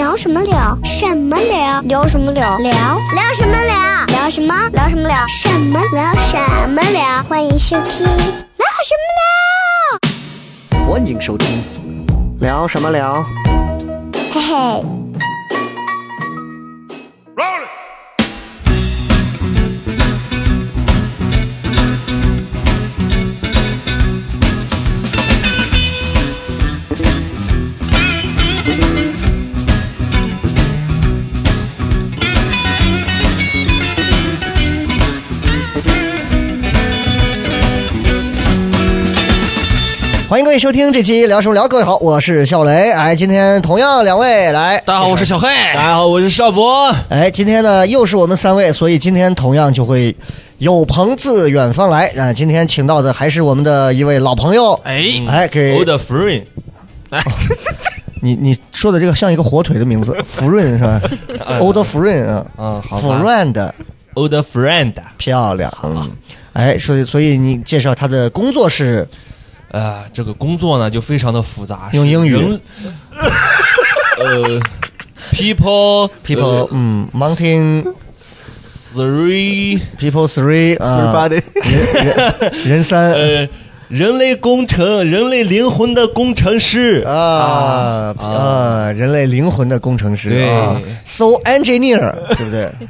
聊什么聊？什么聊？聊什么聊？聊什么聊？聊什么？聊什么聊？什么聊？什么聊？欢迎收听聊什么聊？ 欢迎收听聊什么聊？ 嘿嘿。 欢迎各位收听这期聊什么聊，各位好，我是笑雷。哎，今天同样两位来， 大家好，我是小黑。大家好，我是邵博。 哎，今天呢又是我们三位，所以今天同样就会有朋自远方来啊。今天请到的还是我们的一位老朋友，给 Old Friend。 你说的这个像一个火腿的名字，福润是吧？Old Friend 啊， 好 ，Friend。Old Friend， 漂亮，哎，所以你介绍他的工作是。 这个工作呢就非常的复杂， 用英语 people mountain three people three 人三人类工程，人类灵魂的工程师人类灵魂的工程师， 对 ，so engineer 对不对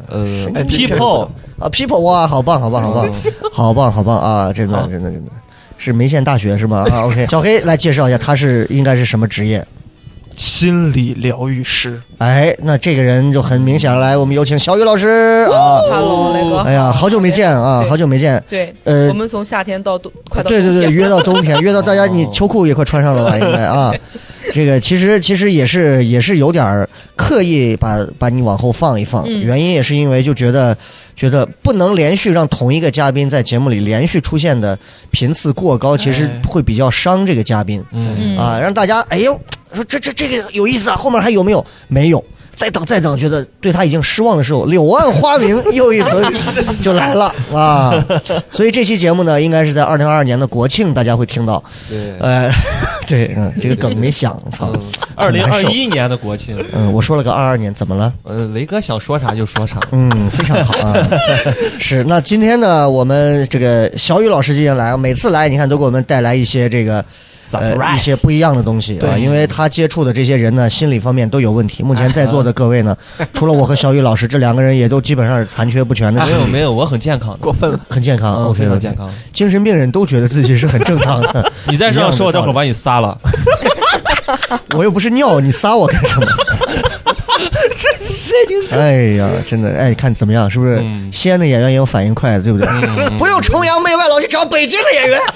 ？people 哇，好棒啊！真的是梅县大学是吧？OK， 小黑来介绍一下，他应该是什么职业？ 心理疗愈师。 哎，那这个人就很明显了。来，我们有请小雨老师。 Hello， 雷哥。 哎呀，好久没见啊，好久没见。 对，我们从夏天到快到对，约到冬天，约到大家你秋裤也快穿上了吧？应该啊。这个其实也是有点刻意把你往后放一放，原因也是因为就觉得不能连续让同一个嘉宾在节目里连续出现的频次过高，其实会比较伤这个嘉宾，让大家哎呦说这个有意思啊，后面还有没有？没有。再等，觉得对他已经失望的时候，柳暗花明又一层就来了啊！所以这期节目呢，应该是在2022年的国庆，大家会听到。对，这个梗没想，操 ，2021年的国庆。 我说了个22年，怎么了？ 雷哥想说啥就说啥。 非常好啊。是，那今天呢，我们这个小雨老师今天来，每次来你看都给我们带来一些这个。一些不一样的东西啊，因为他接触的这些人呢，心理方面都有问题。目前在座的各位呢，除了我和小雨老师，这两个人也都基本上是残缺不全的。 没有，我很健康的， 过分了， 很健康，OK， 非常健康。 精神病人都觉得自己是很正常的。 你再这样说，我待会儿把你撒了。 我又不是尿，你撒我干什么？哎呀，真的，哎，看怎么样？是不是西安的演员也有反应快的，对不对？不用崇洋媚外，老去找北京的演员。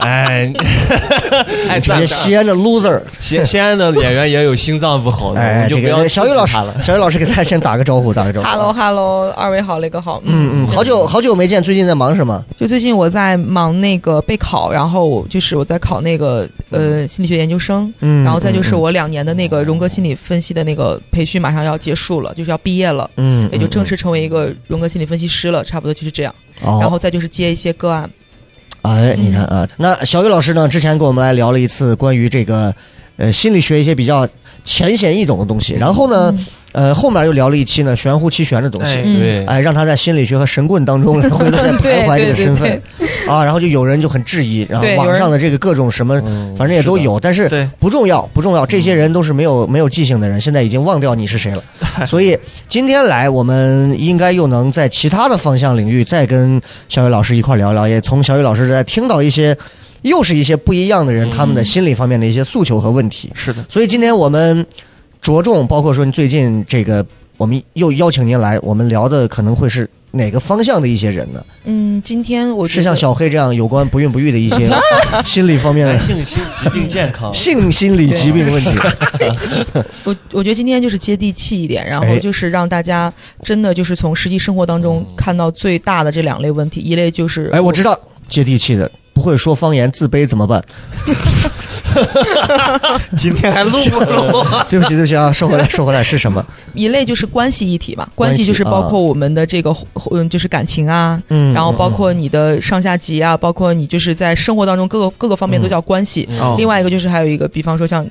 这些西安的 loser， 西安的演员也有心脏不好的。 哎，这个小雨老师给大家先打个招呼。 Hello， 二位好，雷哥好。 好久没见，最近在忙什么？ 就最近我在忙那个备考，然后就是我在考那个心理学研究生，然后再就是我2年的那个荣格心理分析的那个培训马上要结束了，就是要毕业了，也就正式成为一个荣格心理分析师了，差不多就是这样。然后再就是接一些个案。 哎，你看啊，那小雨老师呢，之前跟我们来聊了一次关于这个心理学一些比较浅显易懂的东西，然后呢。后面又聊了一期呢玄乎其玄的东西，让他在心理学和神棍当中回头再徘徊这个身份啊，然后就有人就很质疑，然后网上的这个各种什么，反正也都有，但是不重要，这些人都是没有记性的人，现在已经忘掉你是谁了，所以今天来我们应该又能在其他的方向领域再跟小雨老师一块聊聊，也从小雨老师再听到一些。又是一些不一样的人，他们的心理方面的一些诉求和问题。 是的， 所以今天我们着重，包括说你最近这个，我们又邀请您来，我们聊的可能会是哪个方向的一些人呢？ 今天我是像小黑这样有关不孕不育的一些心理方面的性疾病健康、 性心理疾病问题。 我觉得今天就是接地气一点，然后就是让大家真的就是从实际生活当中看到最大的这2类问题，一类就是我知道接地气的。不会说方言自卑怎么办？ 今天还录不录？ 对不起啊，说回来是什么？ 一类就是关系议题嘛，关系就是包括我们的这个就是感情啊，然后包括你的上下级啊，包括你就是在生活当中各个方面都叫关系。另外一个就是还有一个，比方说像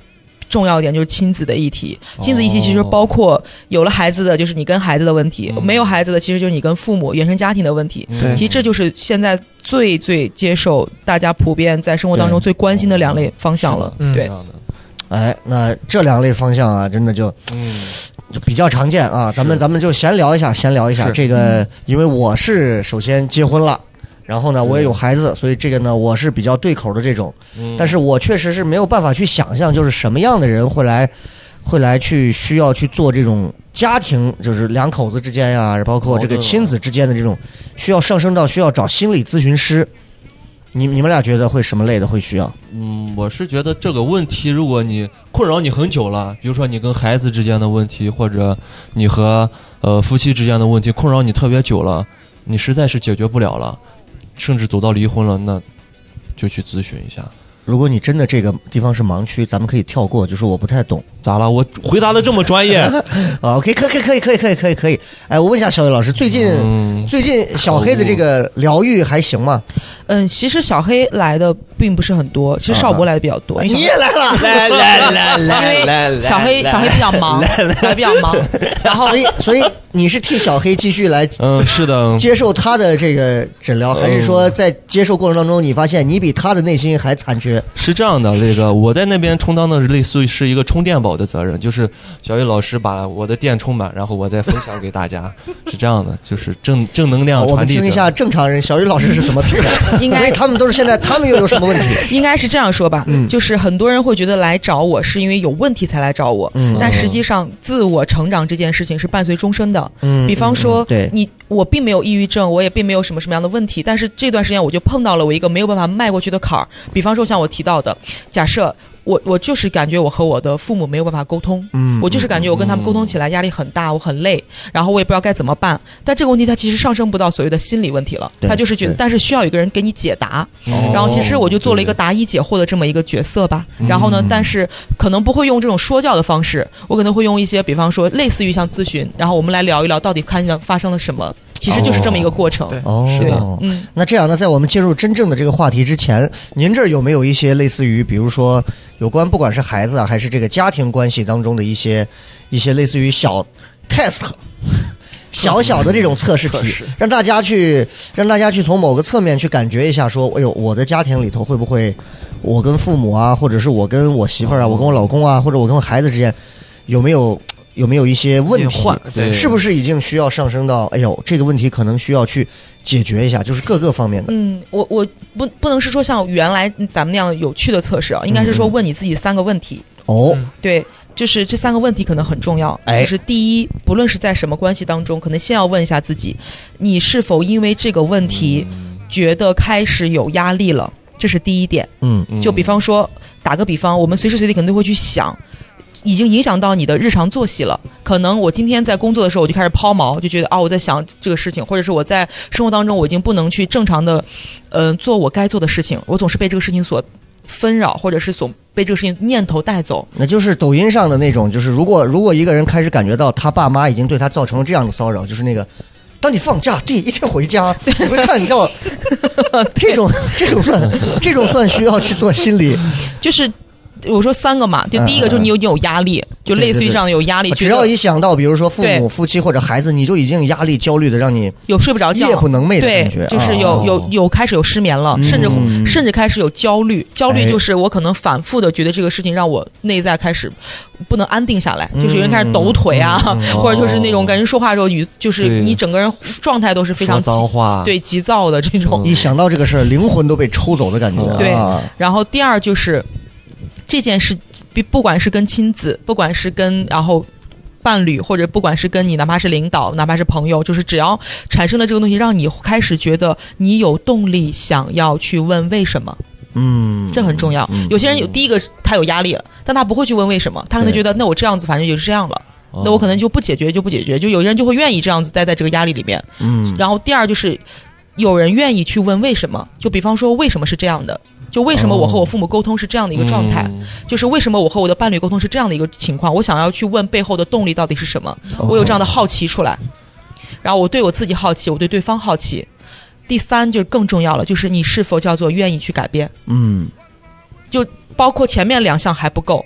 重要一点就是亲子的议题。亲子议题其实包括有了孩子的就是你跟孩子的问题，没有孩子的其实就是你跟父母原生家庭的问题。其实这就是现在最接受大家普遍在生活当中最关心的2类方向了。对， 哎，那这2类方向啊，真的就比较常见啊。咱们就闲聊一下这个，因为我是首先结婚了。然后呢，我也有孩子，所以这个呢，我是比较对口的这种。但是我确实是没有办法去想象，就是什么样的人会来去需要去做这种家庭，就是2口子之间呀，包括这个亲子之间的这种，需要上升到需要找心理咨询师。你们俩觉得会什么类的会需要？ 我是觉得这个问题，如果你困扰你很久了，比如说你跟孩子之间的问题，或者你和夫妻之间的问题困扰你特别久了，你实在是解决不了了。甚至走到离婚了，那就去咨询一下。 如果你真的这个地方是盲区，咱们可以跳过，就说我不太懂。 咋了？我回答的这么专业 ？OK， 可以。哎，我问一下小雨老师，最近小黑的这个疗愈还行吗？ 其实小黑来的并不是很多，其实邵博来的比较多。 你也来了， 来，因为小黑比较忙，然后所以你是替小黑继续来是的接受他的这个诊疗，还是说在接受过程当中你发现你比他的内心还残缺？ 是这样的，这个我在那边充当的类似于是一个充电宝的责任，就是小雨老师把我的电充满，然后我再分享给大家，是这样的，就是正能量传递。 我们听一下正常人小雨老师是怎么评价？ 应该， 所以他们都是现在，他们又有什么问题？ 应该是这样说吧，就是很多人会觉得来找我是因为有问题才来找我，但实际上自我成长这件事情是伴随终身的。比方说，我并没有抑郁症，我也并没有什么样的问题，但是这段时间我就碰到了我一个没有办法迈过去的坎儿。比方说像我提到的，假设我就是感觉我和我的父母没有办法沟通，我就是感觉我跟他们沟通起来压力很大，我很累，然后我也不知道该怎么办。但这个问题它其实上升不到所谓的心理问题了，他就是觉得，但是需要有一个人给你解答。然后其实我就做了一个答疑解惑的这么一个角色吧。然后呢，但是可能不会用这种说教的方式，我可能会用一些，比方说类似于像咨询，然后我们来聊一聊到底看见发生了什么。其实就是这么一个过程。 那这样呢，在我们进入真正的这个话题之前，您这儿有没有一些类似于，比如说有关不管是孩子啊，还是这个家庭关系当中的一些类似于小 test， 小的这种测试题，让大家去从某个侧面去感觉一下，说，哎呦，我的家庭里头会不会，我跟父母啊，或者是我跟我媳妇儿啊，我跟我老公啊，或者我跟我孩子之间，有没有一些问题？是不是已经需要上升到，哎呦，这个问题可能需要去解决一下，就是各个方面的。 我不能是说像原来咱们那样有趣的测试啊，应该是说问你自己3个问题。对，就是这3个问题可能很重要。就是第一，不论是在什么关系当中，可能先要问一下自己，你是否因为这个问题觉得开始有压力了？这是第一点。就比方说，打个比方，我们随时随地可能都会去想。已经影响到你的日常作息了，可能我今天在工作的时候我就开始抛锚，就觉得我在想这个事情，或者是我在生活当中我已经不能去正常的做我该做的事情，我总是被这个事情所纷扰，或者是所被这个事情念头带走。 那就是抖音上的那种，就是如果一个人开始感觉到他爸妈已经对他造成了这样的骚扰，就是那个当你放假第一天回家，你会看到这种算需要去做心理， 就是我说3个嘛，就第一个就是你有压力，就类似于这样有压力。 只要一想到比如说父母、夫妻或者孩子，你就已经压力焦虑的让你有睡不着觉、 夜不能寐的感觉。 对，就是有开始有失眠了，甚至开始有焦虑。焦虑就是我可能反复的觉得这个事情让我内在开始不能安定下来，就是有人开始抖腿啊，或者就是那种感觉说话的时候就是你整个人状态都是非常脏话， 对，急躁的这种。 一想到这个事儿，灵魂都被抽走的感觉。 对，然后第二就是这件事，不管是跟亲子，不管是跟然后伴侣，或者不管是跟你哪怕是领导，哪怕是朋友，就是只要产生了这个东西，让你开始觉得你有动力想要去问为什么。这很重要。有些人第一个他有压力了，但他不会去问为什么，他可能觉得那我这样子反正就是这样了，那我可能就不解决，就有人就会愿意这样子待在这个压力里面。然后第二就是有人愿意去问为什么，就比方说为什么是这样的，就为什么我和我父母沟通是这样的一个状态，就是为什么我和我的伴侣沟通是这样的一个情况，我想要去问背后的动力到底是什么，我有这样的好奇出来，然后我对我自己好奇，我对对方好奇。第三就更重要了，就是你是否叫做愿意去改变。就包括前面2项还不够，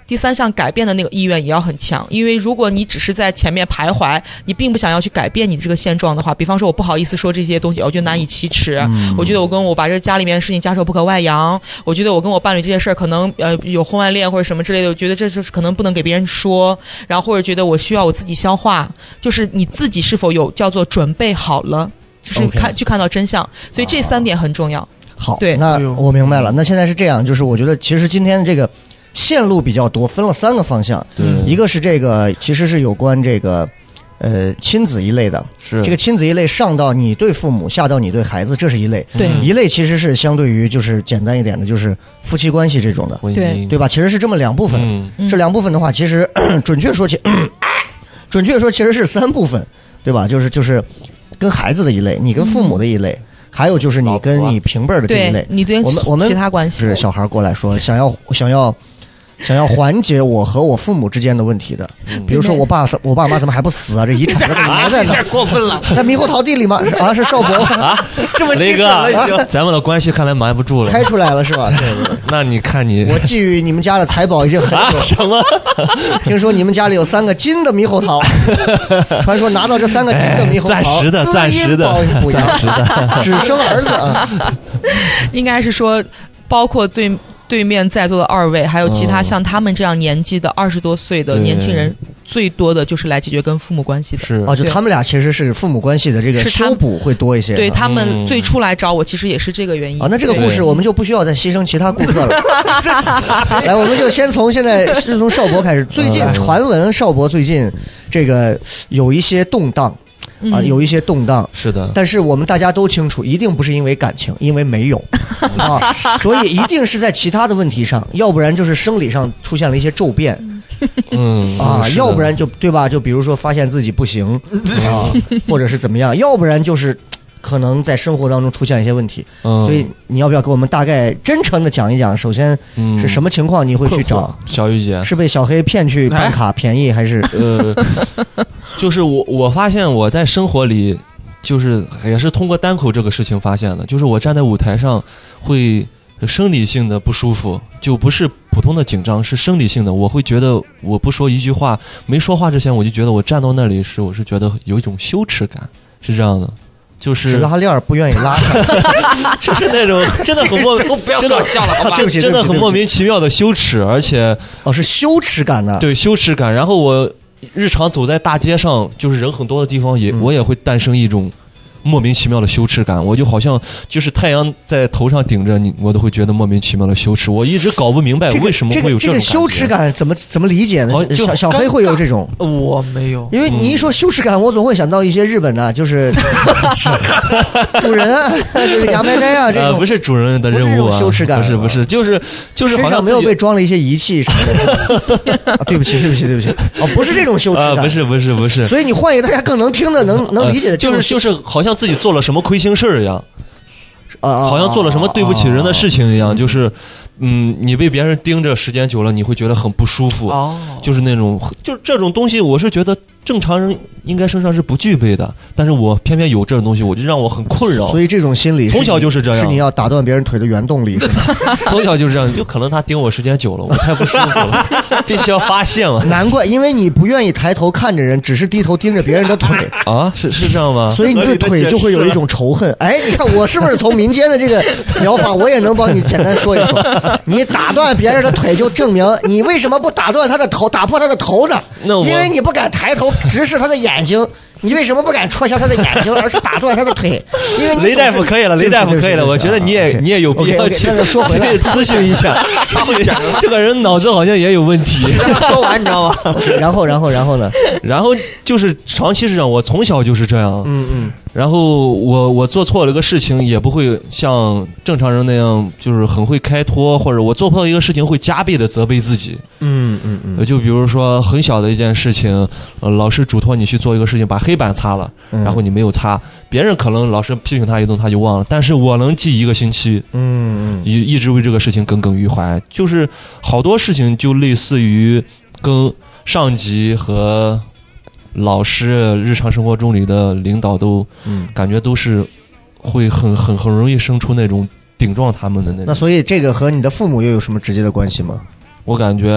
第3项改变的那个意愿也要很强，因为如果你只是在前面徘徊，你并不想要去改变你这个现状的话，比方说我不好意思说这些东西，我觉得难以启齿，我觉得我跟我把这家里面的事情家丑不可外扬，我觉得我跟我伴侣这些事儿可能有婚外恋或者什么之类的，我觉得这就是可能不能给别人说，然后或者觉得我需要我自己消化，就是你自己是否有叫做准备好了，就是去看到真相，所以这3点很重要。 好， 对， 那我明白了。那现在是这样，就是我觉得其实今天这个线路比较多，分了3个方向。一个是这个其实是有关这个亲子一类的， 是这个亲子一类上到你对父母，下到你对孩子，这是一类。 对， 一类其实是相对于就是简单一点的，就是夫妻关系这种的，对吧？其实是这么2部分。这2部分的话，其实准确说其实是3部分，对吧？就是跟孩子的一类，你跟父母的一类。还有就是你跟你平辈的这一类， 你对我们其他关系是小孩过来说想要缓解我和我父母之间的问题的，比如说我爸妈怎么还不死啊？这遗产都埋在哪？ 这过分了， 在猕猴桃地里吗？是少博啊， 这么雷哥，咱们的关系看来瞒不住了， 猜出来了是吧？对。 那你看你， 我觊觎你们家的财宝已经很久。 什么？ 听说你们家里有3个金的猕猴桃，传说拿到这3个金的猕猴桃， 暂时的， 只生儿子啊。 应该是说，包括对面在座的2位，还有其他像他们这样年纪的20多岁的年轻人，最多的就是来解决跟父母关系的。 是就他们俩其实是父母关系的这个修补会多一些。 对，他们最初来找我，其实也是这个原因。 那这个故事我们就不需要再牺牲其他顾客了。来，我们就先从邵博开始。最近传闻邵博最近这个有一些动荡。有一些动荡， 是的， 但是我们大家都清楚，一定不是因为感情，因为没有所以一定是在其他的问题上，要不然就是生理上出现了一些骤变，要不然就对吧？就比如说发现自己不行或者是怎么样，要不然就是可能在生活当中出现了一些问题，所以你要不要给我们大概真诚的讲一讲？首先是什么情况你会去找小雨姐？ 是被小黑骗去办卡便宜，还是就是我发现我在生活里，就是也是通过单口这个事情发现的，就是我站在舞台上会生理性的不舒服，就不是普通的紧张，是生理性的。我会觉得我不说一句话，没说话之前我就觉得我站到那里时，我是觉得有一种羞耻感，是这样的。就是拉链不愿意拉上， 就是那种真的很不要吵架了，好吧？ 对不起， 真的很莫名其妙的羞耻，而且是羞耻感呢。 对，羞耻感。然后我日常走在大街上，就是人很多的地方我也会诞生一种莫名其妙的羞耻感，我就好像就是太阳在头上顶着你，我都会觉得莫名其妙的羞耻。我一直搞不明白为什么会有这个羞耻感，怎么理解呢？小黑会有这种， 我没有， 因为你一说羞耻感，我总会想到一些日本的，就是主人啊，就是牙白呆啊这种， 不是主人的任务啊， 羞耻感， 不是，就是好像没有被装了一些仪器什么的。对不起，不是这种羞耻感， 不是。 所以你换一个大家更能听的、能理解的， 就是好像自己做了什么亏心事儿一样，好像做了什么对不起人的事情一样，就是你被别人盯着时间久了，你会觉得很不舒服，就是那种，就是这种东西，我是觉得正常人应该身上是不具备的，但是我偏偏有这种东西，我就让我很困扰。 所以这种心理从小就是这样， 是你要打断别人腿的原动力。 从小就是这样，就可能他盯我时间久了，我太不舒服了，必须要发泄嘛。 难怪，因为你不愿意抬头看着人，只是低头盯着别人的腿啊，是这样吗？ 所以你对腿就会有一种仇恨。哎，你看我是不是从民间的这个疗法，我也能帮你简单说一说。你打断别人的腿，就证明你为什么不打断他的头，打破他的头呢？因为你不敢抬头直视他的眼睛。你为什么不敢戳下他的眼睛，而是打断他的腿？因为你雷大夫可以了，我觉得你也有必要去咨询一下，这个人脑子好像也有问题。 说完你知道吗？ 然后呢？ 然后就是长期是这样，我从小就是这样。然后我做错了个事情，也不会像正常人那样，就是很会开脱，或者我做错一个事情会加倍的责备自己。就比如说很小的一件事情，老师嘱托你去做一个事情，把黑板擦了，然后你没有擦，别人可能老师批评他一顿他就忘了，但是我能记1个星期。一直为这个事情耿耿于怀。就是好多事情就类似于跟上级和老师日常生活中里的领导都感觉都是会很容易生出那种顶撞他们的那种。 那所以这个和你的父母又有什么直接的关系吗？ 我感觉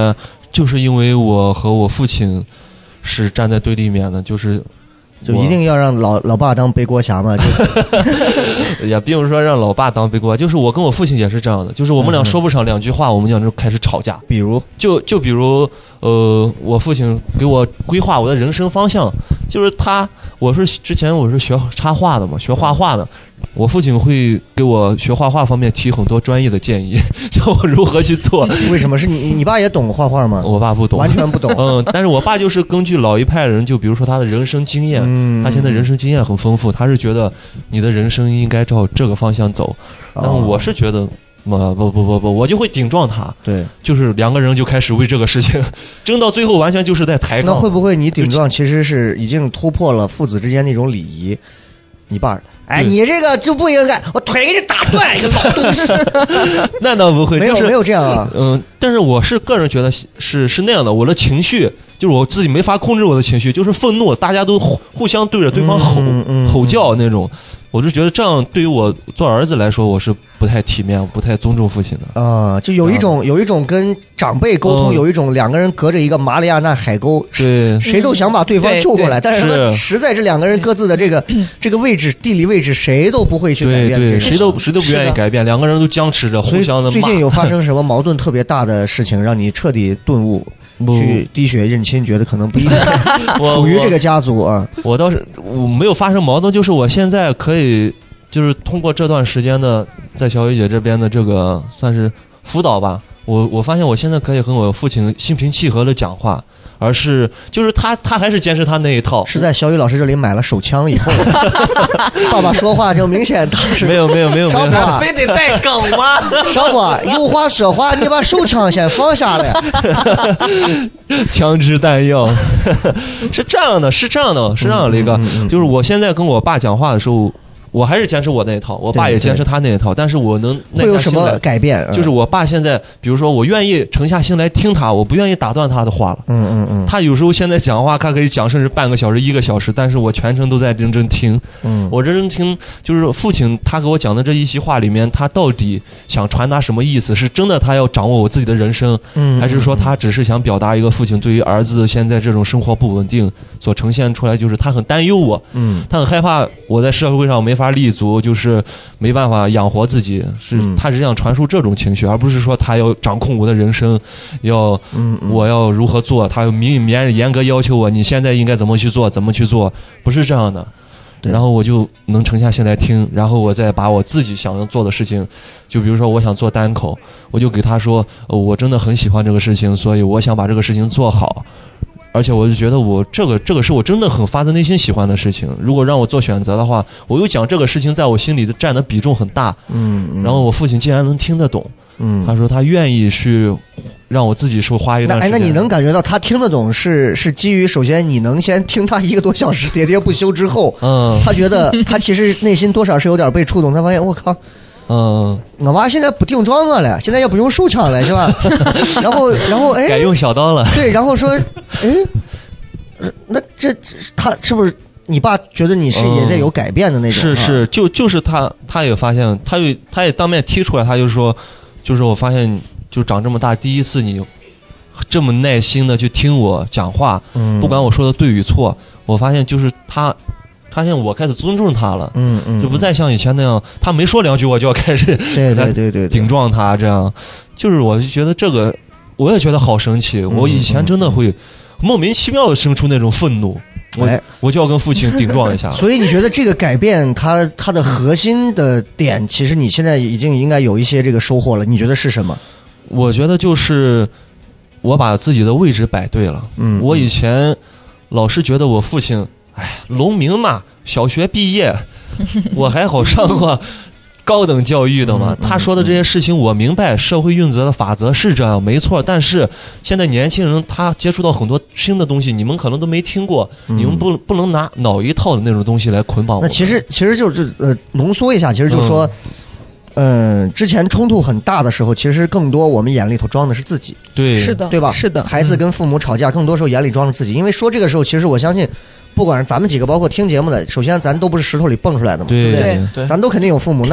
就是因为我和我父亲是站在对立面的，就一定要让老爸当背锅侠嘛？ 也并不是说让老爸当背锅，就是我跟我父亲也是这样的，就是我们俩说不上2句话，我们俩就开始吵架。 比如， 就比如，我父亲给我规划我的人生方向，就是之前我是学插画的嘛，学画画的。我父亲会给我学画画方面提很多专业的建议，教我如何去做。 为什么是你爸也懂画画吗？ 我爸不懂， 完全不懂。 但是我爸就是根据老一派人，就比如说他的人生经验，他现在人生经验很丰富，他是觉得你的人生应该照这个方向走。但我是觉得，不，我就会顶撞他。对，就是2个人就开始为这个事情争到最后，完全就是在抬杠。 那会不会你顶撞其实是已经突破了父子之间那种礼仪？你爸，哎，你这个就不应该，我腿给你打断，一个老东西。 那倒不会， 没有这样啊。 但是我是个人觉得是那样的，我的情绪就是我自己没法控制我的情绪，就是愤怒，大家都互相对着对方吼叫那种。我就觉得这样对于我做儿子来说，我是不太体面，不太尊重父亲的啊。就有一种跟长辈沟通，有一种2个人隔着一个马里亚纳海沟， 对， 谁都想把对方救过来，但是他们实在这2个人各自的这个位置、地理位置，谁都不会去改变， 对，谁都不愿意改变，2个人都僵持着，互相的骂。 最近有发生什么矛盾特别大的事情，让你彻底顿悟？去滴血认亲，觉得可能不一定属于这个家族啊。 我倒是我没有发生矛盾，就是我现在可以，就是通过这段时间的在小雨姐这边的这个算是辅导吧，我发现我现在可以和我父亲心平气和的讲话。而是就是他还是坚持他那一套， 是在小雨老师这里买了手枪以后，爸爸说话就明显他是没有， 少博非得带梗吗？ 少博有话说话，你把手枪先放下来。 枪支弹药是这样的一个，就是我现在跟我爸讲话的时候。我还是坚持我那一套，我爸也坚持他那一套，但是我能会有什么改变？ 就是我爸现在，比如说我愿意沉下心来听他，我不愿意打断他的话了。他有时候现在讲话，他可以讲甚至半个小时、1个小时，但是我全程都在认真听。我认真听，就是父亲他给我讲的这一席话里面，他到底想传达什么意思？是真的他要掌握我自己的人生，还是说他只是想表达一个父亲对于儿子现在这种生活不稳定所呈现出来，就是他很担忧我，他很害怕我在社会上没法立足，就是没办法养活自己，他是想传输这种情绪，而不是说他要掌控我的人生，我要如何做，他严格要求我，你现在应该怎么去做，不是这样的。然后我就能沉下心来听，然后我再把我自己想要做的事情，就比如说我想做单口，我就给他说，我真的很喜欢这个事情，所以我想把这个事情做好。而且我就觉得我这个是我真的很发自内心喜欢的事情。如果让我做选择的话，我又讲这个事情在我心里的占的比重很大。然后我父亲竟然能听得懂。他说他愿意去让我自己说花一段时间。 那你能感觉到他听得懂是基于首先你能先听他1个多小时喋喋不休之后，他觉得他其实内心多少是有点被触动。他发现我靠。我娃现在不顶撞我了，现在也不用手枪了，是吧？然后哎， 改用小刀了。 对，然后说，哎，那这他是不是你爸觉得你是也在有改变的那种？ 是，就是他也发现，他也当面提出来，他就说，就是我发现就长这么大第一次你这么耐心的去听我讲话，不管我说的对与错，我发现就是他现在我开始尊重他了，就不再像以前那样，他没说2句我就要开始对顶撞他，这样，就是我就觉得这个，我也觉得好神奇。我以前真的会莫名其妙的生出那种愤怒，我就要跟父亲顶撞一下。 所以你觉得这个改变，它的核心的点，其实你现在已经应该有一些这个收获了。你觉得是什么？ 我觉得就是我把自己的位置摆对了。我以前老是觉得我父亲。农民嘛，小学毕业，我还好上过高等教育的嘛。他说的这些事情我明白，社会运作的法则是这样，没错。但是现在年轻人他接触到很多新的东西，你们可能都没听过，你们不能拿脑一套的那种东西来捆绑我。 那其实就是浓缩一下，其实就是说。之前冲突很大的时候，其实更多我们眼里头装的是自己， 对， 是的， 对吧？ 是的， 孩子跟父母吵架，更多时候眼里装着自己。因为说这个时候，其实我相信，不管是咱们几个，包括听节目的，首先咱都不是石头里蹦出来的嘛，对不对？咱都肯定有父母。那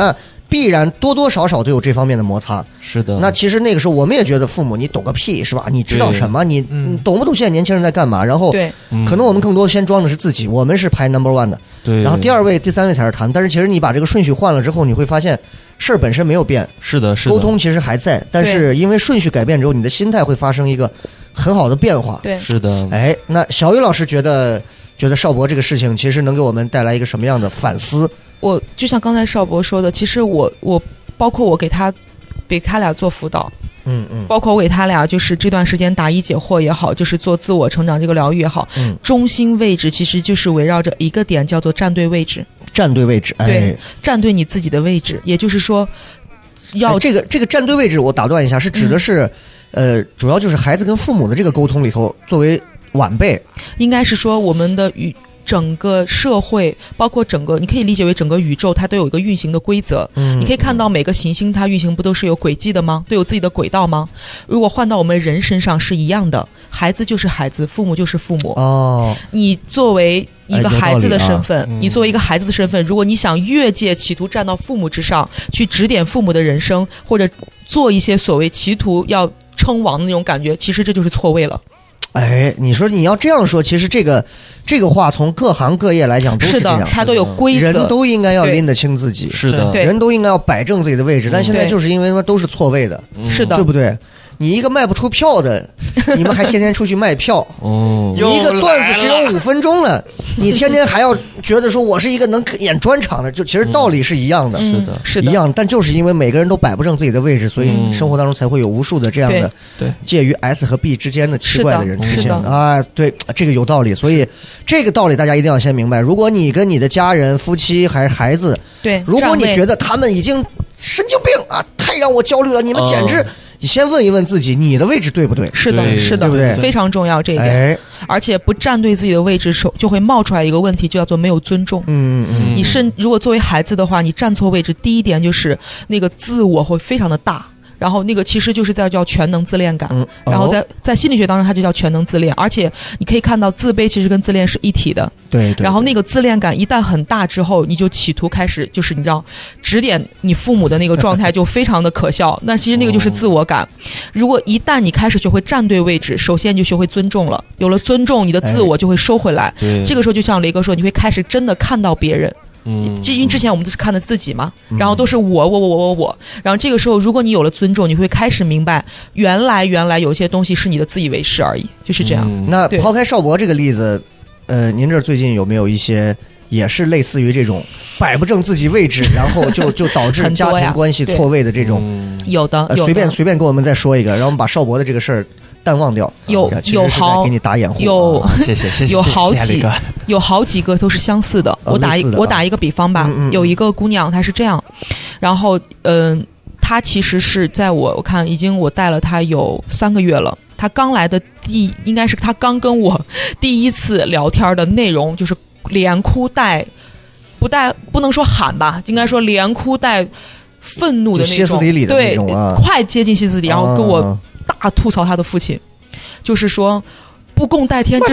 必然多多少少都有这方面的摩擦。 是的。 那其实那个时候我们也觉得父母你懂个屁是吧？你知道什么？你懂不懂现在年轻人在干嘛？然后可能我们更多先装的是自己，我们是排 No.1 的， 对。 然后第二位、第三位才是他们。但是其实你把这个顺序换了之后，你会发现事儿本身没有变， 是的，是的， 沟通其实还在，但是因为顺序改变之后，你的心态会发生一个很好的变化。 对， 是的。 哎，那小雨老师觉得邵博这个事情其实能给我们带来一个什么样的反思？ 我就像刚才邵博说的，其实我包括我给他俩做辅导，包括我给他俩就是这段时间答疑解惑也好，就是做自我成长这个疗愈也好，中心位置其实就是围绕着一个点，叫做站对位置。站对位置， 哎， 对，站对你自己的位置，也就是说，要这个站对位置，我打断一下，是指的是，主要就是孩子跟父母的这个沟通里头，作为晚辈， 应该是说我们的与整个社会，包括整个，你可以理解为整个宇宙，它都有一个运行的规则。你可以看到每个行星它运行不都是有轨迹的吗？都有自己的轨道吗？如果换到我们人身上是一样的，孩子就是孩子，父母就是父母。哦，你作为一个孩子的身份，你作为一个孩子的身份，如果你想越界企图站到父母之上，去指点父母的人生，或者做一些所谓企图要称王的那种感觉，其实这就是错位了。 哎，你说你要这样说，其实这个话从各行各业来讲都是这样， 是的，它都有规则， 人都应该要拎得清自己， 是的， 人都应该要摆正自己的位置，但现在就是因为他们都是错位的， 是的， 对不对？你一个卖不出票的，你们还天天出去卖票哦。你一个段子只有5分钟了，你天天还要觉得说我是一个能演专场的，就其实道理是一样的， 是的， 是的， 一样。但就是因为每个人都摆不正自己的位置，所以生活当中才会有无数的这样的介于 S 和 B 之间的奇怪的人出现啊。对，这个有道理。所以这个道理大家一定要先明白。如果你跟你的家人、夫妻还是孩子， 对， 如果你觉得他们已经神经病啊，太让我焦虑了，你们简直。你先问一问自己，你的位置对不对？ 是的，是的， 对不对？ 非常重要这一点。 哎， 而且不站对自己的位置，就会冒出来一个问题，就叫做没有尊重。你如果作为孩子的话，你站错位置，第一点就是那个自我会非常的大。然后那个其实就是叫全能自恋感，然后在心理学当中它就叫全能自恋，而且你可以看到自卑其实跟自恋是一体的。 对。 然后那个自恋感一旦很大之后，你就企图开始就是你知道指点你父母的那个状态就非常的可笑。那其实那个就是自我感。如果一旦你开始学会站对位置，首先就学会尊重了，有了尊重，你的自我就会收回来。这个时候就像雷哥说，你会开始真的看到别人。因为之前我们都是看的自己嘛，然后都是我，然后这个时候如果你有了尊重，你会开始明白原来有些东西是你的自以为是而已，就是这样。 那抛开邵博这个例子，您这最近有没有一些也是类似于这种摆不正自己位置，然后就导致家庭关系错位的这种？ 有的， 随便给我们再说一个，然后我们把邵博的这个事儿淡忘掉。 有给你打掩护。 谢谢。 有好几个都是相似的。我打一个比方吧。有一个姑娘她是这样，然后她其实是在我看我带了她有3个月了。她刚来的应该是她刚跟我第一次聊天的内容就是连哭带不能说喊吧，应该说连哭带愤怒的那种，歇斯底里的那种， 对，快接近歇斯底里，然后跟我大吐槽他的父亲，就是说不共戴天之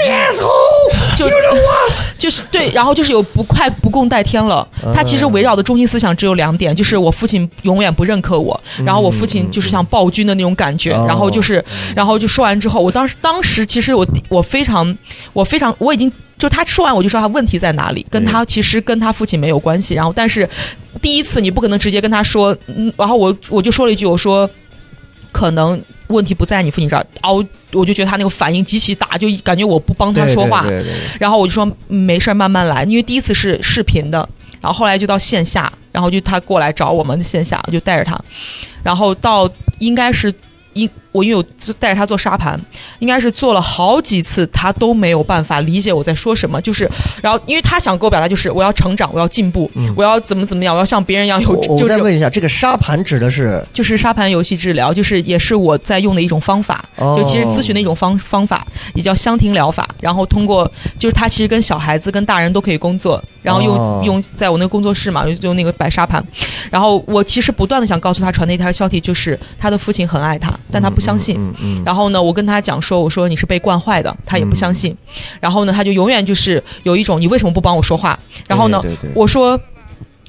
就是对，然后就是有不共戴天了。他其实围绕的中心思想只有2点，就是我父亲永远不认可我，然后我父亲就是像暴君的那种感觉，然后就说完之后，我当时其实我非常我已经就他说完我就说他问题在哪里，其实跟他父亲没有关系。然后但是第一次你不可能直接跟他说，然后我就说了一句，我说可能问题不在你父亲这儿，然后我就觉得他那个反应极其大，就感觉我不帮他说话。 对， 然后我就说没事慢慢来，因为第一次是视频的，然后后来就到线下，然后就他过来找我们线下，我就带着他，然后到应该是我因为我带着他做沙盘，应该是做了好几次，他都没有办法理解我在说什么。就是，然后因为他想给我表达就是我要成长，我要进步，我要怎么样，我要像别人一样有。 我再问一下，这个沙盘指的是？就是沙盘游戏治疗，就是也是我在用的一种方法，就其实咨询的一种方法，也叫香庭疗法。然后通过就是他其实跟小孩子跟大人都可以工作，然后用在我那个工作室嘛，用那个摆沙盘。然后我其实不断的想告诉他传递一条消息，就是他的父亲很爱他，但他不相信。然后呢，我跟他讲说，我说你是被惯坏的，他也不相信。然后呢，他就永远就是有一种你为什么不帮我说话？然后呢，我说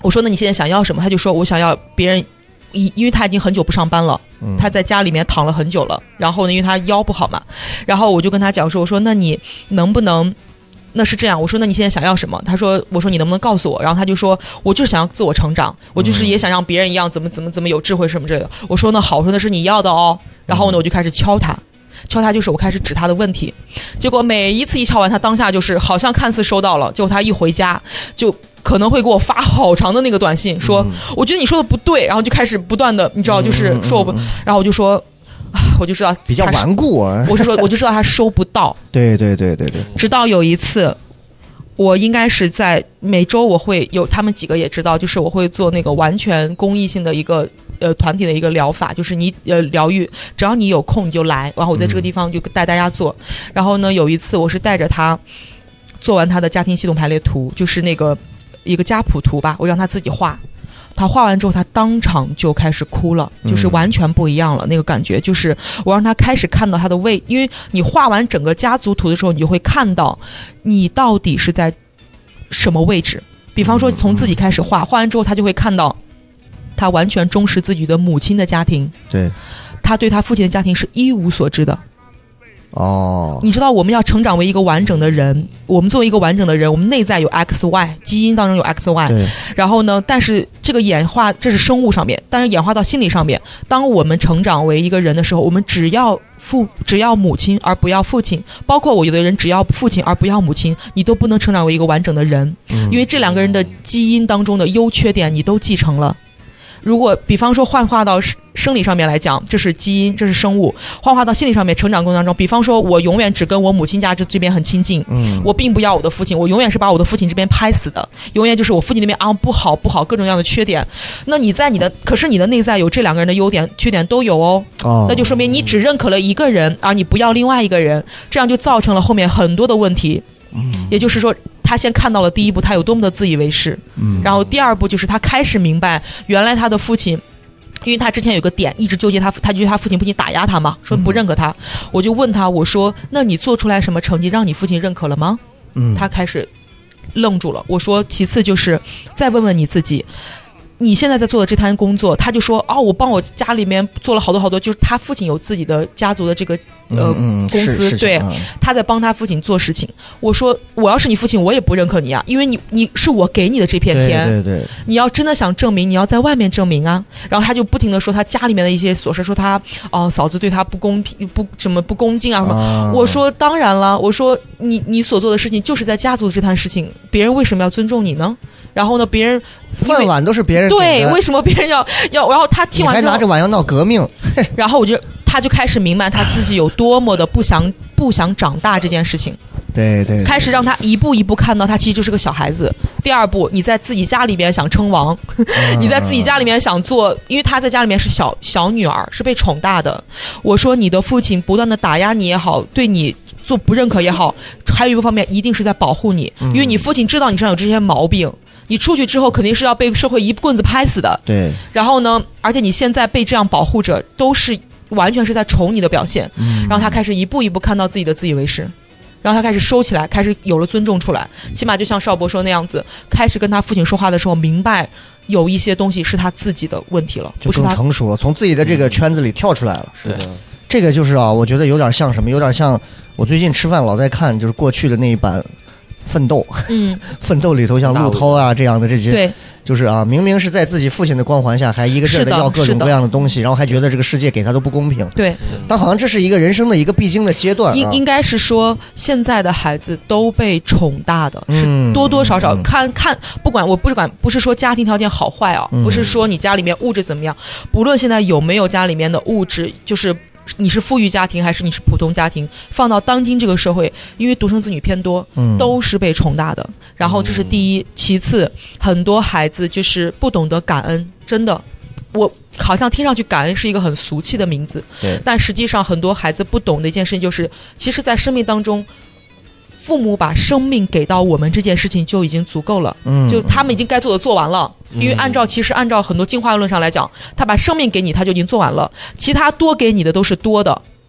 我说那你现在想要什么？他就说我想要别人，因为他已经很久不上班了，他在家里面躺了很久了，然后呢因为他腰不好嘛，然后我就跟他讲说，我说那你能不能，那是这样，我说那你现在想要什么？他说，我说你能不能告诉我？然后他就说，我就是想要自我成长，我就是也想让别人一样怎么有智慧什么之类的。我说那好，我说那是你要的哦。然后呢我就开始敲他就是我开始指他的问题，结果每一次一敲完，他当下就是好像看似收到了，结果他一回家就可能会给我发好长的那个短信，说我觉得你说的不对，然后就开始不断的，你知道，就是说我不，然后我就说，我就知道比较顽固啊。 我就知道他收不到。 对。 直到有一次，我应该是在每周我会有，他们几个也知道，就是我会做那个完全公益性的一个团体的一个疗法，就是你疗愈，只要你有空你就来，然后我在这个地方就带大家做。然后呢，有一次我是带着他做完他的家庭系统排列图，就是那个一个家谱图吧，我让他自己画。他画完之后，他当场就开始哭了，就是完全不一样了。那个感觉就是我让他开始看到他的位，因为你画完整个家族图的时候，你就会看到你到底是在什么位置。比方说从自己开始画完之后，他就会看到他完全忠实自己的母亲的家庭， 对， 他对他父亲的家庭是一无所知的。你知道我们要成长为一个完整的人，我们作为一个完整的人，我们内在有 XY， 基因当中有 XY， 然后呢，但是这个演化这是生物上面，但是演化到心理上面，当我们成长为一个人的时候，我们只要母亲而不要父亲，包括我有的人只要父亲而不要母亲，你都不能成长为一个完整的人，因为这两个人的基因当中的优缺点你都继承了。如果比方说幻化到生理上面来讲，这是基因，这是生物；幻化到心理上面，成长过程当中，比方说我永远只跟我母亲家这边很亲近，我并不要我的父亲，我永远是把我的父亲这边拍死的，永远就是我父亲那边不好各种各样的缺点。那你在可是你的内在有这两个人的优点缺点都有哦，那就说明你只认可了一个人，而你不要另外一个人，这样就造成了后面很多的问题。也就是说他先看到了第一步他有多么的自以为是，然后第二步就是他开始明白原来他的父亲，因为他之前有个点一直纠结他觉得他父亲不仅打压他嘛，说不认可他，我就问他，我说那你做出来什么成绩让你父亲认可了吗？他开始愣住了。我说其次就是再问问你自己，你现在在做的这摊工作，他就说我帮我家里面做了好多，就是他父亲有自己的家族的这个公司，对，他在帮他父亲做事情。我说我要是你父亲我也不认可你啊，因为你是我给你的这片天，对，你要真的想证明，你要在外面证明啊。然后他就不停的说他家里面的一些琐事，说他嫂子对他不公平，不恭敬啊什么。我说当然了，我说你所做的事情就是在家族的这摊事情，别人为什么要尊重你呢？然后呢，别人饭碗都是别人给的， 对，为什么别人要？然后他听完之后， 你还拿着碗要闹革命， 然后他就开始明白他自己有多么的不想长大这件事情。 对， 开始让他一步一步看到他其实就是个小孩子。第二步，你在自己家里面想称王，你在自己家里面想做，因为他在家里面是小女儿，是被宠大的。我说你的父亲不断的打压你也好，对你做不认可也好，还有一个方面一定是在保护你，因为你父亲知道你身上有这些毛病，你出去之后肯定是要被社会一棍子拍死的。 对。 然后呢，而且你现在被这样保护着，都是完全是在宠你的表现。然后他开始一步一步看到自己的自以为是，然后他开始收起来，开始有了尊重出来。起码就像邵博说那样子，开始跟他父亲说话的时候，明白有一些东西是他自己的问题了， 就更成熟了，从自己的这个圈子里跳出来了。 是的， 这个就是我觉得有点像什么，有点像我最近吃饭老在看，就是过去的那一版奋斗，奋斗里头像陆涛啊这样的这些， 对， 就是明明是在自己父亲的光环下，还一个劲儿的要各种各样的东西，然后还觉得这个世界给他都不公平。 对，但好像这是一个人生的一个必经的阶段。 应该是说，现在的孩子都被宠大的，是多多少少看，不是说家庭条件好坏不是说你家里面物质怎么样，不论现在有没有家里面的物质，就是你是富裕家庭还是你是普通家庭，放到当今这个社会，因为独生子女偏多，都是被宠大的。然后这是第一，其次很多孩子就是不懂得感恩，真的，我好像听上去感恩是一个很俗气的名字，但实际上很多孩子不懂的一件事情就是，其实在生命当中，父母把生命给到我们这件事情就已经足够了，就他们已经该做的做完了。因为其实按照很多进化论上来讲，他把生命给你他就已经做完了，其他多给你的都是多的，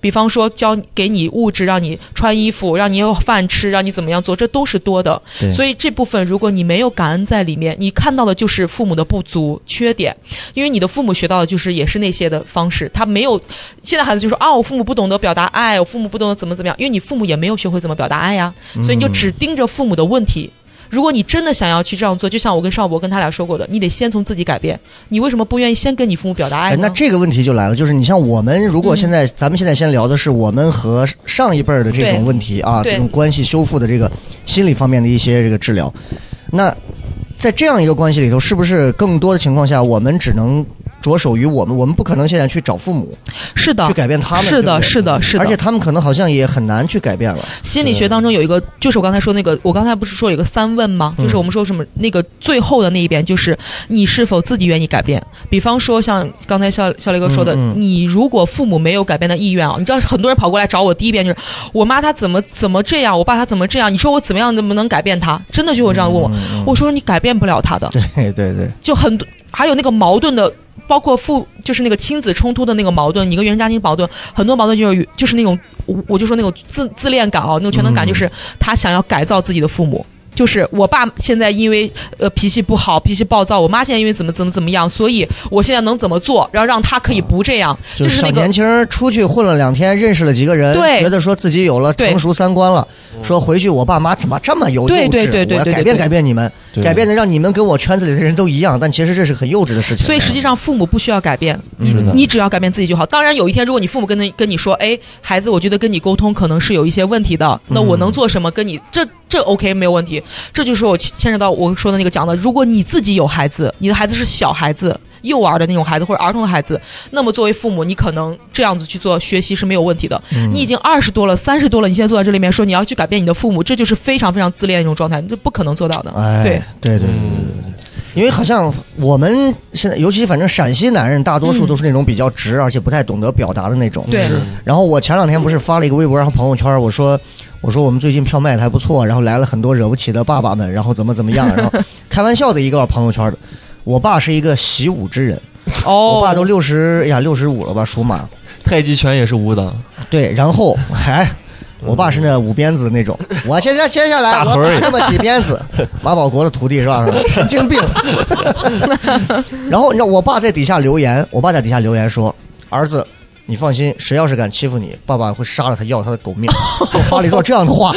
比方说给你物质，让你穿衣服，让你有饭吃，让你怎么样做，这都是多的。所以这部分如果你没有感恩在里面，你看到的就是父母的不足缺点，因为你的父母学到的就是也是那些的方式，他没有。现在孩子就说啊，我父母不懂得表达爱，我父母不懂得怎么样，因为你父母也没有学会怎么表达爱呀，所以你就只盯着父母的问题。如果你真的想要去这样做，就像我跟邵博跟他俩说过的，你得先从自己改变。你为什么不愿意先跟你父母表达爱呢？ 那这个问题就来了，就是你像我们，如果咱们现在先聊的是我们和上一辈的这种问题啊，这种关系修复的这个心理方面的一些这个治疗，那在这样一个关系里头，是不是更多的情况下，我们只能着手于我们不可能现在去找父母， 是的， 去改变他们， 是的，是的，是的， 而且他们可能好像也很难去改变了。 心理学当中有一个，就是我刚才说那个，我刚才不是说有一个3问吗？就是我们说什么那个最后的那一遍，就是你是否自己愿意改变。比方说像刚才笑雷哥说的，你如果父母没有改变的意愿啊，你知道很多人跑过来找我，第一遍就是我妈她怎么这样，我爸他怎么这样，你说我怎么样能改变他？真的就有这样问我，我说你改变不了他的。 对对对， 就很多还有那个矛盾的。包括就是那个亲子冲突的那个矛盾，一个原生家庭矛盾，很多矛盾就是那种，我就说那种自恋感啊，那种全能感，就是他想要改造自己的父母。就是我爸现在因为脾气不好，脾气暴躁，我妈现在因为怎么样，所以我现在能怎么做，然后让他可以不这样。 就是那个小年轻出去混了2天，认识了几个人，觉得说自己有了成熟3观了，说回去我爸妈怎么这么幼稚，我要改变你们，改变的让你们跟我圈子里的人都一样，但其实这是很幼稚的事情。 所以实际上父母不需要改变，你只要改变自己就好。当然有一天如果你父母跟你说，哎，孩子，我觉得跟你沟通可能是有一些问题的，那我能做什么？跟你这 OK 没有问题。这就是我牵扯到我说的那个讲的，如果你自己有孩子，你的孩子是小孩子幼儿的那种孩子或者儿童的孩子，那么作为父母你可能这样子去做学习是没有问题的。你已经20多了30多了，你现在坐在这里面说你要去改变你的父母，这就是非常非常自恋的一种状态，这不可能做到的。 对，因为好像我们现在尤其反正陕西男人大多数都是那种比较直而且不太懂得表达的那种。 对。 然后我前2天不是发了一个微博然后朋友圈，我说我们最近票卖的还不错，然后来了很多惹不起的爸爸们，然后怎么样，然后开玩笑的一个朋友圈的。我爸是一个习武之人，我爸都65了吧，属马， 太极拳也是武的。 对，然后我爸是那5鞭子那种，我接下来我打这么几鞭子，马保国的徒弟是吧？神经病。然后你知道我爸在底下留言，说：“儿子，你放心，谁要是敢欺负你，爸爸会杀了他，要他的狗命。”我发了一段这样的话。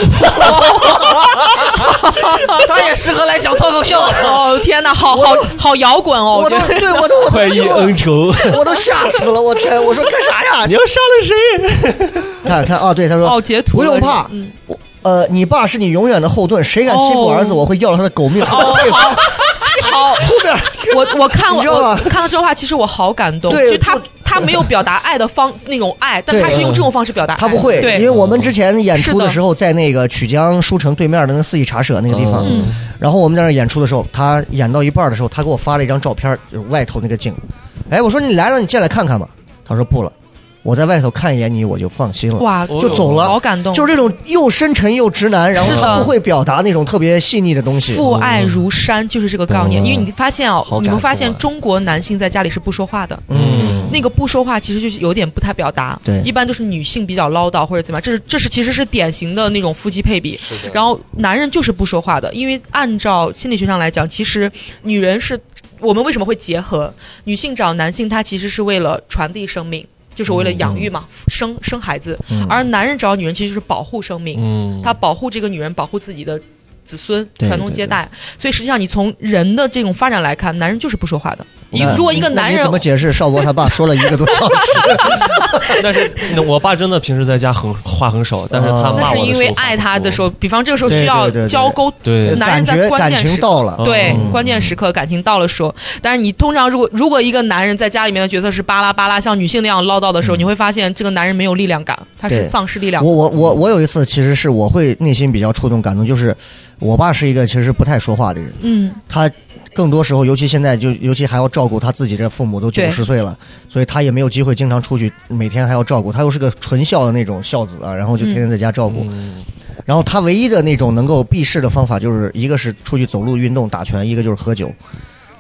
他也适合来讲脱口秀。 哦天哪，好摇滚哦！ 我都快意恩仇， 我都吓死了！我天，我说干啥呀？ 你要杀了谁？ 看啊，对，他说截图不用怕，你爸是你永远的后盾，谁敢欺负儿子，我会要了他的狗命。 好， 后面我看到这话，其实我好感动。 对， 就他没有表达爱的那种爱，但他是用这种方式表达爱。 他不会，因为我们之前演出的时候，在那个曲江书城对面的那个四季茶社那个地方，然后我们在那演出的时候，他演到一半的时候，他给我发了一张照片，就是外头那个景。哎，我说你来了，你进来看看吧。他说不了。我在外头看一眼你，我就放心了。 哇， 就走了， 好感动。 就是这种又深沉又直男，然后他不会表达那种特别细腻的东西。 父爱如山，就是这个概念。因为你发现你们发现中国男性在家里是不说话的。那个不说话其实就是有点不太表达。 对， 一般都是女性比较唠叨或者怎么样，这是其实是典型的那种夫妻配比。然后男人就是不说话的，因为按照心理学上来讲，其实女人是我们为什么会结合？女性找男性，他其实是为了传递生命。就是为了养育嘛，生孩子，而男人找女人其实是保护生命，他保护这个女人，保护自己的子孙，传宗接代。所以实际上你从人的这种发展来看，男人就是不说话的。如果一个男人， 你怎么解释邵博他爸说了1个多小时？ 但是我爸真的平时在家话很少，但是他骂我的时候， 那是因为爱他的时候，比方这个时候需要交沟， 对， 男人在关键时刻， 对， 关键时刻感情到了时候，但是你通常如果一个男人在家里面的角色是巴拉巴拉像女性那样唠叨的时候，你会发现这个男人没有力量感，他是丧失力量。 我有一次其实是我会内心比较触动感动，就是我爸是一个其实不太说话的人，他更多时候，尤其还要照顾他自己这父母都90岁了，所以他也没有机会经常出去，每天还要照顾他，又是个纯孝的那种孝子啊，然后就天天在家照顾。然后他唯一的那种能够避世的方法，就是一个是出去走路运动打拳，一个就是喝酒。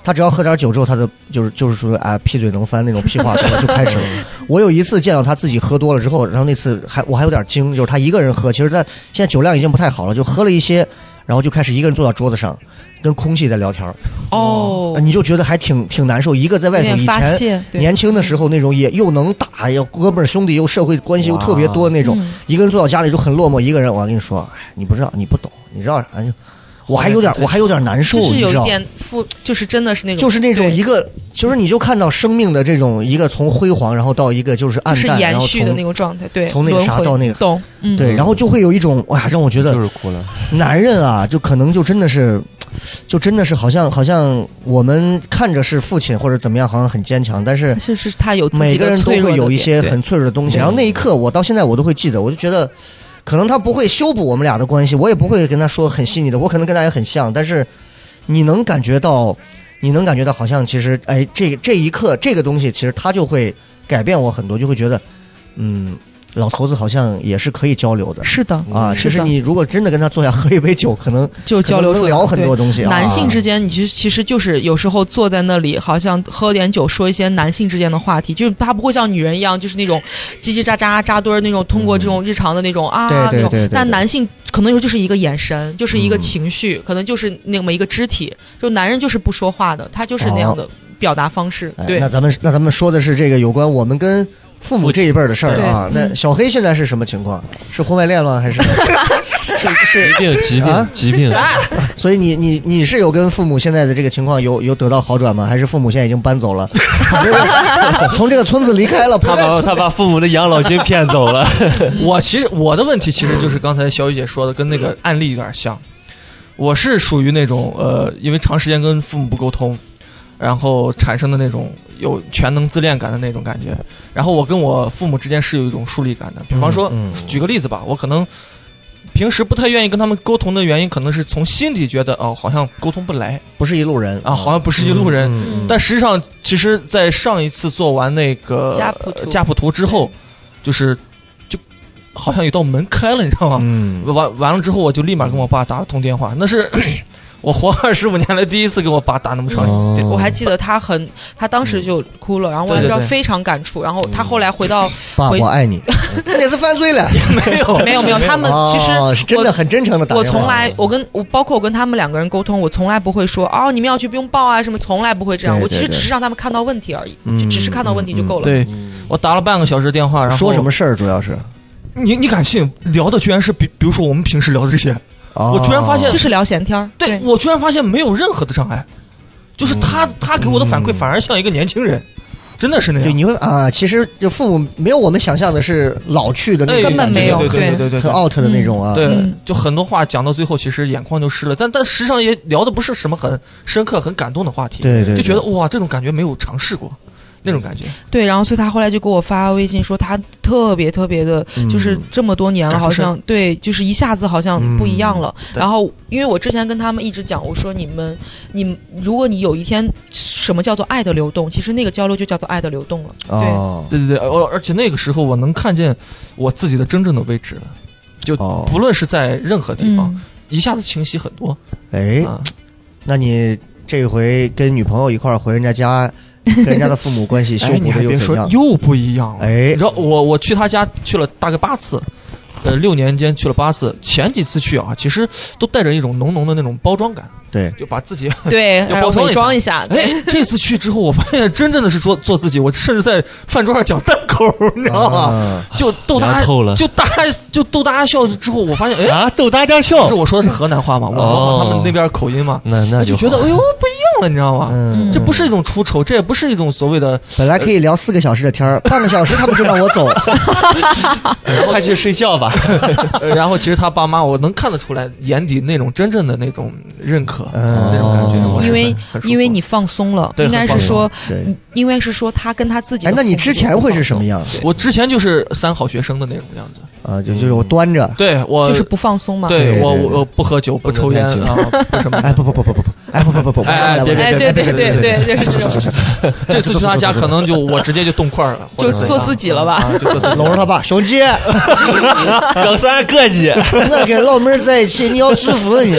他只要喝点酒之后，他的就是说屁嘴能翻那种屁话就开始了。我有一次见到他自己喝多了之后，然后那次我还有点惊，就是他一个人喝，其实他现在酒量已经不太好了，就喝了一些，然后就开始一个人坐到桌子上跟空气在聊天。你就觉得还挺难受。一个在外头以前年轻的时候那种也又能打，又哥们儿兄弟又社会关系又特别多那种，一个人坐到家里就很落寞。一个人，我跟你说，你不知道，你不懂，你知道啥？我还有点难受， 就是有一点就是真的是那种， 就是那种一个，就是你就看到生命的这种一个从辉煌，然后到一个就是暗淡， 就是延续的那种状态，对， 从那个啥到那个， 懂， 对，然后就会有一种哇，让我觉得就是哭了。 男人啊，就可能就真的是好像我们看着是父亲或者怎么样，好像很坚强，但是他有每个人都会有一些很脆弱的东西。然后那一刻，我到现在我都会记得，我就觉得。可能他不会修补我们俩的关系，我也不会跟他说很细腻的，我可能跟他也很像，但是你能感觉到好像其实这一刻这个东西其实他就会改变我很多，就会觉得老头子好像也是可以交流的。 是的啊，其实你如果真的跟他坐下喝一杯酒，可能就交流能聊很多东西。 男性之间，你其实就是有时候坐在那里，好像喝点酒，说一些男性之间的话题，就是他不会像女人一样，就是那种叽叽喳喳扎堆儿那种，通过这种日常的那种那种。但男性可能有就是一个眼神，就是一个情绪，可能就是那么一个肢体。就男人就是不说话的，他就是那样的表达方式。对， 那咱们说的是这个有关我们跟父母这一辈的事儿啊。那小黑现在是什么情况？是婚外恋吗？还是疾病？ 所以你是有跟父母现在的这个情况有得到好转吗？还是父母现在已经搬走了，从这个村子离开了？ 他把父母的养老金骗走了。 我的问题其实就是刚才小雨姐说的，跟那个案例有点像。我是属于那种因为长时间跟父母不沟通，然后产生的那种有全能自恋感的那种感觉。然后我跟我父母之间是有一种疏离感的。比方说，举个例子吧，我可能平时不太愿意跟他们沟通的原因，可能是从心底觉得好像沟通不来， 不是一路人好像不是一路人。但实际上，其实在上一次做完那个家谱图之后，就好像有道门开了，你知道吗？完了之后，我就立马跟我爸打了通电话，那是我活25年来第一次给我爸打那么长时间。 我还记得他当时就哭了，然后我知道非常感触。然后他后来回到爸，我爱你，那是犯罪了？ 没有，他们其实是真的很真诚的打电话。 我从来包括我跟他们两个人沟通，我从来不会说你们要去不用报啊什么，从来不会这样。我其实只是让他们看到问题而已，就只是看到问题就够了。 对，我打了半个小时电话，然后说什么事儿？主要是你敢信聊的居然是比如说我们平时聊的这些。我突然发现就是聊闲天。 对，我居然发现没有任何的障碍，就是他给我的反馈反而像一个年轻人，真的是那样。 对，你会其实就父母没有我们想象的是老去的那种， 根本没有， 对， 很 out 的那种对，就很多话讲到最后，其实眼眶就湿了。但实际上也聊的不是什么很深刻、很感动的话题， 对， 就觉得哇，这种感觉没有尝试过。那种感觉。 对，然后所以他后来就给我发微信说他特别特别的，就是这么多年了，好像对，就是一下子好像不一样了。然后因为我之前跟他们一直讲，我说你如果你有一天什么叫做爱的流动，其实那个交流就叫做爱的流动了。对， 而且那个时候我能看见我自己的真正的位置了，就不论是在任何地方，一下子清晰很多。 那你这回跟女朋友一块儿回人家家，跟人家的父母关系修补的又怎样？ 又不一样了。你知道我去他家去了大概8次，6年间去了8次。前几次去其实都带着一种浓浓的那种包装感。对，就把自己要包装一下。这次去之后，我发现真正的是做自己。我甚至在饭桌上讲单口，你知道吗？就逗大家，就逗大家笑之后，我发现逗大家笑。 是我说的是河南话嘛？我模仿他们那边口音嘛？ 那就觉得不一样了，你知道吗？这不是一种出丑，这也不是一种所谓的。 本来可以聊4个小时的天半个小时他们就让我走， 快去睡觉吧。 然后其实他爸妈，我能看得出来眼底那种真正的那种认可。那种感觉， 因为你放松了，应该是说，因为是说他跟他自己。 那你之前会是什么样子？ 我之前就是3好学生的那种样子就是我端着， 对我就是不放松嘛。 对我不喝酒，不抽烟啊，不什么。 不， 哎不， 哎对，就是这种。 这次去他家，可能我直接就冻块了， 就做自己了吧？ 搂着他爸，兄弟， 隔山各己， 我跟老妹儿在一起，你要祝福你。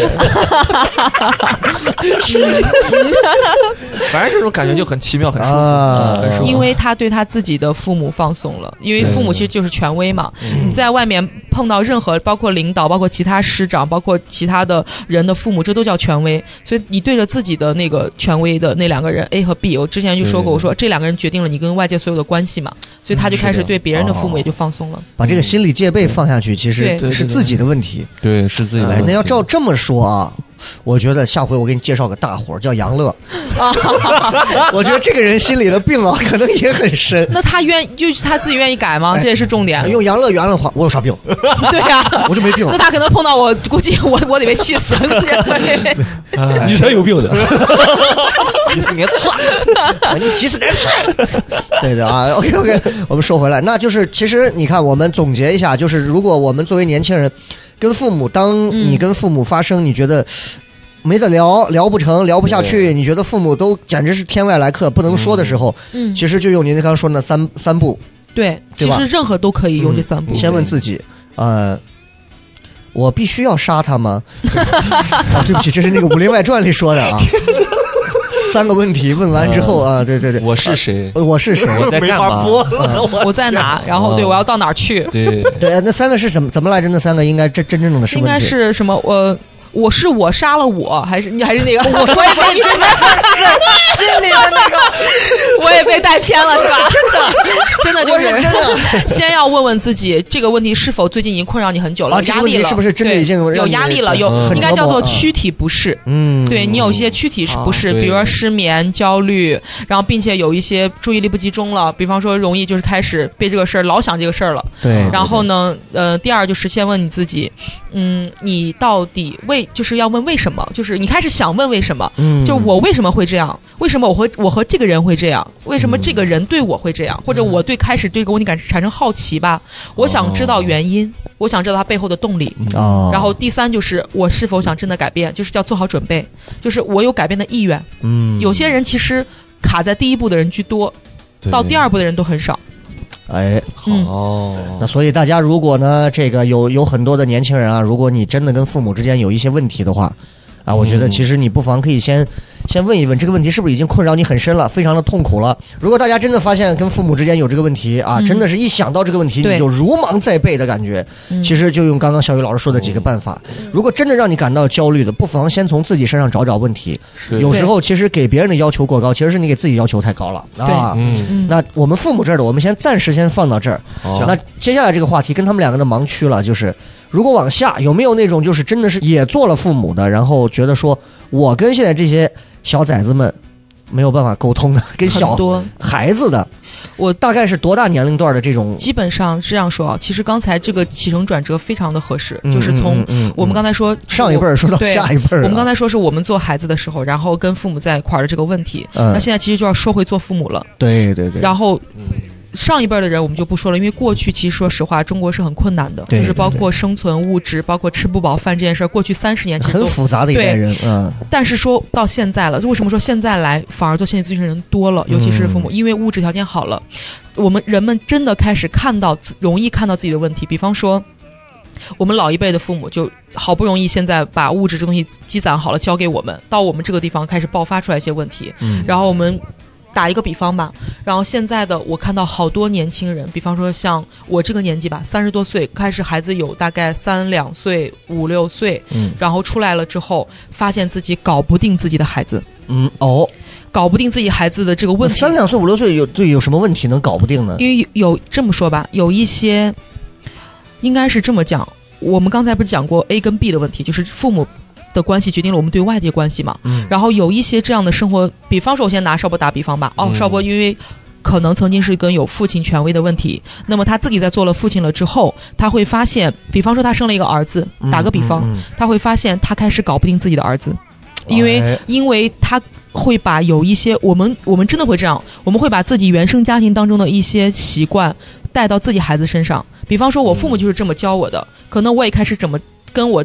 反正这种感觉就很奇妙，很舒服，很舒服。 因为他对他自己的父母放松了，因为父母其实就是权威嘛。你在外面碰到任何，包括领导，包括其他师长，包括其他的人的父母，这都叫权威。所以你对着自己的那个权威的那两个人 A 和 B， 我之前就说过，我说这两个人决定了你跟外界所有的关系嘛，所以他就开始对别人的父母也就放松了， 把这个心理戒备放下去，其实是自己的问题。 对，是自己的问题。 那要照这么说啊，我觉得下回我给你介绍个大伙叫杨乐。我觉得这个人心里的病啊，可能也很深。 那他就是他自己愿意改吗？这也是重点。 用杨乐原的话，我有啥病？ 对呀， 我就没病。 那他可能碰到我，估计我得被气死。 你才有病的。 几十年赚，你几十年赚。对的啊 ，OK， 我们说回来，那就是其实你看，我们总结一下，就是如果我们作为年轻人跟父母，当你跟父母发生，你觉得没得聊不成，聊不下去，你觉得父母都简直是天外来客，不能说的时候，其实就用您刚刚说的三步， 对，其实任何都可以用这三步。 先问自己，我必须要杀他吗？对不起，这是那个《武林外传》里说的啊。3个问题问完之后啊，对， 我是谁？ 我是谁？ 我在干嘛？ 我在哪？然后对，我要到哪儿去？ 对， 那3个是怎么来着？那3个应该真正的是问题， 应该是什么？我是我杀了我，还是那个？ 我说是你真的是心里的那个， 我也被带偏了，是吧？真的就是真的。 先要问问自己，这个问题是否最近已经困扰你很久了？ 压力了，是不是真的已经有压力了？应该叫做躯体不适。对你有一些躯体不适，比如说失眠、焦虑，然后并且有一些注意力不集中了，比方说容易就是开始被这个事儿老想这个事儿了。 对。 然后呢，第二就是先问你自己，你到底就是要问为什么？就是你开始想问为什么？就我为什么会这样？为什么我和这个人会这样？为什么这个人对我会这样？或者我开始对这个问题产生好奇吧？我想知道原因，我想知道他背后的动力。然后第3就是我是否想真的改变，就是叫做好准备，就是我有改变的意愿。有些人其实卡在第1步的人居多，到第2步的人都很少。 哎，好，那所以大家如果呢，这个有很多的年轻人啊，如果你真的跟父母之间有一些问题的话，啊，我觉得其实你不妨可以先问一问，这个问题是不是已经困扰你很深了，非常的痛苦了。如果大家真的发现跟父母之间有这个问题啊，真的是一想到这个问题你就如芒在背的感觉，其实就用刚刚小雨老师说的几个办法。如果真的让你感到焦虑的，不妨先从自己身上找问题。有时候其实给别人的要求过高，其实是你给自己要求太高了啊。那我们父母这儿的，我们暂时放到这儿。那接下来这个话题跟他们2个的盲区了，就是如果往下有没有那种就是真的是也做了父母的，然后觉得说我跟现在这些小崽子们没有办法沟通的，跟小孩子的，我大概是多大年龄段的这种？ 基本上是这样说啊。其实刚才这个起承转折非常的合适，就是从我们刚才说上一辈儿说到下一辈儿。 我们刚才说是我们做孩子的时候，然后跟父母在一块儿的这个问题，那现在其实就要说回做父母了。 对。 然后上一辈的人我们就不说了，因为过去其实说实话中国是很困难的，就是包括生存物质，包括吃不饱饭这件事儿，过去30年其实很复杂的一代人。 但是说到现在了，为什么说现在来反而做心理咨询人多了，尤其是父母，因为物质条件好了，人们真的开始容易看到自己的问题。比方说我们老一辈的父母就好不容易现在把物质这东西积攒好了交给我们，到我们这个地方开始爆发出来一些问题，然后我们打一个比方吧，然后现在的我看到好多年轻人，比方说像我这个年纪吧，30多岁开始，孩子有大概3、2岁、5、6岁，然后出来了之后，发现自己搞不定自己的孩子，搞不定自己孩子的这个问题。3、2岁、5、6岁有什么问题能搞不定呢？因为有这么说吧，有一些应该是这么讲，我们刚才不是讲过 A 跟 B 的问题，就是父母的关系决定了我们对外界关系嘛。然后有一些这样的生活，比方说我先拿邵博打比方吧。邵博因为可能曾经是跟有父亲权威的问题，那么他自己在做了父亲了之后，他会发现，比方说他生了一个儿子，打个比方，他会发现他开始搞不定自己的儿子，因为他会把有一些我们真的会这样，我们会把自己原生家庭当中的一些习惯带到自己孩子身上。比方说我父母就是这么教我的，可能我也开始怎么跟我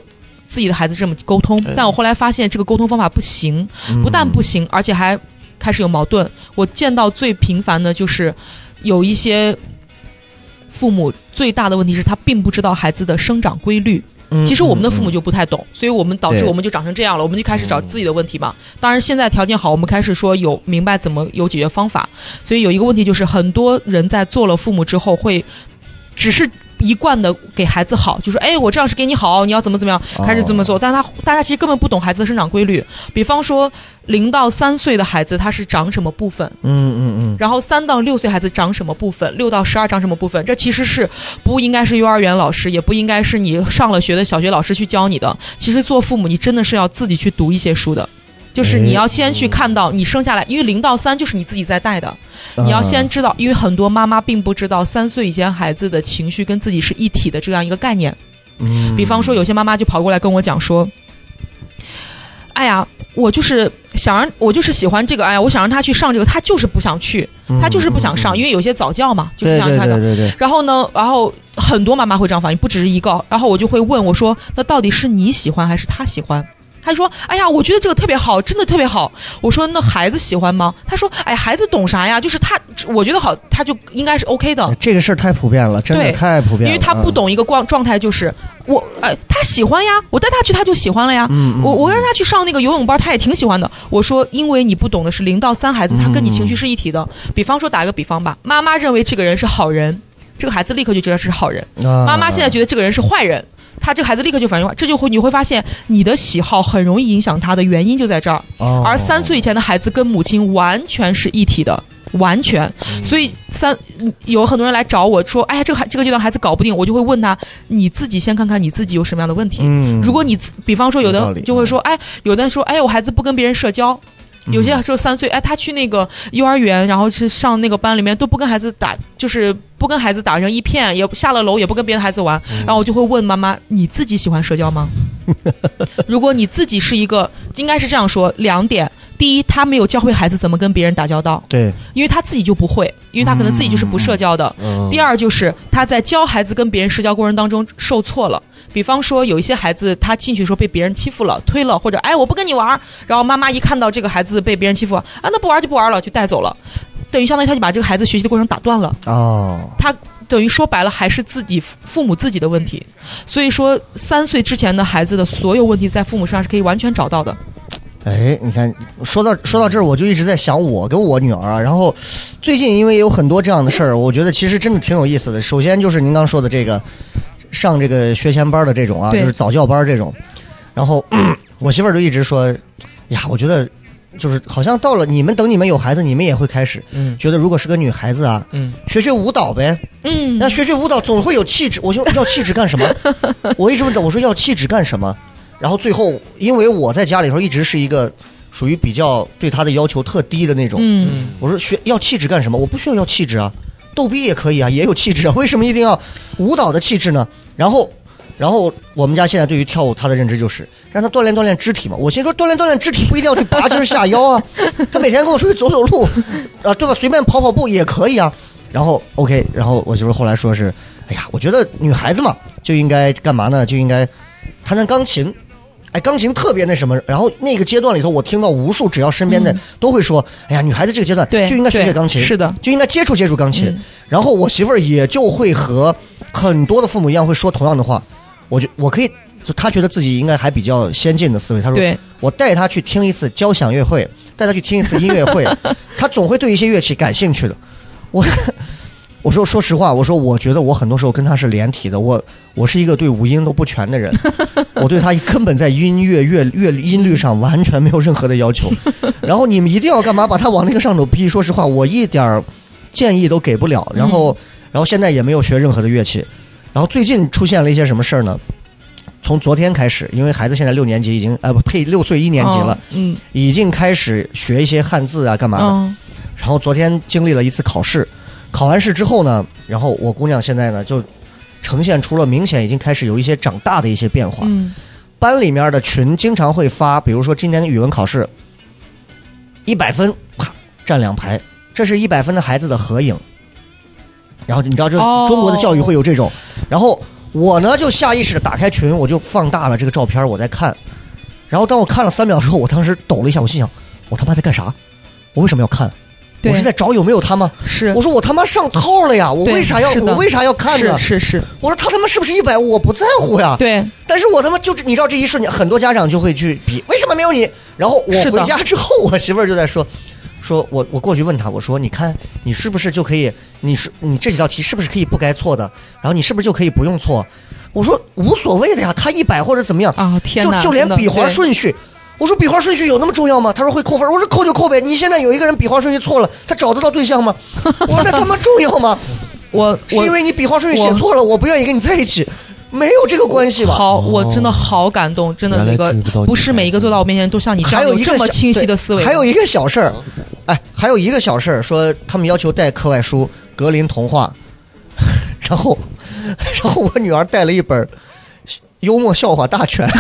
自己的孩子这么沟通，但我后来发现这个沟通方法不行，不但不行，而且还开始有矛盾。我见到最频繁的就是有一些父母最大的问题是他并不知道孩子的生长规律。其实我们的父母就不太懂，所以我们导致我们就长成这样了，我们就开始找自己的问题嘛。当然现在条件好，我们开始说有明白怎么有解决方法。所以有一个问题就是很多人在做了父母之后会只是一贯的给孩子好，就说哎我这样是给你好，你要怎么样开始这么做，但大家其实根本不懂孩子的生长规律。比方说0到3岁的孩子他是长什么部分，然后3到6岁孩子长什么部分，6到12长什么部分，这其实是不应该是幼儿园老师，也不应该是你上了学的小学老师去教你的。其实做父母你真的是要自己去读一些书的，就是你要先去看到你生下来，因为0到3就是你自己在带的，你要先知道，因为很多妈妈并不知道3岁以前孩子的情绪跟自己是一体的这样一个概念。比方说有些妈妈就跑过来跟我讲说，哎呀我就是喜欢这个，哎呀我想让他去上这个，他就是不想去，他就是不想上，因为有些早教嘛，就是这样看的。 对。 然后很多妈妈会这样反应，不只是一个。然后我就会问我说，那到底是你喜欢还是他喜欢？他说哎呀我觉得这个特别好，真的特别好。我说那孩子喜欢吗？他说哎孩子懂啥呀，就是我觉得好他就应该是 OK 的。 这个事儿太普遍了，真的太普遍了。 因为他不懂一个状态，就是他喜欢呀，我带他去他就喜欢了呀。我让他去上那个游泳班他也挺喜欢的。我说因为你不懂的是0到3孩子他跟你情绪是一体的。比方说打个比方吧，妈妈认为这个人是好人，这个孩子立刻就知道是好人。妈妈现在觉得这个人是坏人，他这个孩子立刻就反应，这就会你会发现你的喜好很容易影响他的原因就在这儿。而3岁以前的孩子跟母亲完全是一体的，完全。所以有很多人来找我说，哎呀这个阶段孩子搞不定，我就会问他，你自己先看看你自己有什么样的问题。如果你比方说有的就会说，哎有的人说，哎我孩子不跟别人社交。有些时候3岁，哎，他去那个幼儿园，然后是上那个班里面都不跟孩子打，就是不跟孩子打成一片，也下了楼也不跟别的孩子玩。然后我就会问妈妈，你自己喜欢社交吗？如果你自己是一个，应该是这样说2点。第一，他没有教会孩子怎么跟别人打交道，对，因为他自己就不会，因为他可能自己就是不社交的。第二就是他在教孩子跟别人社交过程当中受挫了。比方说有一些孩子他进去的时候被别人欺负了推了，或者哎我不跟你玩，然后妈妈一看到这个孩子被别人欺负啊那不玩就不玩了就带走了，等于相当于他就把这个孩子学习的过程打断了。他等于说白了还是自己父母自己的问题。所以说3岁之前的孩子的所有问题在父母身上是可以完全找到的。 哎，你看，说到这儿，我就一直在想我跟我女儿啊。然后最近因为有很多这样的事儿，我觉得其实真的挺有意思的。首先就是您刚说的这个上这个学前班的这种啊，就是早教班这种。然后我媳妇儿就一直说呀，我觉得就是好像到了等你们有孩子，你们也会开始觉得如果是个女孩子啊，学舞蹈呗，那学舞蹈总会有气质。我说要气质干什么？我一直问我说要气质干什么？然后最后，因为我在家里头一直是一个属于比较对他的要求特低的那种，我说要气质干什么？我不需要气质啊，逗逼也可以啊，也有气质啊，为什么一定要舞蹈的气质呢？然后我们家现在对于跳舞他的认知就是让他锻炼肢体嘛。我先说锻炼肢体不一定要去拔筋下腰啊，他每天跟我出去走路啊，对吧？随便跑步也可以啊。然后 OK， 然后我媳妇后来说是，哎呀，我觉得女孩子嘛就应该干嘛呢？就应该弹钢琴。哎，钢琴特别那什么，然后那个阶段里头，我听到无数，只要身边的都会说，哎呀，女孩子这个阶段就应该学钢琴，是的，就应该接触钢琴。然后我媳妇儿也就会和很多的父母一样，会说同样的话。我可以，就她觉得自己应该还比较先进的思维。她说，我带她去听一次交响乐会，带她去听一次音乐会，她总会对一些乐器感兴趣的。我说实话，我觉得我很多时候跟他是连体的，我是一个对五音都不全的人，我对他根本在音乐音律上完全没有任何的要求。然后你们一定要干嘛把他往那个上头逼？说实话，我一点建议都给不了。然后现在也没有学任何的乐器。然后最近出现了一些什么事儿呢？从昨天开始，因为孩子现在6年级已经6岁1年级了，已经开始学一些汉字啊干嘛的。然后昨天经历了一次考试。考完试之后呢，然后我姑娘现在呢就呈现出了明显已经开始有一些长大的一些变化。班里面的群经常会发，比如说今年语文考试100分，啪站2排，这是100分的孩子的合影。然后你知道，这中国的教育会有这种。然后我呢就下意识的打开群，我就放大了这个照片，我在看。然后当我看了3秒之后，我当时抖了一下，我心想，我他妈在干啥？我为什么要看？我是在找有没有他吗？ 是， 我说我他妈上套了呀！我为啥要看呢？ 是。我说他他妈是不是150，我不在乎呀。 对。 但是我他妈就是你知道这一瞬间，很多家长就会去比，为什么没有你？然后我回家之后，我媳妇儿就在说我过去问他，我说你看你是不是就可以，你这几道题是不是可以不该错的？然后你是不是就可以不用错？我说无所谓的呀，他100或者怎么样啊？天哪， 就连笔画顺序。我说笔画顺序有那么重要吗？他说会扣分。我说扣就扣呗。你现在有一个人笔画顺序错了，他找得到对象吗？我说那他妈重要吗？是因为你笔画顺序写错了，我不愿意跟你在一起，没有这个关系吧？ 好，我真的好感动，真的那个不是每一个坐到我面前都像你这样有这么清晰的思维。 还有一个小事儿，还有一个小事儿，说他们要求带课外书《格林童话》，然后我女儿带了一本幽默笑话大全。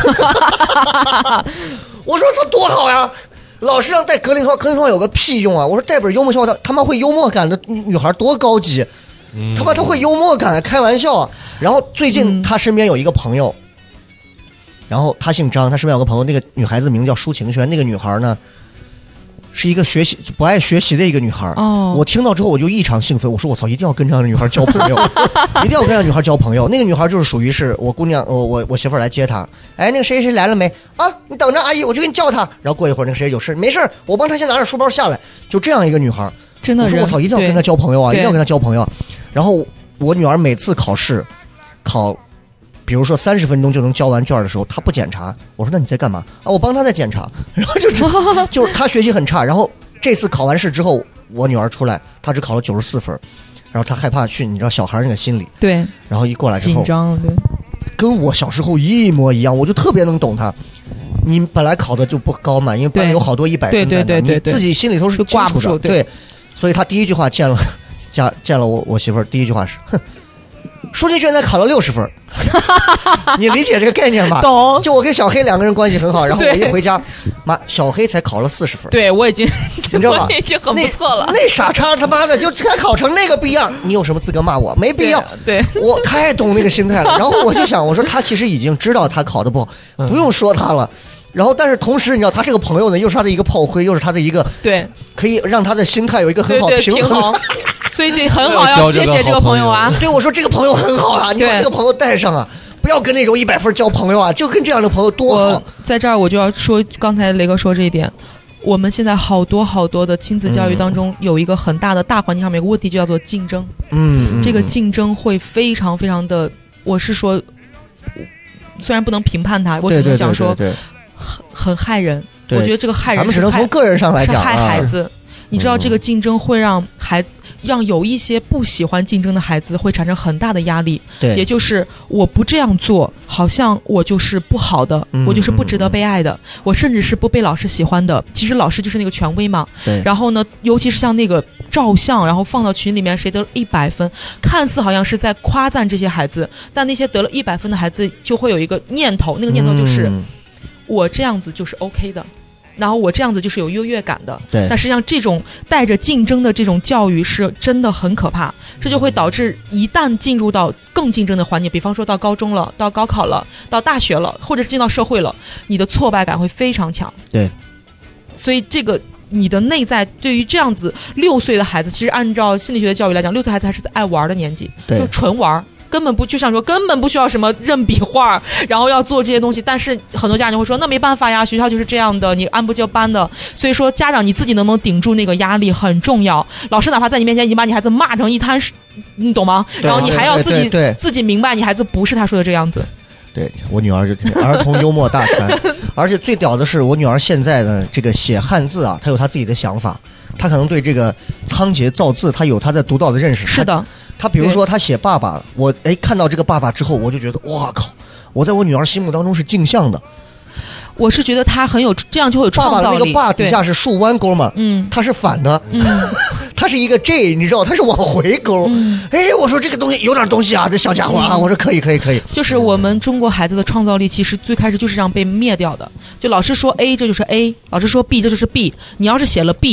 我说这多好呀！老师让带格林童话有个屁用啊！我说带本幽默笑话，他妈会幽默感的女孩多高级，他妈她会幽默感，开玩笑啊！然后最近他身边有一个朋友，然后他姓张，他身边有个朋友，那个女孩子名叫舒晴轩，那个女孩呢是一个不爱学习的一个女孩。我听到之后我就异常兴奋，我说我操，一定要跟这样的女孩交朋友，一定要跟这样的女孩交朋友。那个女孩就是属于是我姑娘，我媳妇儿来接她，那个谁来了没啊？你等着，阿姨，我去给你叫她。然后过一会儿那个谁有事，没事，我帮她先拿着书包下来。就这样一个女孩， 真的， 我说我操，一定要跟她交朋友啊，一定要跟她交朋友。然后我女儿每次考试比如说30分钟就能交完卷的时候，他不检查，我说那你在干嘛啊？我帮他在检查。然后就是他学习很差，然后这次考完试之后，我女儿出来，她只考了94分，然后她害怕去，你知道小孩那个心理， 对， 然后一过来之后紧张，对， 跟我小时候一模一样，我就特别能懂她。你本来考的就不高嘛，因为班里有好多100分的， 对， 你自己心里头是清楚的，对，所以他第一句话见了我媳妇儿，第一句话是哼。舒晴轩才考了60分，你理解这个概念吧？ 懂。 就我跟小黑2个人关系很好，然后我一回家，妈，小黑才考了40分。 对，我已经， 你知道吧？ 已经很不错了。 那傻叉他妈的就才考成那个逼样，你有什么资格骂我？没必要。 对， 我太懂那个心态了。然后我就想，我说他其实已经知道他考得不好，不用说他了。然后，但是同时，你知道，他这个朋友呢，又是他的一个炮灰，又是他的一个对， 可以让他的心态有一个很好平衡。 所以很好，要谢谢这个朋友啊！ 对，我说这个朋友很好啊，你把这个朋友带上啊，不要跟那种100分交朋友啊，就跟这样的朋友多好。 我在这儿我就要说，刚才雷哥说这一点，我们现在好多的亲子教育当中有一个很大的大环境上面有个问题，就叫做竞争。这个竞争会非常非常的，我是说，虽然不能评判他，我只能讲说，很害人。我觉得这个害人， 咱们只能从个人上来讲， 是害孩子。你知道这个竞争会让有一些不喜欢竞争的孩子会产生很大的压力， 对， 也就是我不这样做，好像我就是不好的，我就是不值得被爱的，我甚至是不被老师喜欢的。其实老师就是那个权威嘛。 对。 然后呢，尤其是像那个照相，然后放到群里面，谁得了100分，看似好像是在夸赞这些孩子，但那些得了100分的孩子就会有一个念头，那个念头就是，我这样子就是 OK 的。然后我这样子就是有优越感的， 对。 但实际上这种带着竞争的这种教育是真的很可怕，这就会导致一旦进入到更竞争的环境，比方说到高中了，到高考了，到大学了，或者是进到社会了，你的挫败感会非常强。 对。 所以这个你的内在对于这样子6岁的孩子，其实按照心理学的教育来讲，6岁孩子还是在爱玩的年纪，就纯玩。根本不就像说根本不需要什么认笔画，然后要做这些东西，但是很多家长会说那没办法呀，学校就是这样的，你按部就班的。所以说家长你自己能不能顶住那个压力很重要。老师哪怕在你面前已经把你孩子骂成一滩屎，你懂吗？然后你还要自己明白你孩子不是他说的这样子。 对，我女儿就儿童幽默大全，而且最屌的是我女儿现在的这个写汉字啊，她有她自己的想法，她可能对这个仓颉造字她有她的独到的认识。 是的。 他比如说他写爸爸，我看到这个爸爸之后，我就觉得哇靠，我在我女儿心目当中是镜像的。 我是觉得他很有这样就会有创造力。 爸爸的那个爸底下是竖弯钩嘛，他是反的，他是一个 J， 你知道，他是往回钩。我说这个东西有点东西啊，这小家伙啊，我说可以。 就是我们中国孩子的创造力，其实最开始就是这样被灭掉的。就老师说 A， 这就是 A； 老师说 B， 这就是 B。你要是写了 B。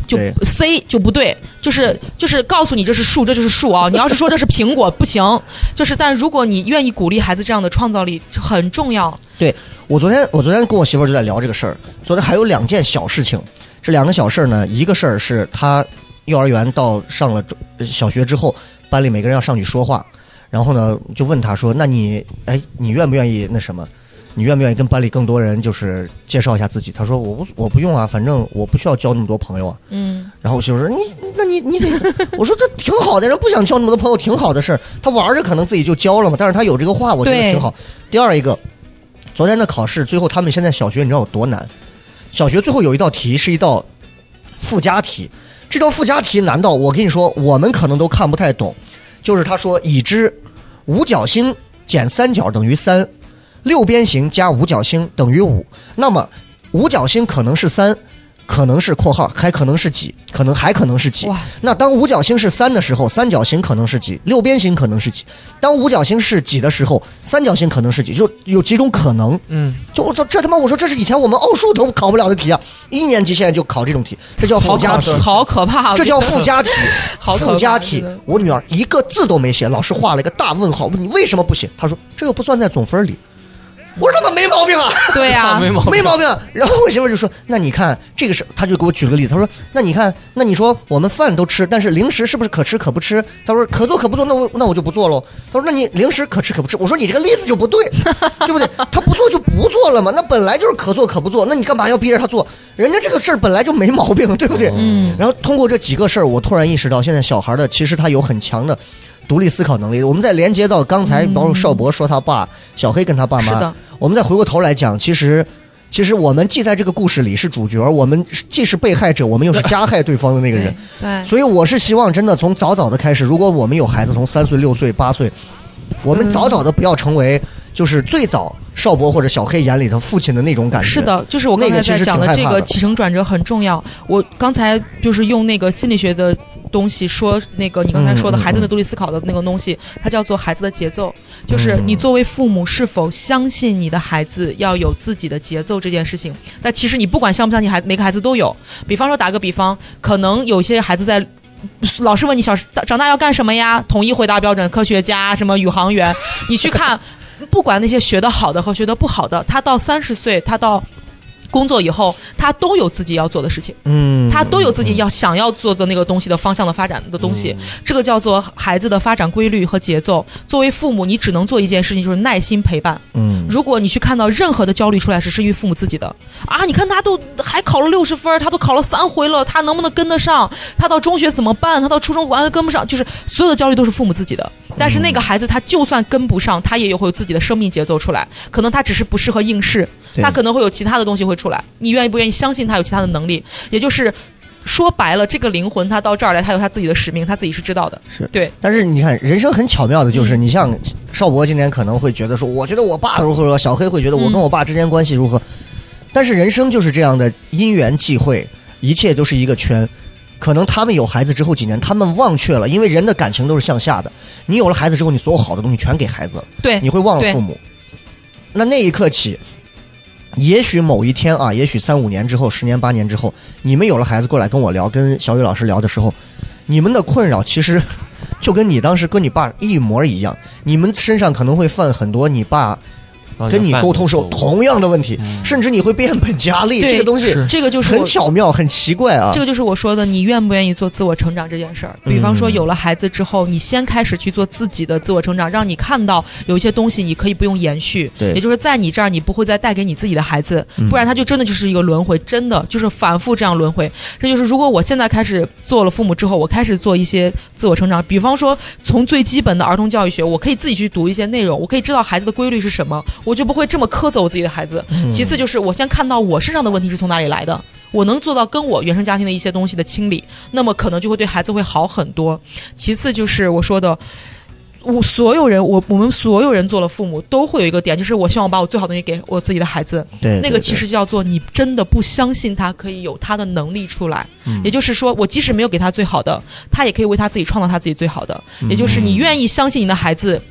就 C 就不对，就是告诉你这是树，这就是树啊！你要是说这是苹果不行，但如果你愿意鼓励孩子这样的创造力就很重要。 对，我昨天跟我媳妇儿就在聊这个事儿。昨天还有2件小事情，这2个小事呢，一个事儿是她幼儿园到上了小学之后，班里每个人要上去说话，然后呢就问她说：“那你愿不愿意那什么？你愿不愿意跟班里更多人就是介绍一下自己？”她说：“我不用啊，反正我不需要交那么多朋友啊。”然后我媳妇说：“你得，我说这挺好的，人不想交那么多朋友挺好的事儿，他玩着可能自己就交了嘛，但是他有这个话，我觉得挺好。”第二一个，昨天的考试最后他们现在小学你知道有多难？小学最后有一道题是一道附加题，这道附加题难道我跟你说我们可能都看不太懂，就是他说已知五角星减三角等于3，六边形加五角星等于5，那么五角星可能是3，可能是括号，还可能是几，还可能是几。那当五角星是3的时候，三角形可能是几，六边形可能是几。当五角星是几的时候，三角形可能是几，就有几种可能。就我操，这他妈我说这是以前我们奥数都考不了的题啊！1年级现在就考这种题，这叫附加题， 好可怕！ 这叫附加题，附加题。 好我女儿一个字都没写，老师画了一个大问号，问你为什么不写？她说这个不算在总分里。我说他妈没毛病啊， 对呀、 没毛病。 然后我媳妇就说：“那你看这个是，他就给我举了个例子，他说：那你看，那你说我们饭都吃，但是零食是不是可吃可不吃？他说可做可不做，那我就不做喽。他说那你零食可吃可不吃？我说你这个例子就不对，对不对？他不做就不做了嘛，那本来就是可做可不做，那你干嘛要逼着他做？人家这个事儿本来就没毛病，对不对？然后通过这几个事儿，我突然意识到，现在小孩的其实他有很强的独立思考能力。我们再连接到刚才包括邵博说他爸小黑跟他爸妈， 是的， 我们再回过头来讲，其实我们既在这个故事里是主角，我们既是被害者，我们又是加害对方的那个人。所以我是希望真的从早早的开始，如果我们有孩子从3岁6岁8岁，我们早早的不要成为就是最早邵博或者小黑眼里的父亲的那种感觉。 是的，就是我刚才在讲的这个起承转折很重要。我刚才就是用那个心理学的东西说，那个你刚才说的孩子的独立思考的那个东西，它叫做孩子的节奏，就是你作为父母是否相信你的孩子要有自己的节奏这件事情。但其实你不管相不相信，每个孩子都有。比方说打个比方，可能有些孩子在老师问你长大要干什么呀，统一回答标准，科学家什么宇航员，你去看不管那些学得好的和学得不好的，他到30岁，他到工作以后，他都有自己要做的事情，他都有自己想要做的那个东西的方向的发展的东西，这个叫做孩子的发展规律和节奏。作为父母，你只能做一件事情，就是耐心陪伴。如果你去看到任何的焦虑出来，是于父母自己的啊！你看他都还考了60分，他都考了3回了，他能不能跟得上？他到中学怎么办？他到初中跟不上，就是所有的焦虑都是父母自己的。但是那个孩子他就算跟不上，他也会有自己的生命节奏出来，可能他只是不适合应试，他可能会有其他的东西会出来。你愿意不愿意相信他有其他的能力？也就是说白了，这个灵魂他到这儿来，他有他自己的使命，他自己是知道的。是对。但是你看，人生很巧妙的，就是你像邵博今年可能会觉得说，我觉得我爸如何，小黑会觉得我跟我爸之间关系如何。但是人生就是这样的因缘际会，一切都是一个圈。可能他们有孩子之后几年，他们忘却了，因为人的感情都是向下的。你有了孩子之后，你所有好的东西全给孩子了，对，你会忘了父母。那一刻起，也许某一天啊，也许3-5年之后，10年8年之后，你们有了孩子过来跟我聊，跟小雨老师聊的时候，你们的困扰其实就跟你当时跟你爸一模一样，你们身上可能会犯很多你爸跟你沟通时候同样的问题，甚至你会变本加厉。这个东西，这个就是很巧妙，很奇怪啊。这个就是我说的，你愿不愿意做自我成长这件事儿？比方说，有了孩子之后，你先开始去做自己的自我成长，让你看到有一些东西你可以不用延续，也就是在你这儿，你不会再带给你自己的孩子，不然他就真的就是一个轮回，真的就是反复这样轮回。这就是如果我现在开始做了父母之后，我开始做一些自我成长，比方说从最基本的儿童教育学，我可以自己去读一些内容，我可以知道孩子的规律是什么。我就不会这么苛责我自己的孩子。其次就是我先看到我身上的问题是从哪里来的，我能做到跟我原生家庭的一些东西的清理，那么可能就会对孩子会好很多。其次就是我说的，我们所有人做了父母都会有一个点，就是我希望把我最好的东西给我自己的孩子。对，那个其实叫做你真的不相信他可以有他的能力出来。也就是说，我即使没有给他最好的，他也可以为他自己创造他自己最好的。也就是你愿意相信你的孩子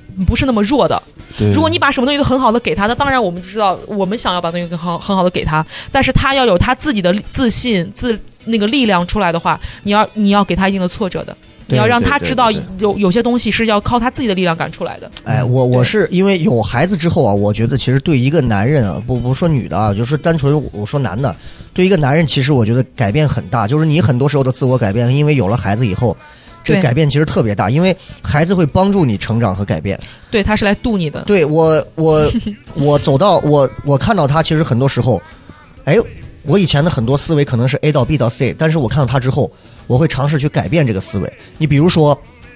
不是那么弱的。 对， 如果你把什么东西都很好的给他，那当然我们知道我们想要把东西很好的给他，但是他要有他自己的自信那个力量出来的话，你要给他一定的挫折的。你要让他知道有些东西是要靠他自己的力量赶出来的。 哎，我是因为有孩子之后啊，我觉得其实对一个男人啊，不说女的啊，就是单纯我说男的，对一个男人其实我觉得改变很大，就是你很多时候的自我改变，因为有了孩子以后，这个改变其实特别大，因为孩子会帮助你成长和改变。对， 他是来渡你的。 对我走到我看到他，其实很多时候，哎，我以前的很多思维可能是 A 到 B 到 C， 但是我看到他之后，我会尝试去改变这个思维。你比如说，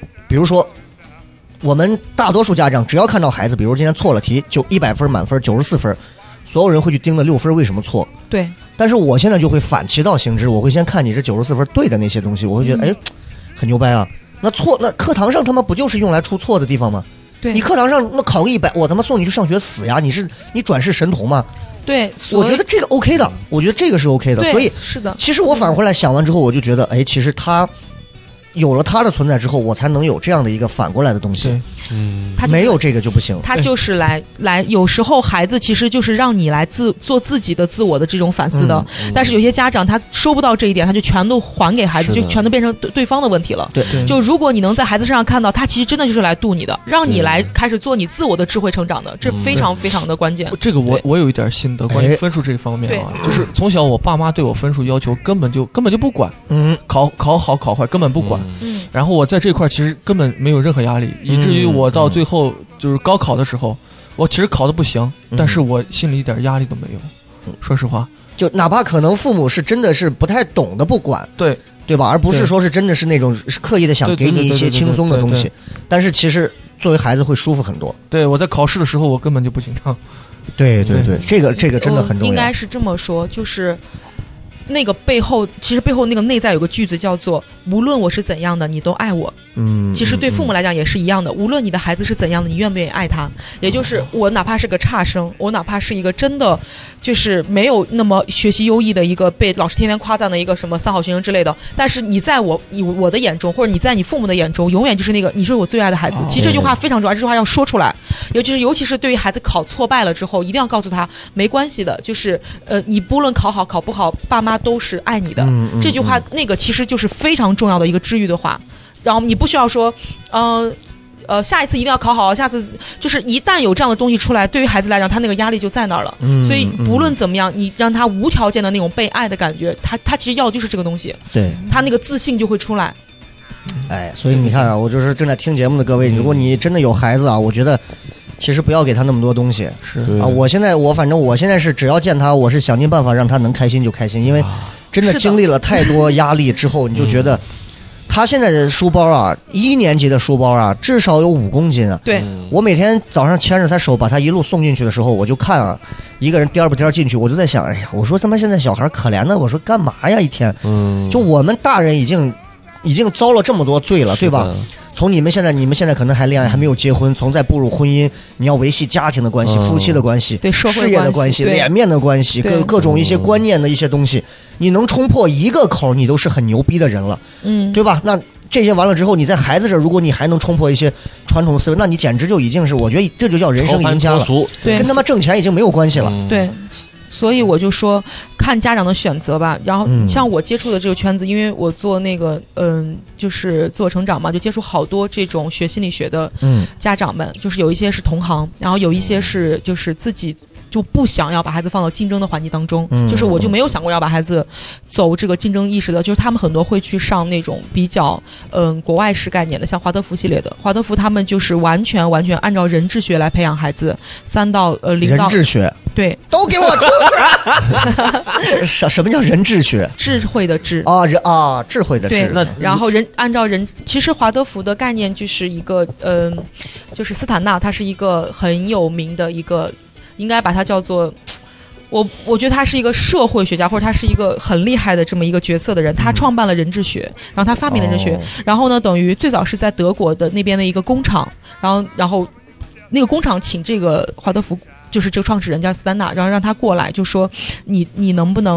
我们大多数家长只要看到孩子，比如今天错了题，就100分满分94分，所有人会去盯着6分为什么错。 对。 但是我现在就会反其道行之，我会先看你这94分对的那些东西，我会觉得哎，很牛掰啊！那课堂上他妈不就是用来出错的地方吗？ 对。 你课堂上那考个100，我他妈送你去上学死呀！你转世神童吗？ 对， 我觉得这个 OK 的，我觉得这个是 OK 的，所以是的。 其实我反过来想完之后，我就觉得，哎，其实他有了他的存在之后，我才能有这样的一个反过来的东西。他没有这个就不行。 他就是来，有时候孩子其实就是让你来做自己的自我的这种反思的。但是有些家长他收不到这一点，他就全都还给孩子，就全都变成对方的问题了。 对， 就如果你能在孩子身上看到，他其实真的就是来渡你的，让你来开始做你自我的智慧成长的，这非常非常的关键。 这个我有一点心得，关于分数这一方面啊，就是从小我爸妈对我分数要求根本就不管，考好考坏根本不管，然后我在这块其实根本没有任何压力，以至于我到最后就是高考的时候，我其实考得不行，但是我心里一点压力都没有。说实话， 就哪怕可能父母是真的是不太懂的不管，对吧？而不是说是真的是那种刻意的想给你一些轻松的东西，但是其实作为孩子会舒服很多。 对，我在考试的时候我根本就不紧张。 对，这个真的很重要。 应该是这么说，就是那个背后，其实背后那个内在有个句子叫做无论我是怎样的你都爱我。其实对父母来讲也是一样的，无论你的孩子是怎样的你愿不愿意爱他，也就是我哪怕是个差生，我哪怕是一个真的就是没有那么学习优异的一个被老师天天夸赞的一个什么3好学生之类的，但是你在我的眼中，或者你在你父母的眼中，永远就是那个你是我最爱的孩子。其实这句话非常重要，这句话要说出来，尤其是对于孩子考挫败了之后，一定要告诉他没关系的，就是你不论考好考不好，爸妈都是爱你的。这句话那个其实就是非常重要的一个治愈的话。然后你不需要说下一次一定要考好，下次就是一旦有这样的东西出来，对于孩子来讲他那个压力就在那儿了。所以无论怎么样，你让他无条件的那种被爱的感觉，他其实要的就是这个东西。对，他那个自信就会出来。 哎，所以你看啊，我就是正在听节目的各位，如果你真的有孩子啊，我觉得其实不要给他那么多东西。是啊，反正我现在是只要见他，我是想尽办法让他能开心就开心，因为真的经历了太多压力之后，你就觉得他现在的书包啊，1年级的书包啊，至少有5公斤啊。 对， 我每天早上牵着他手把他一路送进去的时候，我就看啊，一个人颠不颠进去，我就在想，哎呀，我说他妈现在小孩可怜的，我说干嘛呀一天？就我们大人已经遭了这么多罪了，对吧？从你们现在可能还恋爱，还没有结婚，从再步入婚姻，你要维系家庭的关系、夫妻的关系、 对社会事业的关系、脸面的关系、各种一些观念的一些东西，你能冲破一个口，你都是很牛逼的人了，对吧？那这些完了之后，你在孩子这儿，如果你还能冲破一些传统思维，那你简直就已经是，我觉得这就叫人生赢家了，跟他妈挣钱已经没有关系了。 对。所以我就说看家长的选择吧，然后像我接触的这个圈子，因为我做那个就是自我成长嘛，就接触好多这种学心理学的家长们，就是有一些是同行，然后有一些是就是自己就不想要把孩子放到竞争的环境当中，就是我就没有想过要把孩子走这个竞争意识的，就是他们很多会去上那种比较国外式概念的，像华德福系列的，华德福他们就是完全按照人智学来培养孩子，3到0到人智学， 对， 都给我出去！什么叫人智学？ 智慧的智智慧的智。 那然后按照人，其实华德福的概念就是一个就是斯坦纳，他是一个很有名的一个。应该把它叫做我觉得他是一个社会学家，或者他是一个很厉害的这么一个角色的人，他创办了人智学，然后他发明了人智学，然后呢等于最早是在德国的那边的一个工厂，然后那个工厂请这个华德福就是这个创始人叫斯丹纳，然后让他过来就说你能不能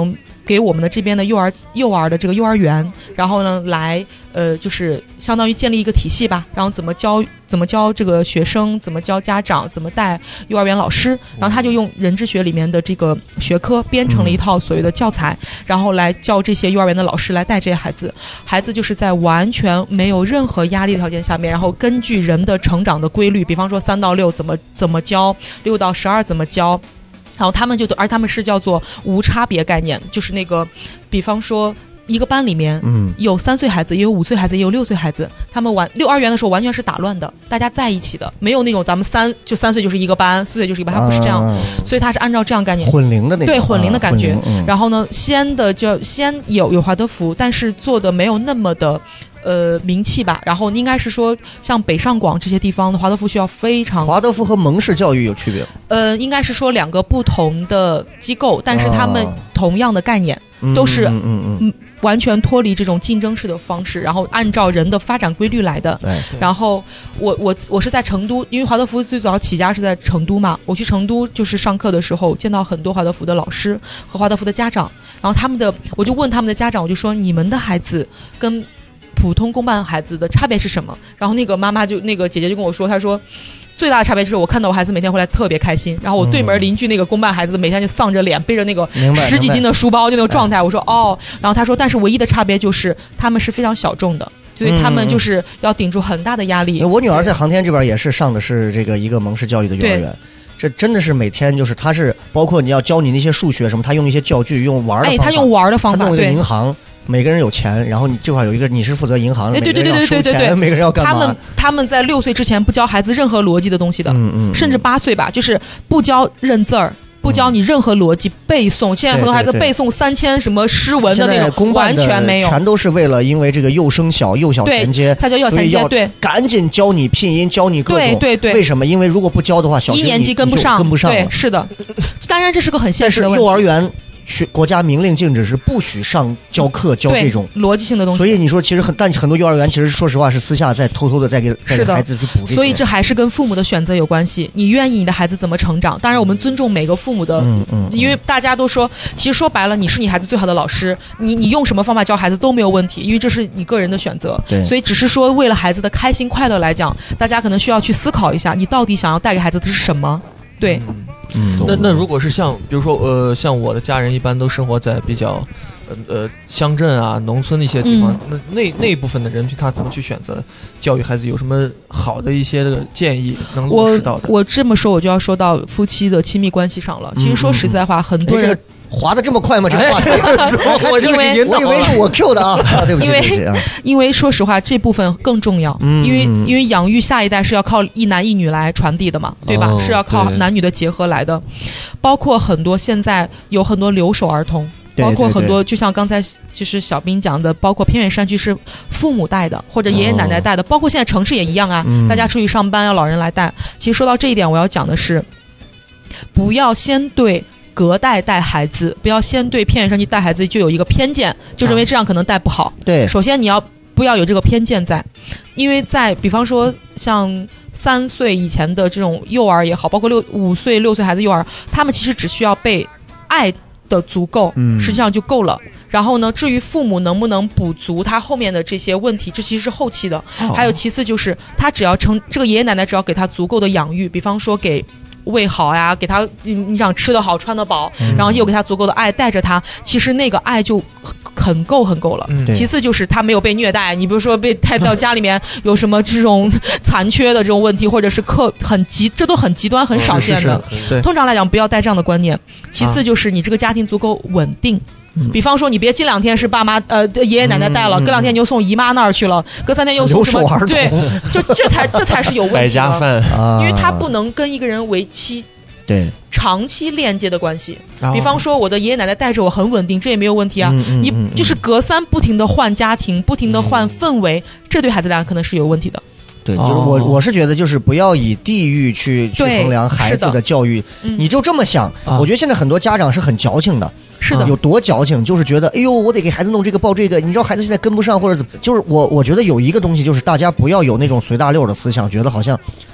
给我们的这边的幼儿的这个幼儿园，然后呢来就是相当于建立一个体系吧，然后怎么教这个学生，怎么教家长，怎么带幼儿园老师，然后他就用人智学里面的这个学科编成了一套所谓的教材，然后来教这些幼儿园的老师来带这些孩子就是在完全没有任何压力的条件下面，然后根据人的成长的规律，比方说3到6怎么教，6到12怎么教，然后他们是叫做无差别概念，就是那个比方说一个班里面有3岁孩子，也有5岁孩子，也有6岁孩子，他们幼儿园的时候完全是打乱的，大家在一起的，没有那种咱们3岁就是一个班，4岁就是一个班，它不是这样，所以它是按照这样概念混龄的那种， 对，混龄的感觉。然后呢，西安有华德福，但是做的没有那么的名气吧，然后应该是说像北上广这些地方的华德福学校非常。 华德福和蒙氏教育有区别？ 应该是说2个不同的机构，但是他们同样的概念，都是完全脱离这种竞争式的方式，然后按照人的发展规律来的。然后我是在成都，因为华德福最早起家是在成都嘛，我去成都就是上课的时候见到很多华德福的老师和华德福的家长，然后我就问他们的家长，我就说你们的孩子跟普通公办孩子的差别是什么？然后那个那个姐姐就跟我说，她说最大的差别就是我看到我孩子每天回来特别开心，然后我对门邻居那个公办孩子每天就丧着脸背着那个10几斤的书包就那个状态，我说哦，然后她说但是唯一的差别就是他们是非常小众的，所以他们就是要顶住很大的压力。 我女儿在航天这边也是上的是这个一个蒙氏教育的幼儿园，这真的是每天就是他是包括你要教你那些数学什么，他用一些教具，用玩的方法， 他用玩的方法， 他弄一个银行，每个人有钱，然后你这块有一个你是负责银行， 对， 每个人要干嘛？ 他们在6岁之前不教孩子任何逻辑的东西的，甚至8岁吧，就是不教认字儿。不教你任何逻辑背诵，现在很多孩子背诵3000什么诗文的那种，完全没有， 全都是为了因为这个幼小衔接， 他叫幼小衔接，对， 赶紧教你拼音，教你各种， 对， 为什么？因为如果不教的话，小学 1年级跟不上，对，是的，当然这是个很现实的问题。 但是幼儿园国家明令禁止是不许上教课教这种逻辑性的东西， 所以你说其实但很多幼儿园其实说实话是私下在偷偷的在给孩子去补这些， 所以这还是跟父母的选择有关系。你愿意你的孩子怎么成长？当然我们尊重每个父母的，因为大家都说，其实说白了，你是你孩子最好的老师，你用什么方法教孩子都没有问题，因为这是你个人的选择。 对， 所以只是说为了孩子的开心快乐来讲，大家可能需要去思考一下，你到底想要带给孩子的是什么？对。 那如果是比如说像我的家人一般都生活在比较乡镇啊农村的一些地方，那一部分的人他怎么去选择教育孩子？有什么好的一些建议能落实到的？ 我这么说我就要说到夫妻的亲密关系上了。其实说实在话，很多人滑得这么快吗？这话我以为是我 Q 的啊，对不起， 因为说实话这部分更重要，因为养育下一代是要靠一男一女来传递的嘛，对吧？是要靠男女的结合来的，包括很多现在有很多留守儿童。包括很多，就像刚才就是小兵讲的，包括偏远山区是父母带的，或者爷爷奶奶带的，包括现在城市也一样啊，大家出去上班要老人来带。其实说到这一点，我要讲的是，不要先对隔代带孩子，不要先对偏远山区带孩子就有一个偏见，就认为这样可能带不好。 对， 首先你要不要有这个偏见在，因为在比方说像3岁以前的这种幼儿也好，包括5岁6岁孩子幼儿，他们其实只需要被爱的足够，实际上就够了。然后呢，至于父母能不能补足他后面的这些问题，这其实是后期的。还有其次就是他只要这个爷爷奶奶只要给他足够的养育，比方说给喂好呀，给他你想吃得好穿得饱，然后又给他足够的爱带着他，其实那个爱就很够了。其次就是他没有被虐待，你比如说被带到家里面有什么这种残缺的这种问题，或者是这都很极端很少见的。通常来讲不要带这样的观念。其次就是你这个家庭足够稳定。比方说你别今2天是爸妈爷爷奶奶带了，隔2天你就送姨妈那儿去了，隔3天又送什么，对，就这才是有问题的。 百家饭因为他不能跟一个人为期对长期链接的关系。比方说我的爷爷奶奶带着我很稳定，这也没有问题啊。你就是隔3不停的换家庭，不停的换氛围，这对孩子俩可能是有问题的。 对，就是我是觉得就是不要以地域去衡量孩子的教育，你就这么想。我觉得现在很多家长是很矫情的。 是的， 有多矫情，就是觉得哎呦，我得给孩子弄这个报这个，你知道孩子现在跟不上或者怎么，就是我觉得有一个东西就是大家不要有那种随大溜的思想，觉得好像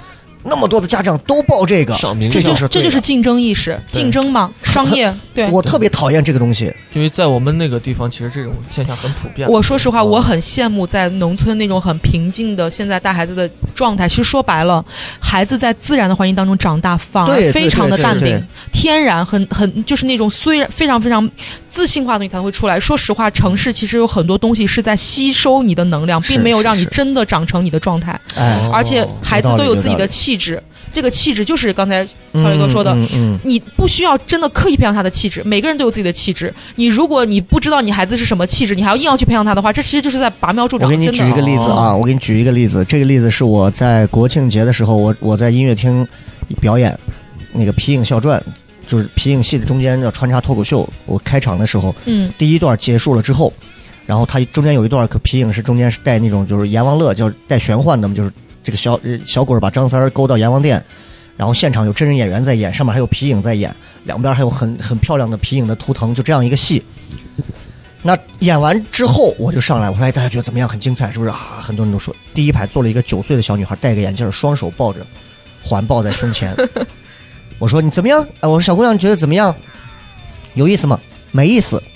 那么多的家长都报这个，这就是竞争意识，竞争嘛，商业。对， 我特别讨厌这个东西， 因为在我们那个地方，其实这种现象很普遍。 我说实话，我很羡慕在农村那种很平静的现在带孩子的状态。其实说白了，孩子在自然的环境当中长大，反而非常的淡定，天然很就是那种虽然非常非常自信化的东西才会出来。说实话，城市其实有很多东西是在吸收你的能量，并没有让你真的长成你的状态。而且孩子都有自己的气质。这个气质就是刚才小磊哥说的，你不需要真的刻意培养他的气质，每个人都有自己的气质。如果你不知道你孩子是什么气质，你还要硬要去培养他的话，这其实就是在拔苗助长。 我给你举一个例子啊，我给你举一个例子，这个例子是我在国庆节的时候，我在音乐厅表演那个皮影笑传，就是皮影戏的中间要穿插脱口秀。我开场的时候，第一段结束了之后，然后他中间有一段皮影是中间是带那种就是阎王乐，就是带玄幻的嘛，就是这个小鬼把张三勾到阎王殿，然后现场有真人演员在演，上面还有皮影在演，两边还有很漂亮的皮影的图腾，就这样一个戏。那演完之后我就上来，我说大家觉得怎么样？很精彩是不是啊？很多人都说。第一排坐了一个9岁的小女孩，戴个眼镜，双手抱着，环抱在胸前。我说你怎么样？我说小姑娘，你觉得怎么样？有意思吗？没意思。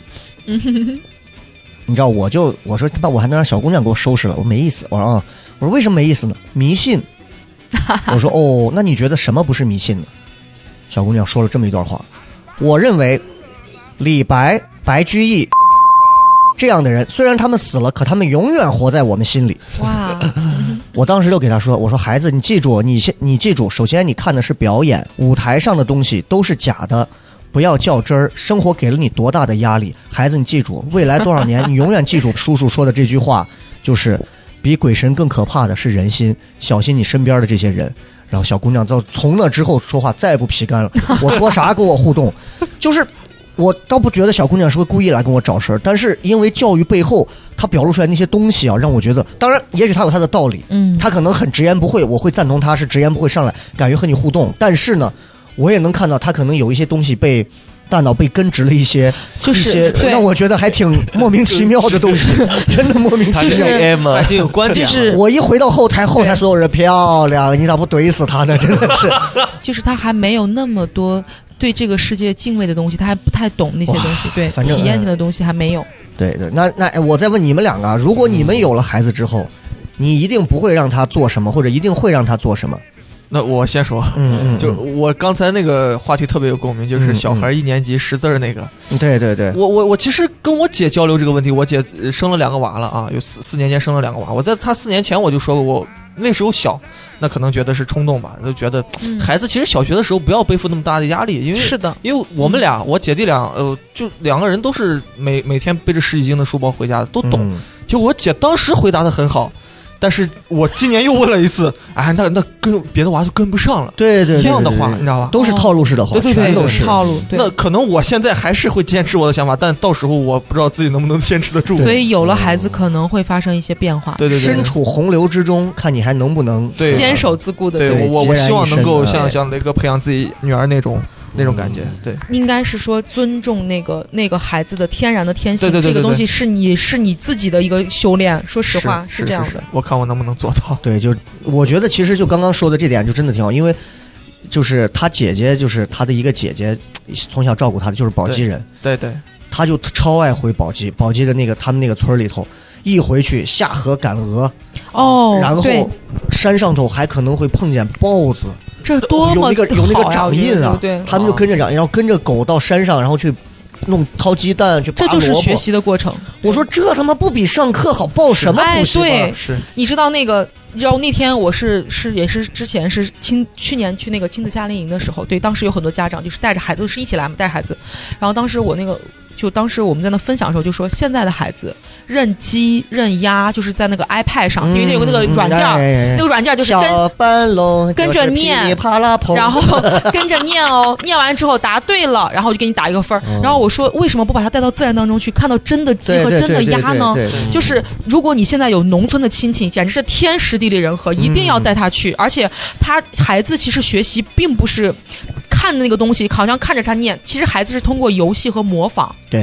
你知道我说他妈我还能让小姑娘给我收拾了，我没意思。我说为什么没意思呢？迷信。我说那你觉得什么不是迷信呢？小姑娘说了这么一段话，我认为李白、白居易这样的人，虽然他们死了，可他们永远活在我们心里。哇！我当时就给他说，我说孩子，你记住，你记住，首先你看的是表演，舞台上的东西都是假的。不要较真儿，生活给了你多大的压力，孩子你记住，未来多少年你永远记住叔叔说的这句话，就是比鬼神更可怕的是人心，小心你身边的这些人。然后小姑娘从那之后说话再不皮干了，我说啥跟我互动，就是我倒不觉得小姑娘是会故意来跟我找事儿，但是因为教育背后她表露出来那些东西啊，让我觉得，当然也许她有她的道理，她可能很直言不讳，我会赞同她是直言不讳上来敢于和你互动，但是呢我也能看到他可能有一些东西被大脑被根植了一些，就是让我觉得还挺莫名其妙的东西，真的莫名其妙。 还挺有观点。 就是我一回到后台所有人漂亮，你咋不怼死他呢？真的是， 就是他还没有那么多对这个世界敬畏的东西，他还不太懂那些东西，对， 反正体验性的东西还没有。 对，那我再问你们两个，如果你们有了孩子之后，你一定不会让他做什么，或者一定会让他做什么？ 那我先说，就我刚才那个话题特别有共鸣，就是小孩1年级识字那个。 对， 我其实跟我姐交流这个问题，我姐生了2个娃了啊，有4年前生了2个娃。我在她4年前我就说过，我那时候小，那可能觉得是冲动吧，就觉得孩子其实小学的时候不要背负那么大的压力，因为是的， 因为我们俩，我姐弟俩，就2个人都是每天背着10几斤的书包回家的，都懂。就我姐当时回答的很好。但是我今年又问了一次，那跟别的娃就跟不上了。 对， 这样的话，你知道吧？ 都是套路式的话， 对， 全都是套路。 那可能我现在还是会坚持我的想法，但到时候我不知道自己能不能坚持得住。 所以有了孩子，可能会发生一些变化。 对， 身处洪流之中，看你还能不能坚守自固的。 对，我希望能够像雷哥培养自己女儿那种感觉。对， 应该是说尊重那个孩子的天然的天性。 对， 这个东西是你自己的一个修炼。说实话是这样的。 我看我能不能做到。 对，就我觉得其实就刚刚说的这点就真的挺好，因为就是他姐姐，就是他的一个姐姐，从小照顾他的就是宝鸡人。 对， 他就超爱回宝鸡的那个他们那个村里头，一回去下河赶鹅，然后山上头还可能会碰见豹子。 这多么有那个掌印啊！ 对， 他们就跟着掌印，然后跟着狗到山上，然后去掏鸡蛋，去拔萝卜。 这就是学习的过程。 我说这他妈不比上课好，报什么补习班？ 对， 是。 你知道那天我也是之前是去年去那个亲子夏令营的时候，对，当时有很多家长就是带着孩子，都是一起来嘛，带着孩子。然后当时当时我们在那分享的时候就说，现在的孩子认鸡认鸭，就是在那个 iPad 上，因为有个那个软件，那个软件就是跟着念，然后跟着念念完之后答对了，然后就给你打一个分。然后我说为什么不把它带到自然当中去，看到真的鸡和真的鸭呢？就是如果你现在有农村的亲戚，简直是天时地利人和，一定要带他去。而且孩子其实学习并不是看那个东西好像看着他念，其实孩子是通过游戏和模仿。 对，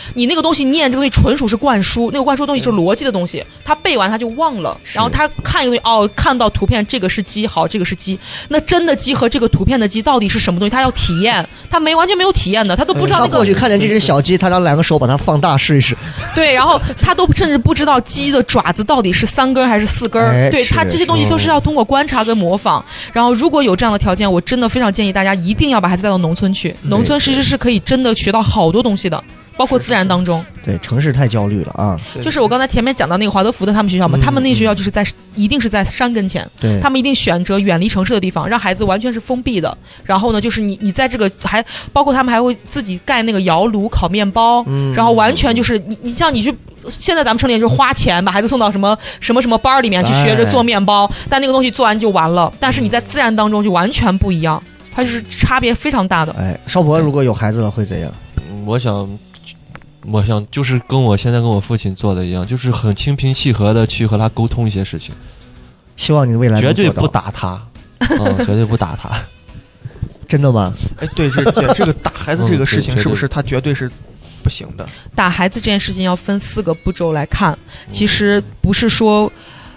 你那个东西念这个东西纯属是灌输，那个灌输的东西是逻辑的东西，他背完他就忘了，然后他看一个东西，哦，看到图片这个是鸡，好，这个是鸡，那真的鸡和这个图片的鸡到底是什么东西？他要体验，他完全没有体验的，他都不知道、那个。 他过去看见这只小鸡，他让2个手把它放大试一试。 对，然后他都甚至不知道鸡的爪子到底是3根还是4根，对，他这些东西都是要通过观察跟模仿。然后如果有这样的条件，我真的非常建议大家一定要把孩子带到农村去，农村其实是可以真的学到好多东西的。包括自然当中， 对，城市太焦虑了啊！ 就是我刚才前面讲到那个华德福的他们学校嘛，他们那个学校就是一定是在山跟前， 对， 他们一定选择远离城市的地方，让孩子完全是封闭的。然后呢，就是你在这个还包括他们还会自己盖那个窑炉烤面包，然后完全就是你像你去现在咱们城里人就是花钱把孩子送到什么班里面去学着做面包，但那个东西做完就完了。但是你在自然当中就完全不一样，它是差别非常大的。 哎，少博如果有孩子了会怎样？ 我想就是跟我现在跟我父亲做的一样，就是很心平气和的去和他沟通一些事情。 希望你未来绝对不打他，绝对不打他。 真的吗？ 哎，对，这个打孩子这个事情，是不是他绝对是不行的？ 打孩子这件事情要分4个步骤来看，其实不是说。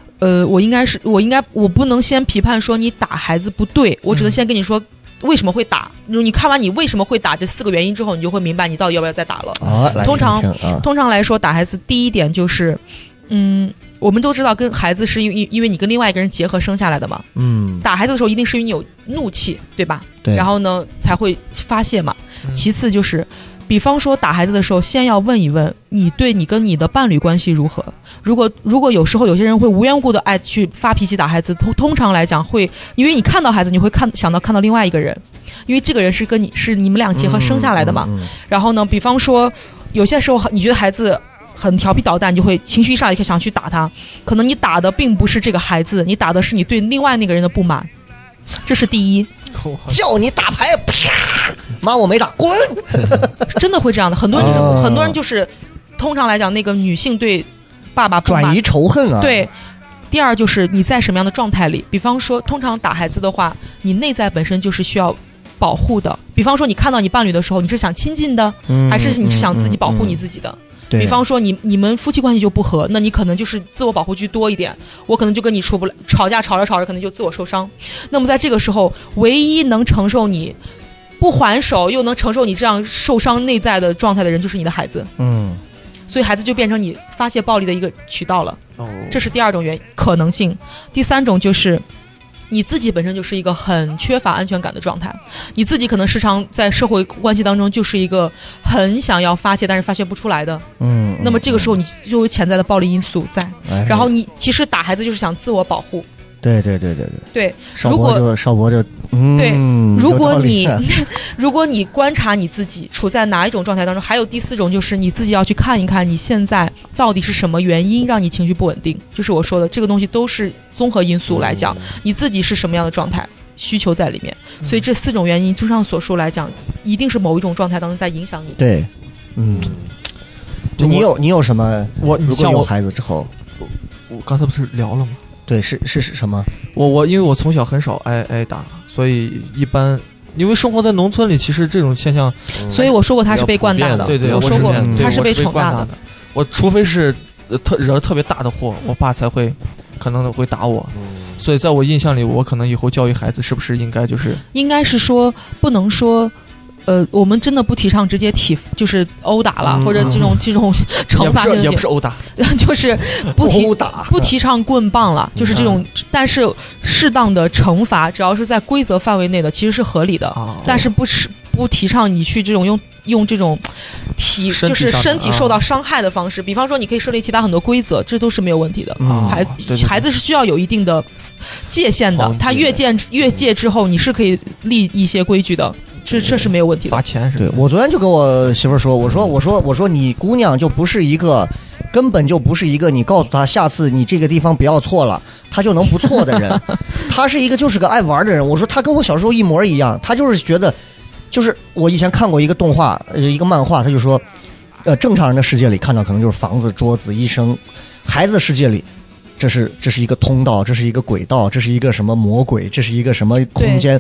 我不能先批判说你打孩子不对，我只能先跟你说为什么会打。你看完你为什么会打这4个原因之后，你就会明白你到底要不要再打了。通常来说，打孩子第一点就是，我们都知道跟孩子是因为你跟另外一个人结合生下来的嘛。打孩子的时候一定是因为你有怒气，对吧？ 对。 然后呢才会发泄嘛。其次就是。比方说打孩子的时候，先要问一问你对你跟你的伴侣关系如何。如果有时候有些人会无缘无故的爱去发脾气打孩子，通常来讲会，因为你看到孩子，你会想到看到另外一个人，因为这个人是你们俩结合生下来的嘛。然后呢，比方说有些时候你觉得孩子很调皮捣蛋，你就会情绪一上来就想去打他，可能你打的并不是这个孩子，你打的是你对另外那个人的不满，这是第一。 叫你打牌，啪！妈，我没打，滚！ 真的会这样的，很多人就是，通常来讲，那个女性对爸爸不满， 转移仇恨啊。 对，第二就是你在什么样的状态里，比方说，通常打孩子的话，你内在本身就是需要保护的。比方说，你看到你伴侣的时候，你是想亲近的，还是你是想自己保护你自己的？比方说你们夫妻关系就不和，那你可能就是自我保护居多一点，我可能就跟你处不了，吵架吵着可能就自我受伤。那么在这个时候，唯一能承受你不还手又能承受你这样受伤内在的状态的人就是你的孩子。所以孩子就变成你发泄暴力的一个渠道了。这是第2种可能性。第3种就是你自己本身就是一个很缺乏安全感的状态，你自己可能时常在社会关系当中就是一个很想要发泄但是发泄不出来的。那么这个时候你就有潜在的暴力因素在。然后你其实打孩子就是想自我保护。对，少博就对，如果你观察你自己处在哪一种状态当中，还有第4种就是你自己要去看一看你现在到底是什么原因让你情绪不稳定，就是我说的这个东西都是综合因素来讲，你自己是什么样的状态需求在里面，所以这4种原因综上所述来讲，一定是某一种状态当中在影响你。 对，你有什么？如果有孩子之后， 我刚才不是聊了吗？ 对，是什么？ 我因为我从小很少挨打，所以一般因为生活在农村里，其实这种现象， 所以我说过他是被惯大的。 对， 我说过他是被宠大的。 我除非是惹了特别大的祸，我爸才会可能会打我。所以在我印象里，我可能以后教育孩子是不是应该是说不能说。我们真的不提倡直接就是殴打了，或者这种惩罚也不是殴打， 就是不提倡棍棒了，就是这种。但是适当的惩罚，只要是在规则范围内的，其实是合理的。但是不提倡你去这种用这种就是身体受到伤害的方式。比方说，你可以设立其他很多规则，这都是没有问题的。孩子是需要有一定的界限的，他越界之后，你是可以立一些规矩的。这是没有问题的， 罚钱是。 对，我昨天就跟我媳妇说，我说你姑娘就不是一个，根本就不是一个你告诉她下次你这个地方不要错了，她就能不错的人。她是一个就是个爱玩的人。我说她跟我小时候一模一样，她就是觉得，就是我以前看过一个动画，一个漫画，他就说，正常人的世界里看到可能就是房子、桌子、医生，孩子的世界里。这是一个通道，这是一个轨道，这是一个什么魔鬼，这是一个什么空间。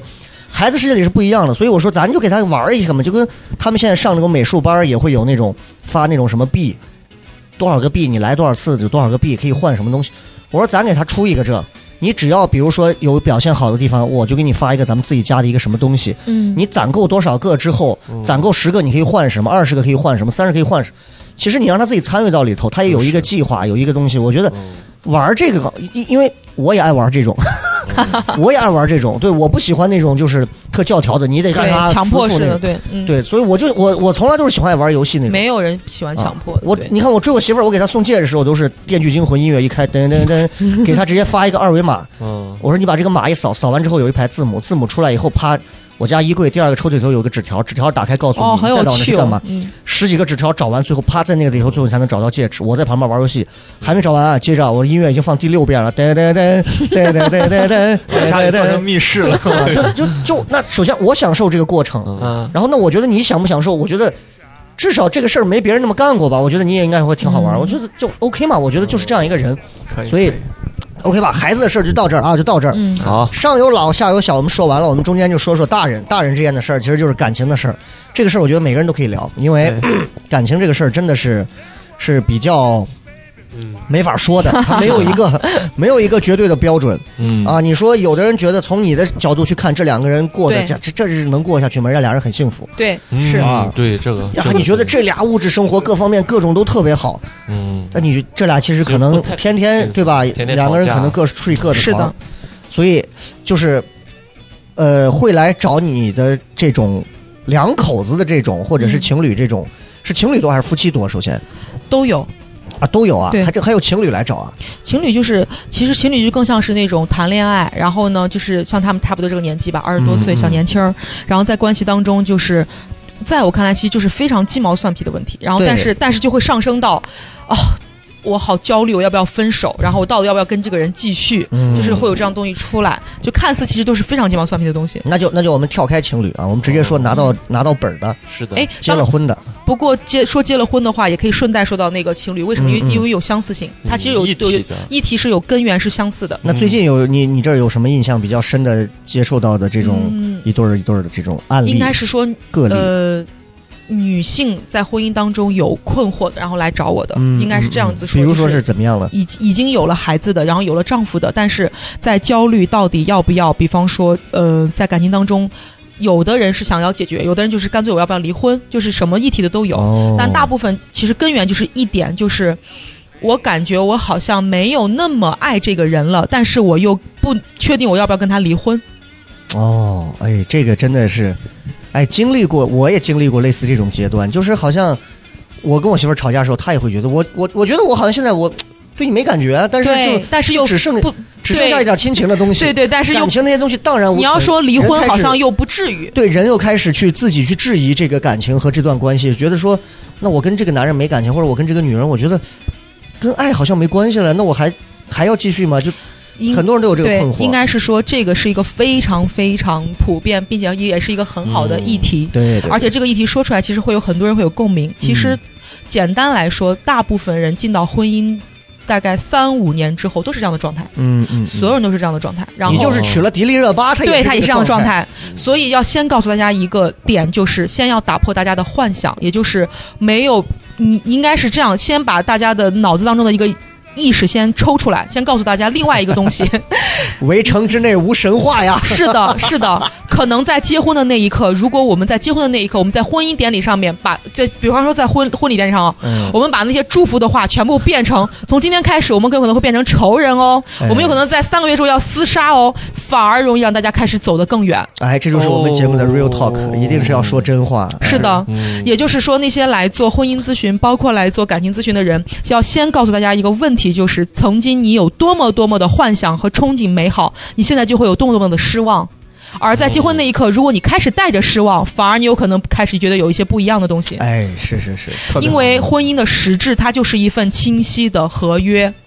孩子世界里是不一样的，所以我说咱就给他玩一下嘛，就跟他们现在上那种美术班也会有那种发那种什么币，多少个币你来多少次有多少个币可以换什么东西。我说咱给他出一个这，你只要比如说有表现好的地方，我就给你发一个咱们自己家的一个什么东西，你攒够多少个之后，攒够10个你可以换什么，20个可以换什么，30个可以换什么。其实你让他自己参与到里头，他也有一个计划，有一个东西。我觉得玩这个，因为我也爱玩这种，我也爱玩这种。对，我不喜欢那种就是特教条的，你得干啥强迫式的， 对，对，所以我从来都是喜欢玩游戏那种。没有人喜欢强迫的。 你看我追我媳妇儿，我给她送戒指的时候都是《电锯惊魂》音乐一开，噔噔噔，给她直接发一个2维码。我说你把这个码一扫，扫完之后有一排字母，字母出来以后啪。我家衣柜第2个抽屉头有个纸条，纸条打开告诉你再找那是干嘛。10几个纸条找完，最后啪在那个里头，最后才能找到戒指。我在旁边玩游戏，还没找完啊！接着我的音乐已经放第6遍了，噔噔噔噔噔噔噔噔， 差点造成密室了。 就那首先我享受这个过程，然后那我觉得你享不享受？我觉得至少这个事儿没别人那么干过吧？我觉得你也应该会挺好玩。我觉得就 OK 嘛，我觉得就是这样一个人，所以。OK 吧，孩子的事就到这儿啊，就到这儿。 好， 上有老下有小，我们说完了，我们中间就说说大人之间的事儿，其实就是感情的事儿。这个事儿我觉得每个人都可以聊，因为感情这个事儿真的是比较没法说的，它没有一个绝对的标准。你说有的人觉得从你的角度去看，这2个人过的这是能过下去吗？人家2人很幸福。 对，是啊， 对这个。 你觉得这俩物质生活各方面各种都特别好，但你这俩其实可能天天对吧？2个人可能各睡各的床， 是的， 所以就是会来找你的这种2口子的这种，或者是情侣这种，是情侣多还是夫妻多？首先都有。 都有啊，还有情侣来找啊。 情侣其实情侣就更像是那种谈恋爱，然后呢，就是像他们差不多这个年纪吧，20多岁小年轻儿，然后在关系当中，就是在我看来，其实就是非常鸡毛蒜皮的问题。然后但是就会上升到我好焦虑，我要不要分手？然后我到底要不要跟这个人继续？就是会有这样东西出来，就看似其实都是非常鸡毛蒜皮的东西。 那就我们跳开情侣啊，我们直接说拿到本的， 是的， 结了婚的。 不过结了婚的话，也可以顺带说到那个情侣，为什么？因为有相似性，它其实有议题是有根源是相似的。 那最近有你这儿有什么印象比较深的接受到的这种一对儿的这种案例？ 应该是说个例。 女性在婚姻当中有困惑的，然后来找我的，应该是这样子说。 比如说是怎么样了？ 已经有了孩子的，然后有了丈夫的，但是在焦虑到底要不要，比方说在感情当中，有的人是想要解决，有的人就是干脆我要不要离婚，就是什么议题的都有。但大部分其实根源就是一点，就是我感觉我好像没有那么爱这个人了，但是我又不确定我要不要跟他离婚。 这个真的是。我也经历过类似这种阶段，就是好像我跟我媳妇吵架的时候，她也会觉得我觉得我好像现在我对你没感觉，但是又只剩下一点亲情的东西， 对，但是感情那些东西当然你要说离婚好像又不至于， 对，人又开始自己去质疑这个感情和这段关系，觉得说那我跟这个男人没感情，或者我跟这个女人，我觉得跟爱好像没关系了，那我还要继续吗？就很多人都有这个困惑。 应该是说这个是一个非常非常普遍，并且也是一个很好的议题。 对， 而且这个议题说出来，其实会有很多人会有共鸣。其实简单来说，大部分人进到婚姻大概3-5年之后都是这样的状态。所有人都是这样的状态。然后你就是娶了迪丽热巴，他也是这样的状态。所以要先告诉大家一个点，就是先要打破大家的幻想，也就是没有，你应该是这样，先把大家的脑子当中的一个意识先抽出来，先告诉大家另外一个东西围城之内无神话呀。 是的，可能在结婚的那一刻，如果我们在结婚的那一刻，我们在婚姻典礼上面比方说在婚礼典礼上我们把那些祝福的话全部变成从今天开始我们可能会变成仇人哦，我们有可能在3个月之后要厮杀哦，反而容易让大家开始走得更远。 这就是我们节目的 real talk，一定是要说真话。 是的，也就是说那些来做婚姻咨询包括来做感情咨询的人，要先告诉大家一个问题，就是曾经你有多么多么的幻想和憧憬美好，你现在就会有多么多么的失望。而在结婚那一刻，如果你开始带着失望，反而你有可能开始觉得有一些不一样的东西。 是， 因为婚姻的实质它就是一份清晰的合约。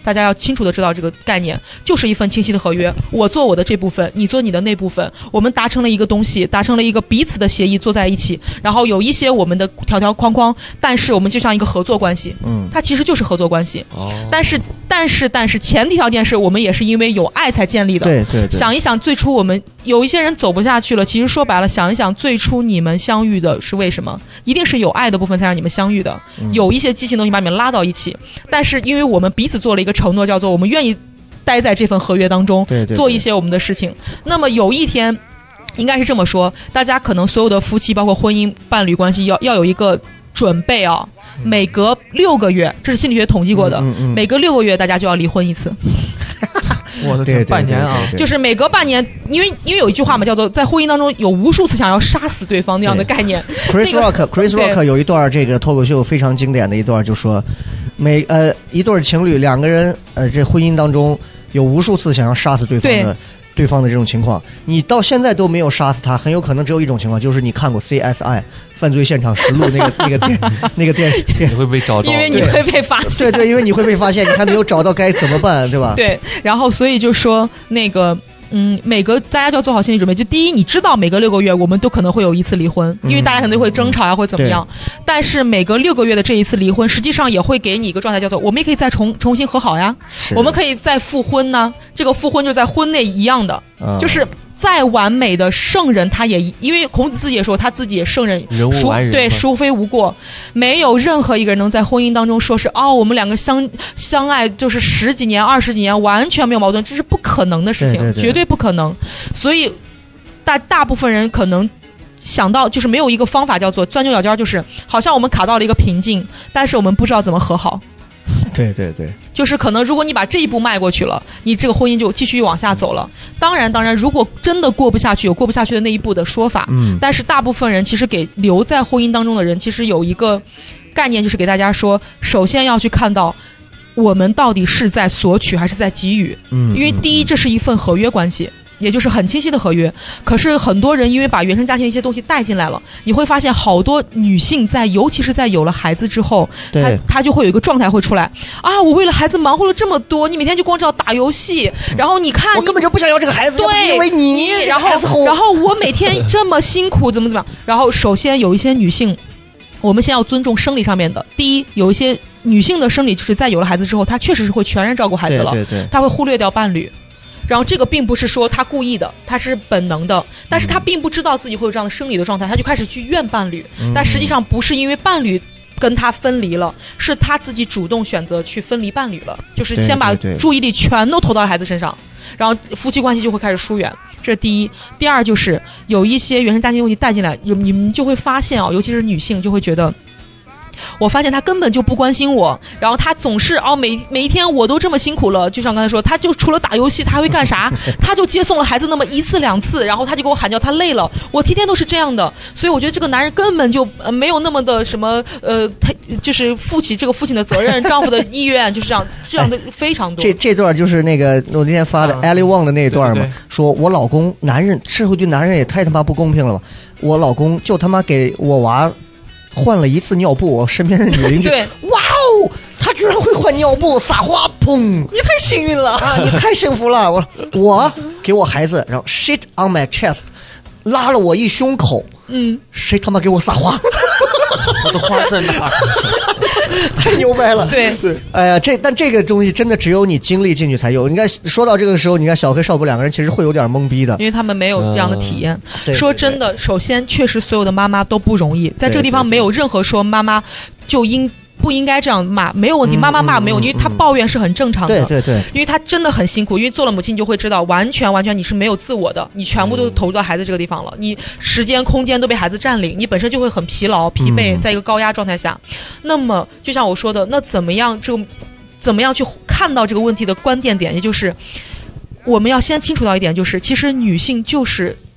大家要清楚的知道这个概念，就是一份清晰的合约。我做我的这部分，你做你的那部分，我们达成了一个东西，达成了一个彼此的协议，坐在一起，然后有一些我们的条条框框，但是我们就像一个合作关系，它其实就是合作关系。但是前提条件是我们也是因为有爱才建立的。 对。 想一想最初我们有一些人走不下去了，其实说白了，想一想最初你们相遇的是为什么？一定是有爱的部分才让你们相遇的，有一些畸形的东西把你们拉到一起，但是因为我们彼此做了一个承诺，叫做我们愿意待在这份合约当中， 对做一些我们的事情。那么有一天应该是这么说，大家可能所有的夫妻包括婚姻伴侣关系要有一个准备啊，每隔6个月，这是心理学统计过的，每隔6个月大家就要离婚一次。 我的天，半年啊， 就是每隔半年，因为有一句话嘛，叫做在婚姻当中有无数次想要杀死对方那样的概念。 Chris Rock 有一段这个脱口秀非常经典的一段，就说一对情侣2个人这婚姻当中有无数次想要杀死对方的这种情况，你到现在都没有杀死他，很有可能只有一种情况，就是你看过 CSI 犯罪现场实录那个电视， 你会被找到， 因为你会被发现， 对，因为你会被发现，你还没有找到该怎么办，对吧？ 对，然后所以就说那个。大家就要做好心理准备。就第一，你知道每隔6个月我们都可能会有一次离婚，因为大家可能会争吵呀，或者怎么样。但是每隔6个月的这一次离婚，实际上也会给你一个状态，叫做我们也可以再重新和好呀，我们可以再复婚呢。这个复婚就在婚内一样的，就是再完美的圣人，他也因为孔子自己也说他自己也圣人， 人无完人， 对，孰非无过。没有任何一个人能在婚姻当中说是我们2个相爱就是10几年20几年完全没有矛盾，这是不可能的事情， 对， 绝对不可能。所以大部分人可能想到就是没有一个方法叫做钻牛角尖，就是好像我们卡到了一个瓶颈，但是我们不知道怎么和好。 对， 就是可能如果你把这一步迈过去了，你这个婚姻就继续往下走了。当然如果真的过不下去，有过不下去的那一步的说法，但是大部分人其实给留在婚姻当中的人，其实有一个概念，就是给大家说，首先要去看到我们到底是在索取还是在给予。因为第一，这是一份合约关系，也就是很清晰的合约。可是很多人因为把原生家庭一些东西带进来了，你会发现好多女性尤其是在有了孩子之后，她就会有一个状态会出来我为了孩子忙活了这么多，你每天就光知道打游戏，然后你看我根本就不想要这个孩子，要不是因为你然后我每天这么辛苦怎么样。然后首先有一些女性，我们先要尊重生理上面的。第一，有一些女性的生理就是在有了孩子之后，她确实是会全然照顾孩子了，她会忽略掉伴侣。然后这个并不是说他故意的，他是本能的，但是他并不知道自己会有这样的生理的状态，他就开始去怨伴侣，但实际上不是因为伴侣跟他分离了，是他自己主动选择去分离伴侣了，就是先把注意力全都投到了孩子身上，然后夫妻关系就会开始疏远。这是第一。第二，就是有一些原生家庭问题带进来，你们就会发现尤其是女性就会觉得，我发现他根本就不关心我，然后他总是每一天我都这么辛苦了，就像刚才说，他就除了打游戏他还会干啥？他就接送了孩子那么1次2次，然后他就给我喊叫他累了，我天天都是这样的。所以我觉得这个男人根本就没有那么的什么他就是负起这个父亲的责任，丈夫的意愿，就是这样的非常多。 这段就是那个我那天发的 Ali Wong 的那一段嘛，说我老公男人社会对男人也太他妈不公平了吧，我老公就他妈给我娃换了1次尿布，我身边的女邻居哇哦，他居然会换尿布，撒花，砰！ 你太幸运了你太幸福了。我给我孩子，然后 shit on my chest， 拉了我一胸口，谁他妈给我撒花？ 我的花在哪？ 太牛掰了！ 对， 哎呀，但这个东西真的只有你经历进去才有。你看，说到这个时候，你看小黑少博2个人其实会有点懵逼的， 因为他们没有这样的体验。说真的，首先确实所有的妈妈都不容易，在这个地方没有任何说妈妈就不应该这样骂，没有问题，妈妈骂没有，因为她抱怨是很正常的。 对， 因为她真的很辛苦，因为做了母亲你就会知道，完全你是没有自我的，你全部都投入到孩子这个地方了，你时间空间都被孩子占领，你本身就会很疲劳疲惫，在一个高压状态下。那么就像我说的，那怎么样去看到这个问题的关键点，也就是我们要先清楚到一点，就是其实女性就是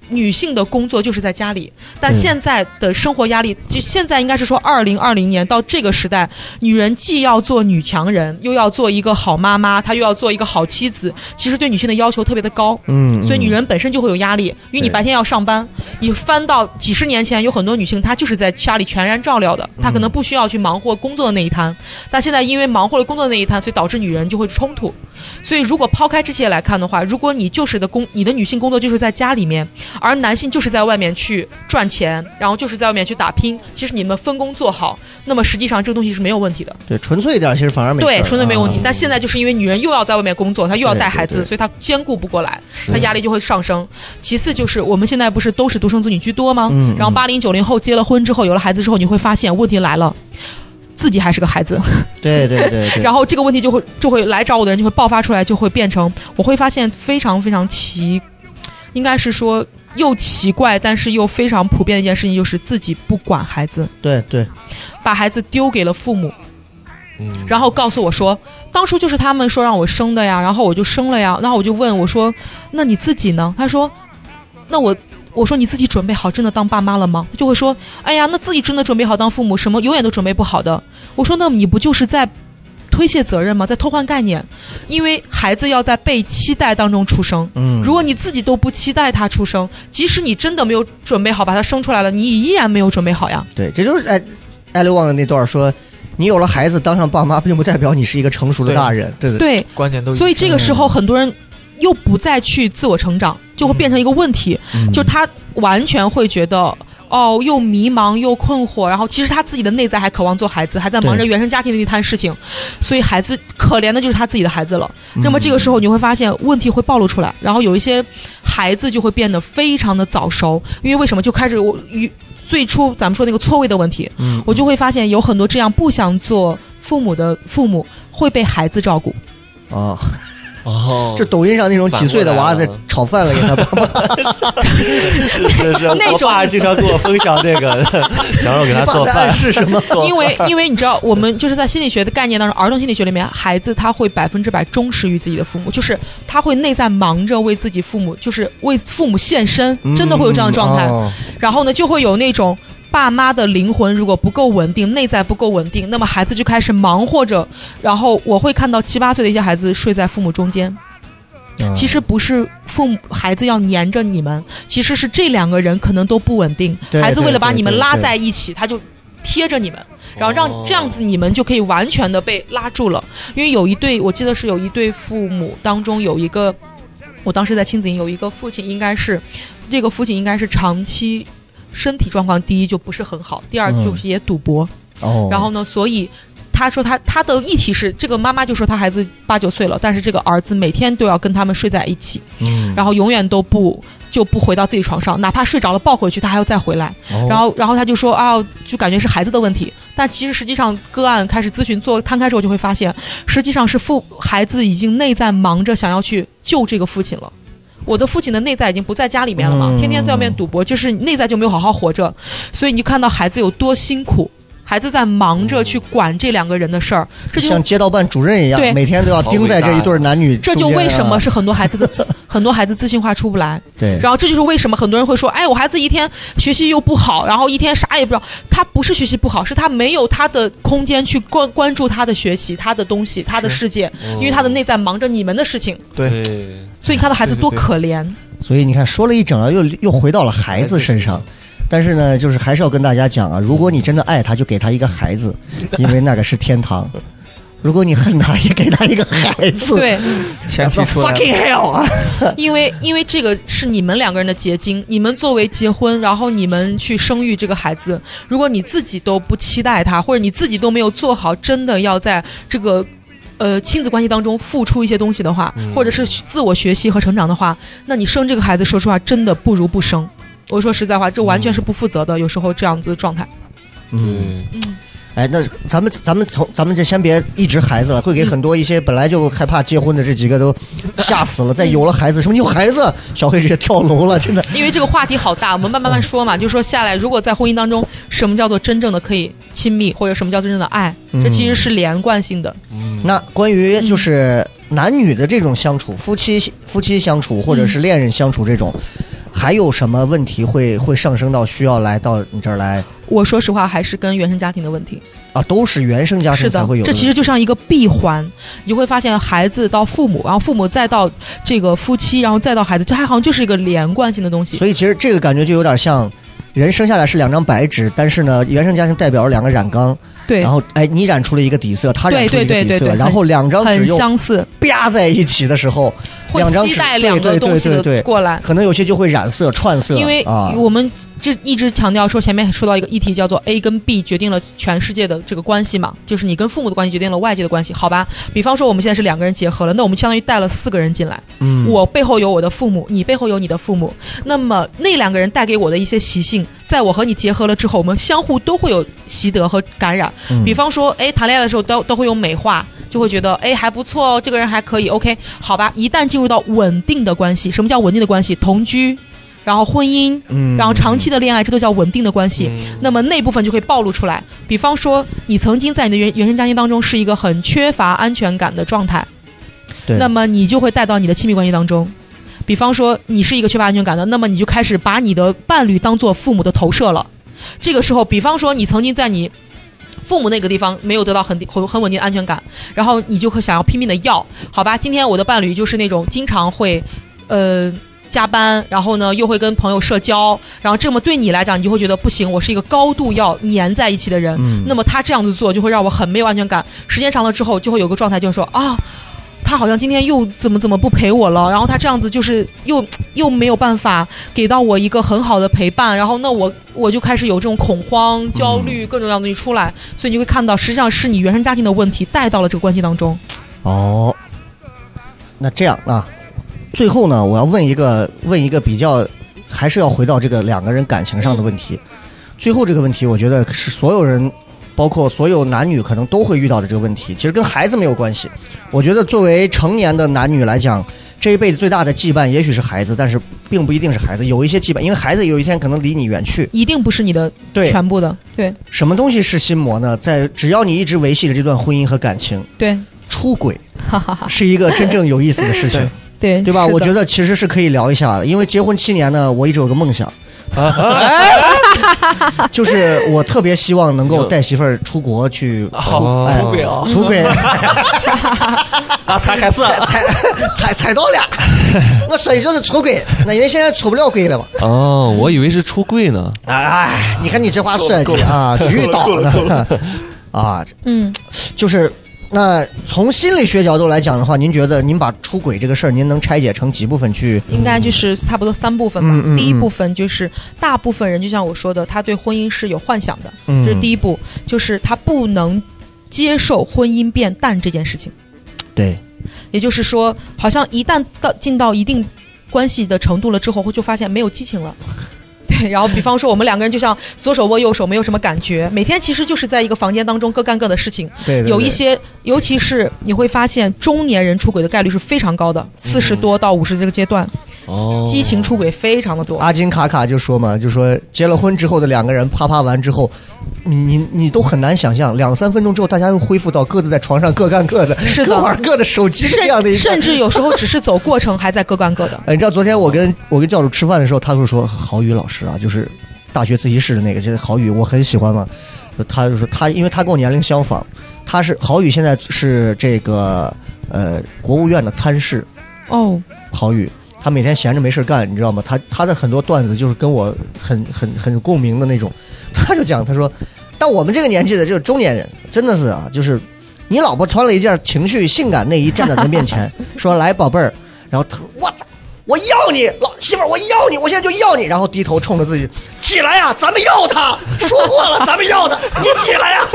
女性的工作就是在家里，但现在的生活压力，就现在应该是说2020年到这个时代，女人既要做女强人，又要做一个好妈妈，她又要做一个好妻子，其实对女性的要求特别的高，所以女人本身就会有压力，因为你白天要上班，你翻到几十年前，有很多女性她就是在家里全然照料的，她可能不需要去忙活工作的那一摊，但现在因为忙活了工作的那一摊，所以导致女人就会冲突。所以如果抛开这些来看的话，如果你就是你的女性工作就是在家里面，而男性就是在外面去赚钱，然后就是在外面去打拼，其实你们分工做好，那么实际上这个东西是没有问题的。 对，纯粹一点其实反而没事。 对，纯粹没有问题。但现在就是因为女人又要在外面工作，她又要带孩子，所以她兼顾不过来，她压力就会上升。其次就是我们现在不是都是独生子女居多吗？然后80、90后结了婚之后，有了孩子之后，你会发现问题来了。自己还是个孩子， 对， 然后这个问题就会来找我的人就会爆发出来，就会变成我会发现非常非常应该是说又奇怪，但是又非常普遍的一件事情，就是自己不管孩子， 对， 把孩子丢给了父母，然后告诉我说，当初就是他们说让我生的呀，然后我就生了呀，然后我就问我说，那你自己呢？他说，那我说你自己准备好真的当爸妈了吗？就会说，哎呀，那自己真的准备好当父母，什么永远都准备不好的。我说，那你不就是在推卸责任吗？在偷换概念，因为孩子要在被期待当中出生。如果你自己都不期待他出生，即使你真的没有准备好把他生出来了，你依然没有准备好呀。 对，这就是艾流忘的那段说，你有了孩子当上爸妈，并不代表你是一个成熟的大人。对， 关键都是。 所以这个时候很多人又不再去自我成长，就会变成一个问题，就他完全会觉得又迷茫又困惑，然后其实他自己的内在还渴望做孩子，还在忙着原生家庭的那摊事情，所以孩子可怜的就是他自己的孩子了。那么这个时候你会发现问题会暴露出来，然后有一些孩子就会变得非常的早熟，因为为什么就开始最初咱们说那个错位的问题，我就会发现有很多这样不想做父母的父母会被孩子照顾。 这抖音上那种几岁的娃在炒饭了给他爸爸， 是我爸经常给我分享这个，想让我给他做饭是什么？ 因为你知道，我们就是在心理学的概念当中，儿童心理学里面，孩子他会100%忠实于自己的父母，就是他会内在忙着为自己父母，就是为父母献身，真的会有这样的状态。然后呢，就会有那种爸妈的灵魂如果不够稳定，内在不够稳定，那么孩子就开始忙活着，然后我会看到7、8岁的一些孩子睡在父母中间。其实不是孩子要黏着你们，其实是这2个人可能都不稳定，孩子为了把你们拉在一起，他就贴着你们，然后这样子你们就可以完全的被拉住了。因为我记得是有一对父母当中有一个，我当时在亲子营有一个父亲，这个父亲应该是长期身体状况第一就不是很好，第二就是也赌博，然后呢，所以他说他的议题是，这个妈妈就说他孩子8、9岁了，但是这个儿子每天都要跟他们睡在一起，然后永远都不回到自己床上，哪怕睡着了抱回去他还要再回来，然后他就说就感觉是孩子的问题，但其实实际上个案开始咨询摊开之后就会发现，实际上是孩子已经内在忙着想要去救这个父亲了。我的父亲的内在已经不在家里面了嘛，天天在外面赌博，就是内在就没有好好活着，所以你就看到孩子有多辛苦，孩子在忙着去管这2个人的事儿，这就像街道办主任一样，每天都要盯在这一对男女中间。 这就为什么是很多孩子自信化出不来。 对， 然后这就是为什么很多人会说，我孩子一天学习又不好，然后一天啥也不知道。他不是学习不好，是他没有他的空间去关注他的学习、他的东西、他的世界，因为他的内在忙着你们的事情。 对， 所以你看到孩子多可怜。 所以你看，说了一整了，又回到了孩子身上。但是呢，就是还是要跟大家讲啊，如果你真的爱他，就给他一个孩子，因为那个是天堂。如果你恨他，也给他一个孩子。 对， 前提出来 fucking hell 啊！ 因为这个是你们2个人的结晶，你们作为结婚，然后你们去生育这个孩子，如果你自己都不期待他，或者你自己都没有做好，真的要在这个亲子关系当中付出一些东西的话，或者是自我学习和成长的话，那你生这个孩子，说实话，真的不如不生。我说实在话，这完全是不负责的，有时候这样子的状态。 那咱们就先别一直孩子了，会给很多一些本来就害怕结婚的这几个都吓死了。再有了孩子，什么你有孩子，小黑直接跳楼了，真的。因为这个话题好大，我们慢慢说嘛，就说下来，如果在婚姻当中，什么叫做真正的可以亲密，或者什么叫真正的爱，这其实是连贯性的。 那关于就是男女的这种相处，夫妻相处或者是恋人相处这种。 还有什么问题会上升到需要来到你这儿来？ 我说实话，还是跟原生家庭的问题啊，都是原生家庭才会有的。 这其实就像一个闭环，你就会发现孩子到父母，然后父母再到这个夫妻，然后再到孩子，这还好像就是一个连贯性的东西。 所以其实这个感觉就有点像人生下来是2张白纸，但是呢，原生家庭代表了2个染缸。 对， 然后你染出了一个底色，他染出了一个底色，然后2张纸又相似啪在一起的时候， 会携带2个东西的过来， 可能有些就会染色串色。 因为我们这一直强调说，前面说到一个议题叫做 A 跟 B 决定了全世界的这个关系嘛，就是你跟父母的关系决定了外界的关系，好吧？比方说我们现在是2个人结合了，那我们相当于带了4个人进来，我背后有我的父母，你背后有你的父母，那么那2个人带给我的一些习性，在我和你结合了之后，我们相互都会有习得和感染。比方说谈恋爱的时候都会有美化，就会觉得还不错，这个人还可以 OK 好吧。一旦进入到稳定的关系，什么叫稳定的关系？同居，然后婚姻，然后长期的恋爱，这都叫稳定的关系。那么那部分就会暴露出来。比方说你曾经在你的原生家庭当中是一个很缺乏安全感的状态，那么你就会带到你的亲密关系当中。比方说你是一个缺乏安全感的，那么你就开始把你的伴侣当做父母的投射了。这个时候比方说你曾经在你父母那个地方没有得到很稳定的安全感，然后你就会想要拼命的要，好吧，今天我的伴侣就是那种经常会加班，然后呢又会跟朋友社交，然后这么对你来讲你就会觉得不行，我是一个高度要黏在一起的人，那么他这样子做就会让我很没有安全感。时间长了之后就会有个状态，就是说他好像今天又怎么不陪我了，然后他这样子就是又没有办法给到我一个很好的陪伴，然后那我就开始有这种恐慌、焦虑各种各样的东西出来，所以你会看到实际上是你原生家庭的问题带到了这个关系当中。 那这样啊，最后呢，我要问一个比较，还是要回到这个2个人感情上的问题。最后这个问题，我觉得是所有人，包括所有男女可能都会遇到的这个问题，其实跟孩子没有关系。我觉得作为成年的男女来讲，这一辈子最大的羁绊也许是孩子，但是并不一定是孩子，有一些羁绊，因为孩子有一天可能离你远去， 一定不是你的全部的。对， 什么东西是心魔呢？只要你一直维系着这段婚姻和感情， 对， 出轨是一个真正有意思的事情。 对吧？我觉得其实是可以聊一下的，因为结婚7年呢，我一直有个梦想。就是我特别希望能够带媳妇儿出国去出轨才开始踩到了，我说的就是出轨，那因为现在出不了轨了嘛。 我以为是出柜呢。 你看你这话设计啊，遇到了就是。那从心理学角度来讲的话，您觉得您把出轨这个事儿，您能拆解成几部分去？ 应该就是差不多3部分吧。第一部分就是大部分人，就像我说的，他对婚姻是有幻想的，这是第一步，就是他不能接受婚姻变淡这件事情。 对， 也就是说，好像一旦进到一定关系的程度了之后，就发现没有激情了。对，然后比方说我们2个人就像左手握右手，没有什么感觉，每天其实就是在一个房间当中各干各的事情。 对， 有一些，尤其是你会发现中年人出轨的概率是非常高的，40多到50这个阶段，激情出轨非常的多。 阿金卡卡就说嘛，就说结了婚之后的2个人啪完之后，你都很难想象2-3分钟之后大家又恢复到各自在床上各干各的， 是的， 各玩各的手机这样的一个， 甚至有时候只是走过程还在各干各的。 你知道昨天我跟教主吃饭的时候，他就说郝宇老师啊，就是大学自习室的那个，这郝宇我很喜欢嘛。他就说因为他跟我年龄相仿，郝宇现在是这个国务院的参事。郝宇他每天闲着没事干，你知道吗？他的很多段子就是跟我很共鸣的那种。他就讲，他说到我们这个年纪的就是中年人，真的是啊，就是你老婆穿了一件情绪性感内衣站在他面前说来宝贝儿，然后他说我要你老媳妇儿，我要你，我现在就要你，然后低头冲着自己起来呀，咱们要他，说过了咱们要他，你起来呀。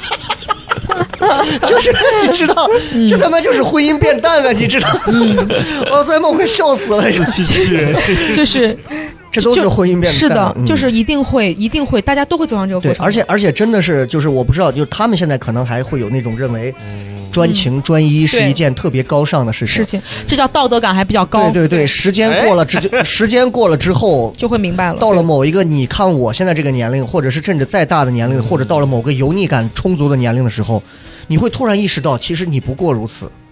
就是你知道，这他妈就是婚姻变淡了，你知道？我昨天我快笑死了，这机器人就是这都是婚姻变淡。 是的，就是一定会，大家都会走上这个过程。 而且真的是，就是我不知道，就他们现在可能还会有那种认为。专情专一是一件特别高尚的事情， 这叫道德感还比较高。 对，时间过了之后就会明白了。 到了某一个你看我现在这个年龄，或者是甚至再大的年龄，或者到了某个油腻感充足的年龄的时候，你会突然意识到，其实你不过如此。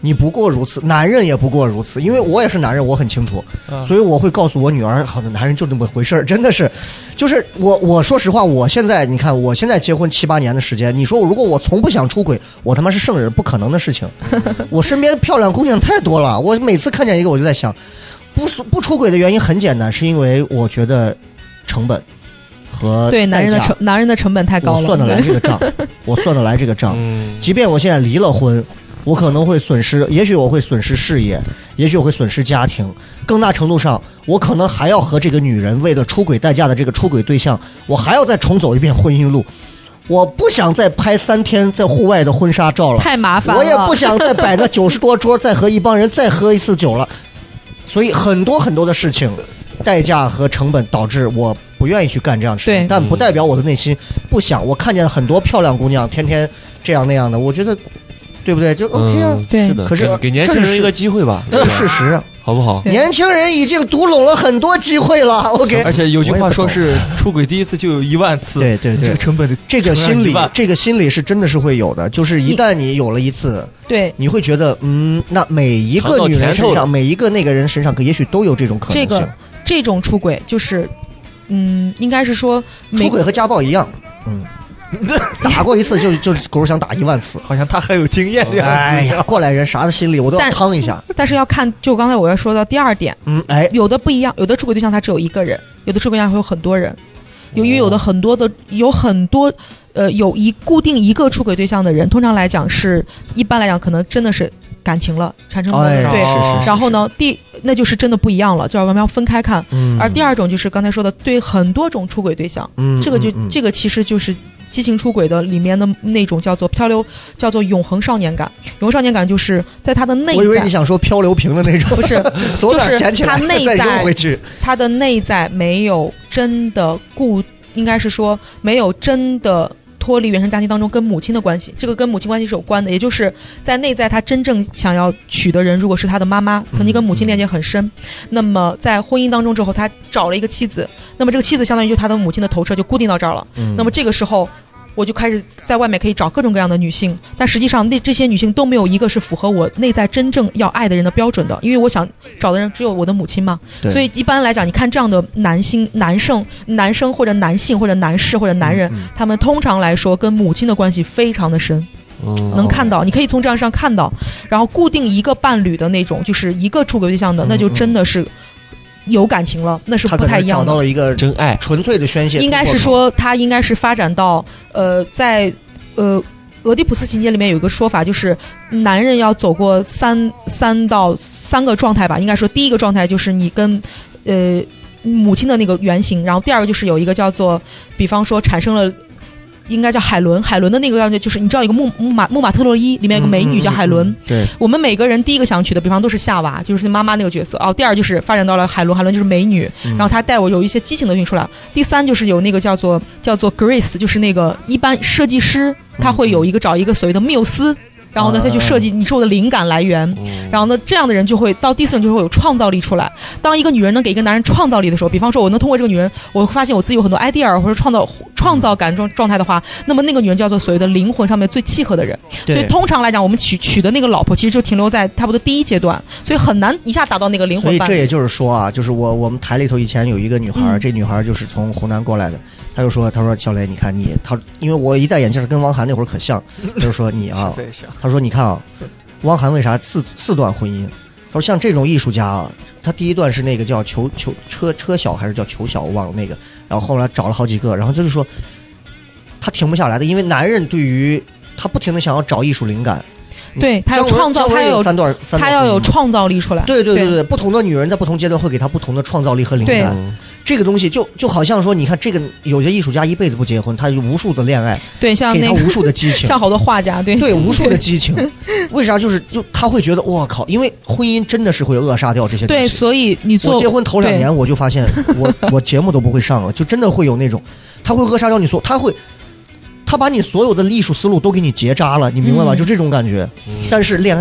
你不过如此，男人也不过如此。因为我也是男人，我很清楚，所以我会告诉我女儿，好的男人就那么回事儿，真的是，就是我说实话，我现在你看，我现在结婚7、8年的时间，你说如果我从不想出轨，我他妈是圣人，不可能的事情。我身边漂亮姑娘太多了，我每次看见一个我就在想，不出轨的原因很简单，是因为我觉得成本和对男人的成本太高了， 我算得来这个账，我算得来这个账。即便我现在离了婚，我可能会损失，也许我会损失事业，也许我会损失家庭，更大程度上，我可能还要和这个女人为了出轨代价的这个出轨对象，我还要再重走一遍婚姻路。我不想再拍3天在户外的婚纱照了， 太麻烦了。 我也不想再摆个90多桌，再和一帮人再喝一次酒了。所以很多很多的事情，代价和成本导致我不愿意去干这样的事情，但不代表我的内心不想。我看见很多漂亮姑娘天天这样那样的，我觉得对不对？就 OK 啊。 对。 是的。 可是给年轻人一个机会吧， 这是事实， 好不好？ 年轻人已经读拢了很多机会了。OK。 而且有句话说是出轨第一次就有10000次。 对对对。 这个成本的这个心理是真的是会有的，就是一旦你有了一次， 对， 你会觉得那每一个女人身上，每一个那个人身上，也许都有这种可能性。 这种出轨就是，应该是说出轨和家暴一样，打过一次就狗想打10000次， 好像他很有经验的样子。 哎呀，过来人啥的心理我都要趟一下。 但是要看，就刚才我要说到第2点，有的不一样，有的出轨对象他只有一个人，有的出轨对象会有很多人，因为有很多有固定一个出轨对象的人，通常来讲一般来讲可能真的是感情了，产生了对，然后呢，那就是真的不一样了，就要慢慢分开看。而第2种就是刚才说的，对很多种出轨对象，这个其实就是激情出轨的里面的那种叫做漂流，叫做永恒少年感。永恒少年感就是在他的内在， 我以为你想说漂流瓶的那种， 不是， 走哪捡起来再扔回去。 他的内在没有真的应该是说没有真的脱离原生家庭当中跟母亲的关系，这个跟母亲关系是有关的，也就是在内在他真正想要娶的人如果是他的妈妈，曾经跟母亲链接很深，那么在婚姻当中之后他找了一个妻子，那么这个妻子相当于就他的母亲的投射就固定到这儿了，那么这个时候我就开始在外面可以找各种各样的女性，但实际上这些女性都没有一个是符合我内在真正要爱的人的标准的，因为我想找的人只有我的母亲嘛。所以一般来讲，你看这样的男生或者男性或者男士或者男人，他们通常来说跟母亲的关系非常的深。能看到，你可以从这样上看到，然后固定一个伴侣的那种，就是一个出轨对象的，那就真的是有感情了，那是不太一样的。 他找到了一个真爱， 纯粹的宣泄。 应该是说，他应该是发展到在俄狄浦斯情节里面有一个说法，就是男人要走过三个状态吧。应该说，第一个状态就是你跟母亲的那个原型，然后第2个就是有一个叫做，比方说产生了。应该叫海伦的那个感觉就是你知道一个木马特洛伊里面有个美女叫海伦， 对，我们每个人第一个想娶的比方都是夏娃，就是妈妈那个角色第2就是发展到了海伦就是美女，然后她带我有一些激情的东西出来，第3就是有那个叫做 Grace， 就是那个一般设计师他会有一个找一个所谓的缪斯，然后呢，他去设计你是我的灵感来源，然后呢，这样的人就会到第4种就会有创造力出来。当一个女人能给一个男人创造力的时候，比方说我能通过这个女人，我发现我自己有很多 idea 或者创造感状态的话，那么那个女人叫做所谓的灵魂上面最契合的人。所以通常来讲，我们娶的那个老婆其实就停留在差不多第1阶段，所以很难一下达到那个灵魂伴侣。 所以这也就是说啊，就是我们台里头以前有一个女孩，这女孩就是从湖南过来的。他说小雷，你看因为我一戴眼镜跟汪涵那会儿可像，他就说你啊，他说你看啊，汪涵为啥四段婚姻？他说像这种艺术家啊，他第1段是那个叫车小还是叫球小，我忘了那个，然后后来找了好几个，然后就是说他停不下来的，因为男人对于他不停的想要找艺术灵感。 对，他要创造，他要有创造力出来。 对，不同的女人在不同阶段会给他不同的创造力和灵感。这个东西就好像说，你看这个有些艺术家一辈子不结婚，他有无数的恋爱， 对，像给他无数的激情， 像好多画家，对， 无数的激情。为啥？就他会觉得我靠，因为婚姻真的是会扼杀掉这些东西。 对，所以我结婚头2年我就发现我节目都不会上了，就真的会有那种，他会扼杀掉你他把你所有的艺术思路都给你结扎了，你明白吗？就这种感觉。但是恋爱就不会。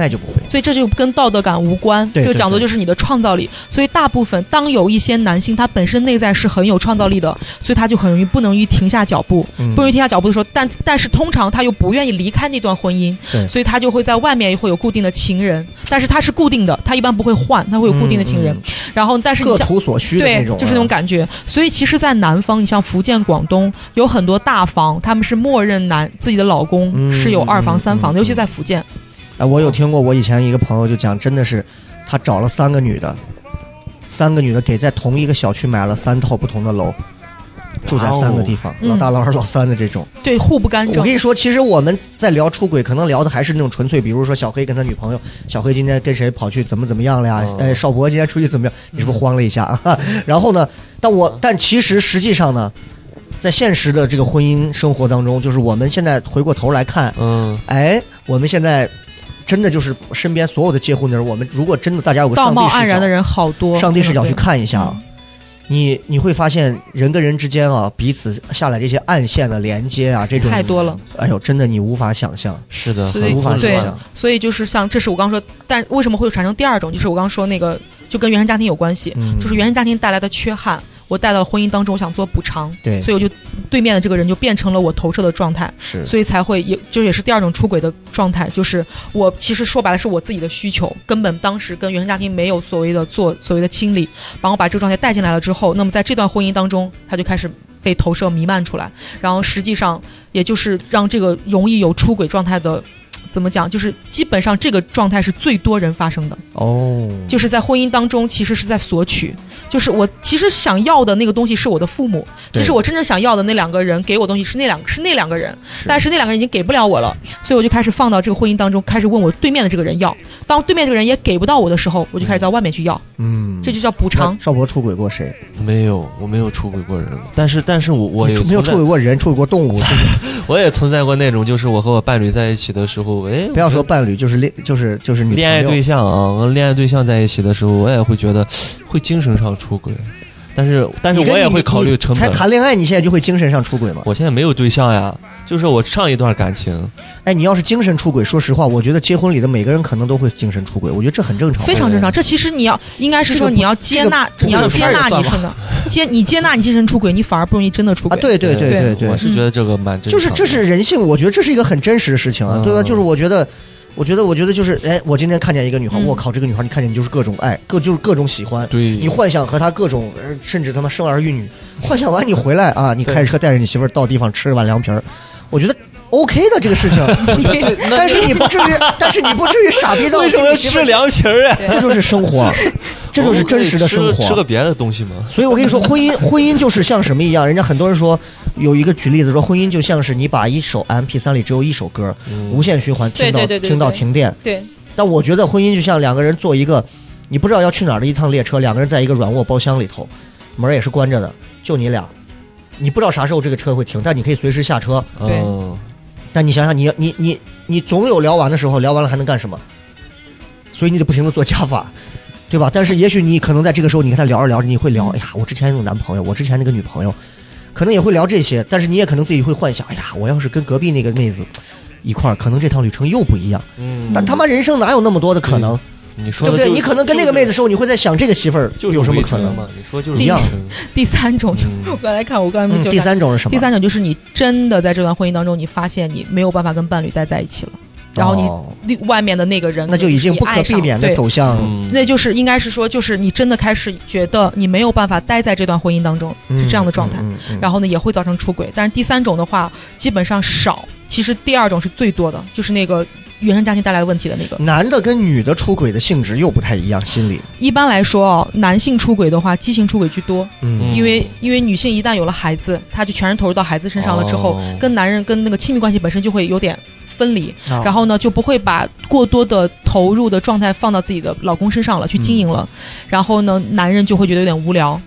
所以这就跟道德感无关，这个讲究就是你的创造力。所以大部分当有一些男性他本身内在是很有创造力的，所以他就很容易不能停下脚步，不容易停下脚步的时候，但是通常他又不愿意离开那段婚姻，所以他就会在外面会有固定的情人，但是他是固定的，他一般不会换，他会有固定的情人，然后但是你各图所需的那种， 对，就是那种感觉。所以其实在南方，你像福建广东有很多大房，他们是默认自己的老公是有2房3房的，尤其在福建。 我有听过，我以前一个朋友就讲，真的是他找了3个女的给在同一个小区买了3套不同的楼，住在3个地方，老大老二老三的这种， 对，互不干涉。 我跟你说，其实我们在聊出轨，可能聊的还是那种纯粹，比如说小黑跟他女朋友，小黑今天跟谁跑去怎么样了呀？少博今天出去怎么样？你是不是慌了一下啊？然后呢，但其实实际上呢，在现实的这个婚姻生活当中，就是我们现在回过头来看，我们现在真的就是身边所有的结婚的人，我们如果真的大家有个上帝视角， 道貌岸然的人好多， 上帝视角去看一下，你会发现人跟人之间啊，彼此下来这些暗线的连接啊，这种太多了。 哎呦，真的你无法想象。 是的， 无法想象。 所以就是像这是我刚说，但为什么会产生第二种？就是我刚说那个，就跟原生家庭有关系，就是原生家庭带来的缺憾。我带到婚姻当中，我想做补偿， 对， 所以我就对面的这个人就变成了我投射的状态， 是， 所以才会也是第二种出轨的状态，就是我其实说白了是我自己的需求，根本当时跟原生家庭没有所谓的清理，然后把这个状态带进来了之后，那么在这段婚姻当中，他就开始被投射弥漫出来，然后实际上也就是让这个容易有出轨状态的。怎么讲？就是基本上这个状态是最多人发生的就是在婚姻当中，其实是在索取。就是我其实想要的那个东西是我的父母，其实我真正想要的那2个人给我东西是那两个人，但是那2个人已经给不了我了，所以我就开始放到这个婚姻当中，开始问我对面的这个人要。当对面这个人也给不到我的时候，我就开始到外面去要。这就叫补偿。 少博出轨过谁？ 没有，我没有出轨过人，但是我也没有出轨过人，出轨过动物。 我也存在过那种，就是我和我伴侣在一起的时候，不要说伴侣，就是你恋爱对象啊，和恋爱对象在一起的时候，我也会觉得会精神上出轨，但是我也会考虑成本。 才谈恋爱，你现在就会精神上出轨吗？ 我现在没有对象呀，就是我上一段感情。 你要是精神出轨，说实话，我觉得结婚里的每个人可能都会精神出轨，我觉得这很正常， 非常正常。这其实应该是说你要接纳，你要接纳你是的，你接纳你精神出轨，你反而不容易真的出轨。 对， 我是觉得这个蛮正常的。 就是这是人性，我觉得这是一个很真实的事情啊，对吧？就是我觉得就是我今天看见一个女孩，我靠，这个女孩你看见就是各种爱，就是各种喜欢， 对， 你幻想和她各种，甚至他妈生儿育女，幻想完你回来啊，你开着车带着你媳妇儿到地方吃碗凉皮儿，我觉得 OK 的这个事情，但是你不至于傻逼到为什么要吃凉皮儿啊？ 这就是生活，这就是真实的生活。 吃个别的东西吗？ 所以我跟你说，婚姻就是像什么一样？人家很多人说有一个举例子说，婚姻就像是你把一首 MP3 里只有一首歌，无限循环听到停电。 对。 但我觉得婚姻就像2个人坐一个你不知道要去哪儿的一趟列车，2个人在一个软卧包厢里头，门也是关着的，就你俩，你不知道啥时候这个车会停，但你可以随时下车。 对。 但你想想，你总有聊完的时候，聊完了还能干什么？所以你得不停的做加法，对吧？但是也许你可能在这个时候，你跟他聊着聊着，你会聊，哎呀，我之前那个男朋友，我之前那个女朋友，可能也会聊这些。但是你也可能自己会幻想，哎呀，我要是跟隔壁那个妹子一块儿，可能这趟旅程又不一样。但他妈人生哪有那么多的可能？ 你说对不对？你可能跟那个妹子的时候，你会在想这个媳妇儿有什么可能吗？ 你说就是一样。 第3种，我刚才看， 第3种是什么？ 第3种就是你真的在这段婚姻当中，你发现你没有办法跟伴侣待在一起了，然后你外面的那个人， 那就已经不可避免的走向， 那就是应该是说，就是你真的开始觉得你没有办法待在这段婚姻当中，是这样的状态，然后呢也会造成出轨。但是第3种的话，基本上少。其实第2种是最多的，就是那个原生家庭带来的问题的那个。 男的跟女的出轨的性质又不太一样，心理。 一般来说男性出轨的话，激情出轨居多。因为女性一旦有了孩子，她就全然投入到孩子身上了之后，跟男人跟那个亲密关系本身就会有点分离，然后呢就不会把过多的投入的状态放到自己的老公身上了，去经营了，然后呢男人就会觉得有点无聊。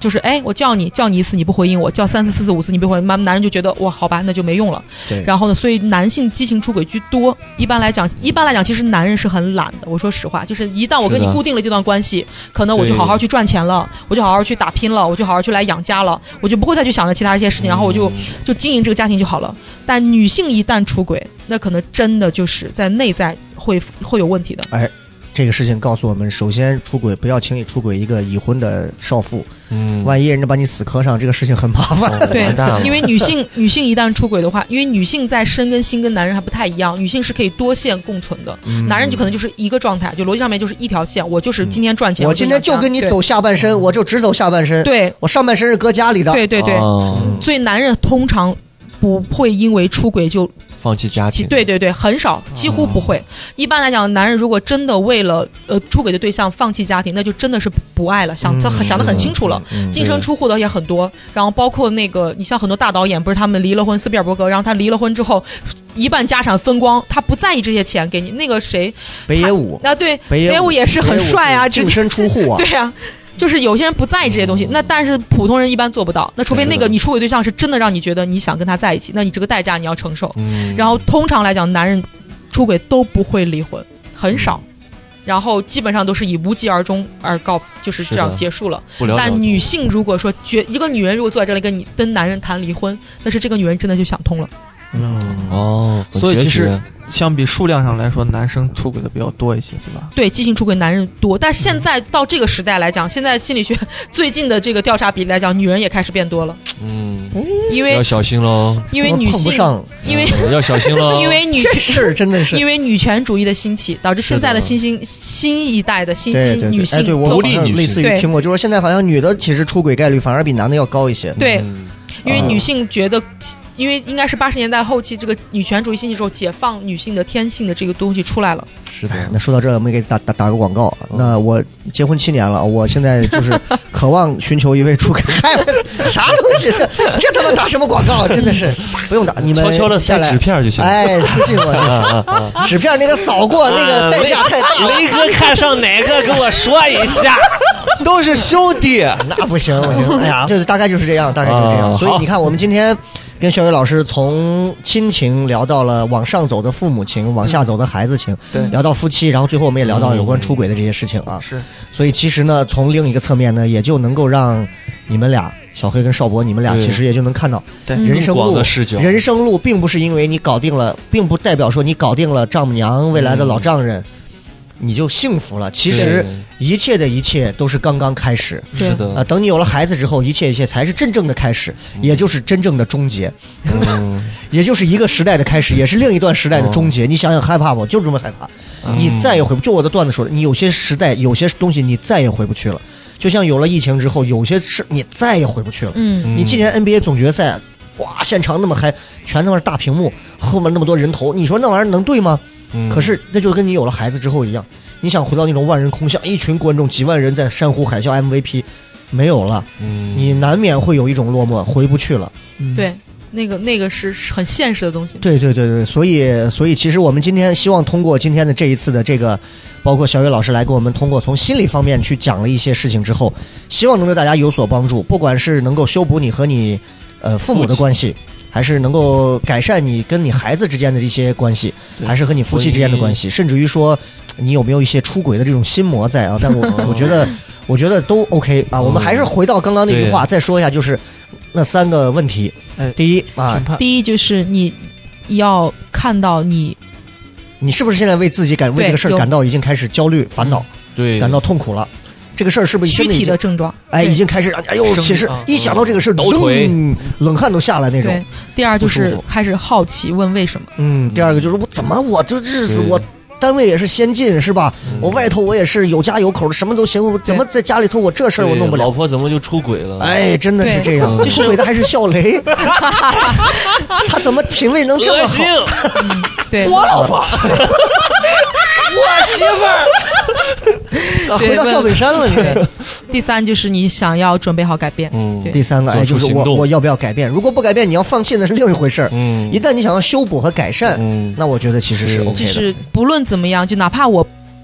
就是我叫你一次你不回应我，叫3次4次5次你不回应，男人就觉得哇好吧那就没用了。 对， 然后呢，所以男性激情出轨居多。一般来讲其实男人是很懒的。我说实话，就是一旦我跟你固定了这段关系，可能我就好好去赚钱了，我就好好去打拼了，我就好好去来养家了，我就不会再去想着其他一些事情，然后我就经营这个家庭就好了。但女性一旦出轨，那可能真的就是在内在会有问题的。 这个事情告诉我们，首先出轨不要轻易出轨一个已婚的少妇，万一人家把你死磕上，这个事情很麻烦。 对，因为女性一旦出轨的话，因为女性在身跟心跟男人还不太一样，女性是可以多线共存的，男人就可能就是一个状态，就逻辑上面就是一条线，我就是今天赚钱， 我今天就跟你走下半身，我就只走下半身， 对， 我上半身是搁家里的， 对，所以男人通常不会因为出轨就放弃家庭， 对，很少，几乎不会。一般来讲，男人如果真的为了出轨的对象放弃家庭，那就真的是不爱了，想得很清楚了，净身出户的也很多。然后包括那个，你像很多大导演，不是他们离了婚，斯皮尔伯格，然后他离了婚之后，一半家产分光，他不在意这些钱给你。那个谁， 北野武啊，对，北野武也是很帅啊， 净身出户啊， 对啊。就是有些人不在意这些东西，那但是普通人一般做不到。那除非那个你出轨对象是真的让你觉得你想跟他在一起，那你这个代价你要承受。然后通常来讲，男人出轨都不会离婚，很少。然后基本上都是以无疾而终而告，就是这样结束了。但女性如果说一个女人如果坐在这里跟男人谈离婚，但是这个女人真的就想通了。 所以其实相比数量上来说，男生出轨的比较多一些，对吧？ 对，激情出轨男人多，但现在到这个时代来讲，现在心理学最近的这个调查比例来讲，女人也开始变多了。因为要小心喽， 因为女性，因为要小心喽， 因为这事儿真的是因为女权主义的兴起，导致现在的新一代的新兴女性， 对，我类似于听过，就是说现在好像女的其实出轨概率反而比男的要高一些。 对，因为女性觉得。因为应该是80年代后期，这个女权主义兴起之后，解放女性的天性的这个东西出来了。 是的。 那说到这，我们给打个广告。那我结婚7年了，我现在就是渴望寻求一位出轨。啥东西？这他妈打什么广告？真的是不用打，你们悄悄的塞纸片就行。 私信我就是纸片那个扫过，那个代价太大了。 雷哥看上哪个？跟我说一下。都是兄弟， 那不行，哎呀，这大概就是这样，所以你看，我们今天跟小雨老师从亲情聊到了往上走的父母情，往下走的孩子情，聊到夫妻，然后最后我们也聊到有关出轨的这些事情啊。 是， 所以其实呢，从另一个侧面呢，也就能够让你们俩，小黑跟邵博，你们俩其实也就能看到，人生路并不是因为你搞定了，并不代表说你搞定了丈母娘未来的老丈人。你就幸福了，其实一切的一切都是刚刚开始。 是的， 等你有了孩子之后，一切才是真正的开始，也就是真正的终结。也就是一个时代的开始，也是另一段时代的终结。你想想害怕不？就这么害怕，你再也回不。就我的段子说的，你有些时代，有些东西你再也回不去了。就像有了疫情之后，有些事你再也回不去了。你今年 NBA 总决赛，哇，现场那么嗨，全他妈是大屏幕，后面那么多人头，你说那玩意儿能对吗？可是那就跟你有了孩子之后一样，你想回到那种万人空巷，一群观众几万人在山呼海啸 MVP 没有了，你难免会有一种落寞，回不去了。 对，那个是很现实的东西。 对，所以其实我们今天希望通过今天的这一次的这个，包括小月老师来给我们通过从心理方面去讲了一些事情之后，希望能对大家有所帮助，不管是能够修补你和你父母的关系，还是能够改善你跟你孩子之间的一些关系，还是和你夫妻之间的关系，甚至于说你有没有一些出轨的这种心魔在啊？但我觉得都 OK 啊。我们还是回到刚刚那句话，再说一下，就是那3个问题。第一就是你要看到你是不是现在为自己为这个事儿感到已经开始焦虑、烦恼， 对， 感到痛苦了。这个事儿是不是躯体的症状？ 已经开始其实一想到这个事儿， 抖腿， 冷汗都下来那种。 对，第二就是开始好奇，问为什么。 第二个就是我这日子我单位也是先进是吧？我外头我也是有家有口的，什么都行，我怎么在家里头我这事儿我弄不了？ 老婆怎么就出轨了？ 真的是这样，出轨的还是笑雷，他怎么品味能这么好？ 对， 我老婆。我媳妇儿，咋回到赵本山了？你第3就是你想要准备好改变。 第3个就是我要不要改变？如果不改变，你要放弃那是另一回事儿。一旦你想要修补和改善，那我觉得其实是 OK 的。 就是不论怎么样，就哪怕我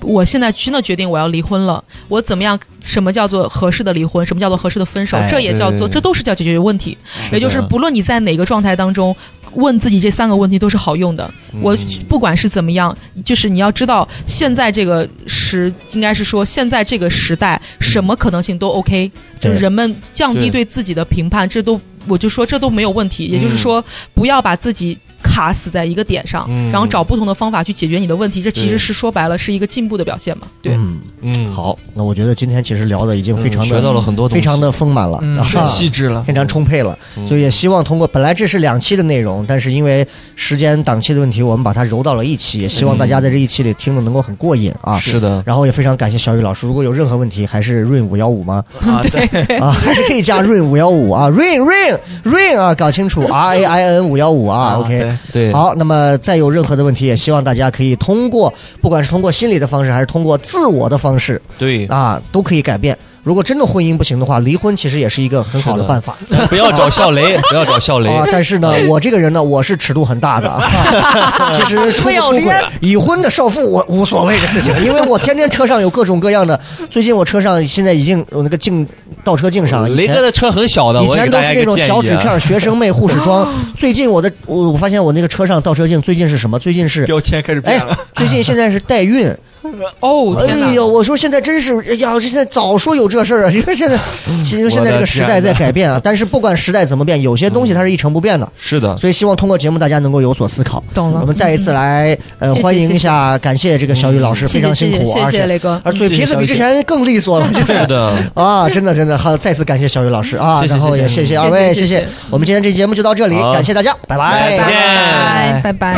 我现在真的决定我要离婚了，我怎么样？什么叫做合适的离婚？什么叫做合适的分手？这也叫做，这都是叫解决问题。也就是不论你在哪个状态当中，问自己这3个问题都是好用的。我不管是怎么样，就是你要知道，现在这个应该是说现在这个时代，什么可能性都 OK，就是人们降低对自己的评判，我就说这都没有问题。也就是说，不要把自己卡死在一个点上，然后找不同的方法去解决你的问题，这其实是说白了是一个进步的表现嘛。对， 好，那我觉得今天其实聊的已经非常的学到了很多东西， 非常的丰满了， 很细致了， 非常充沛了。所以也希望通过本来这是2期的内容，但是因为时间档期的问题，我们把它揉到了一期，也希望大家在这一期里听的能够很过瘾啊。 是的， 然后也非常感谢小雨老师，如果有任何问题，还是 Rain515 吗？ 对啊，还是可以加 Rain515 啊 ，Rain 啊，搞清楚 RAIN515 啊 ，OK， 对， 好，那么再有任何的问题，也希望大家可以通过，不管是通过心理的方式，还是通过自我的方式， 对啊，都可以改变。如果真的婚姻不行的话，离婚其实也是一个很好的办法。 不要找笑雷，不要找笑雷啊！但是呢，我这个人呢，我是尺度很大的啊。其实出轨已婚的少妇我无所谓的事情，因为我天天车上有各种各样的。最近我车上现在已经有那个倒车镜上， 雷哥的车很小的， 以前都是那种小纸片学生妹护士装。最近我发现我那个车上倒车镜最近是什么？最近是标签开始变了。 最近现在是代孕。 哦，天哪！ 哎呦，我说现在真是，哎呀，现在早说有这事儿啊！因为现在这个时代在改变啊。但是不管时代怎么变，有些东西它是一成不变的。 是的。 所以希望通过节目大家能够有所思考。 懂了。 我们再一次来欢迎一下，感谢这个小雨老师，非常辛苦， 谢谢雷哥。 而嘴皮子比之前更利索了， 是的啊，真的好，再次感谢小雨老师啊，然后也谢谢二位，谢谢。我们今天这节目就到这里，感谢大家，拜拜， 拜拜。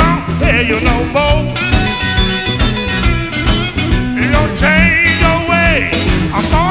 Change your way.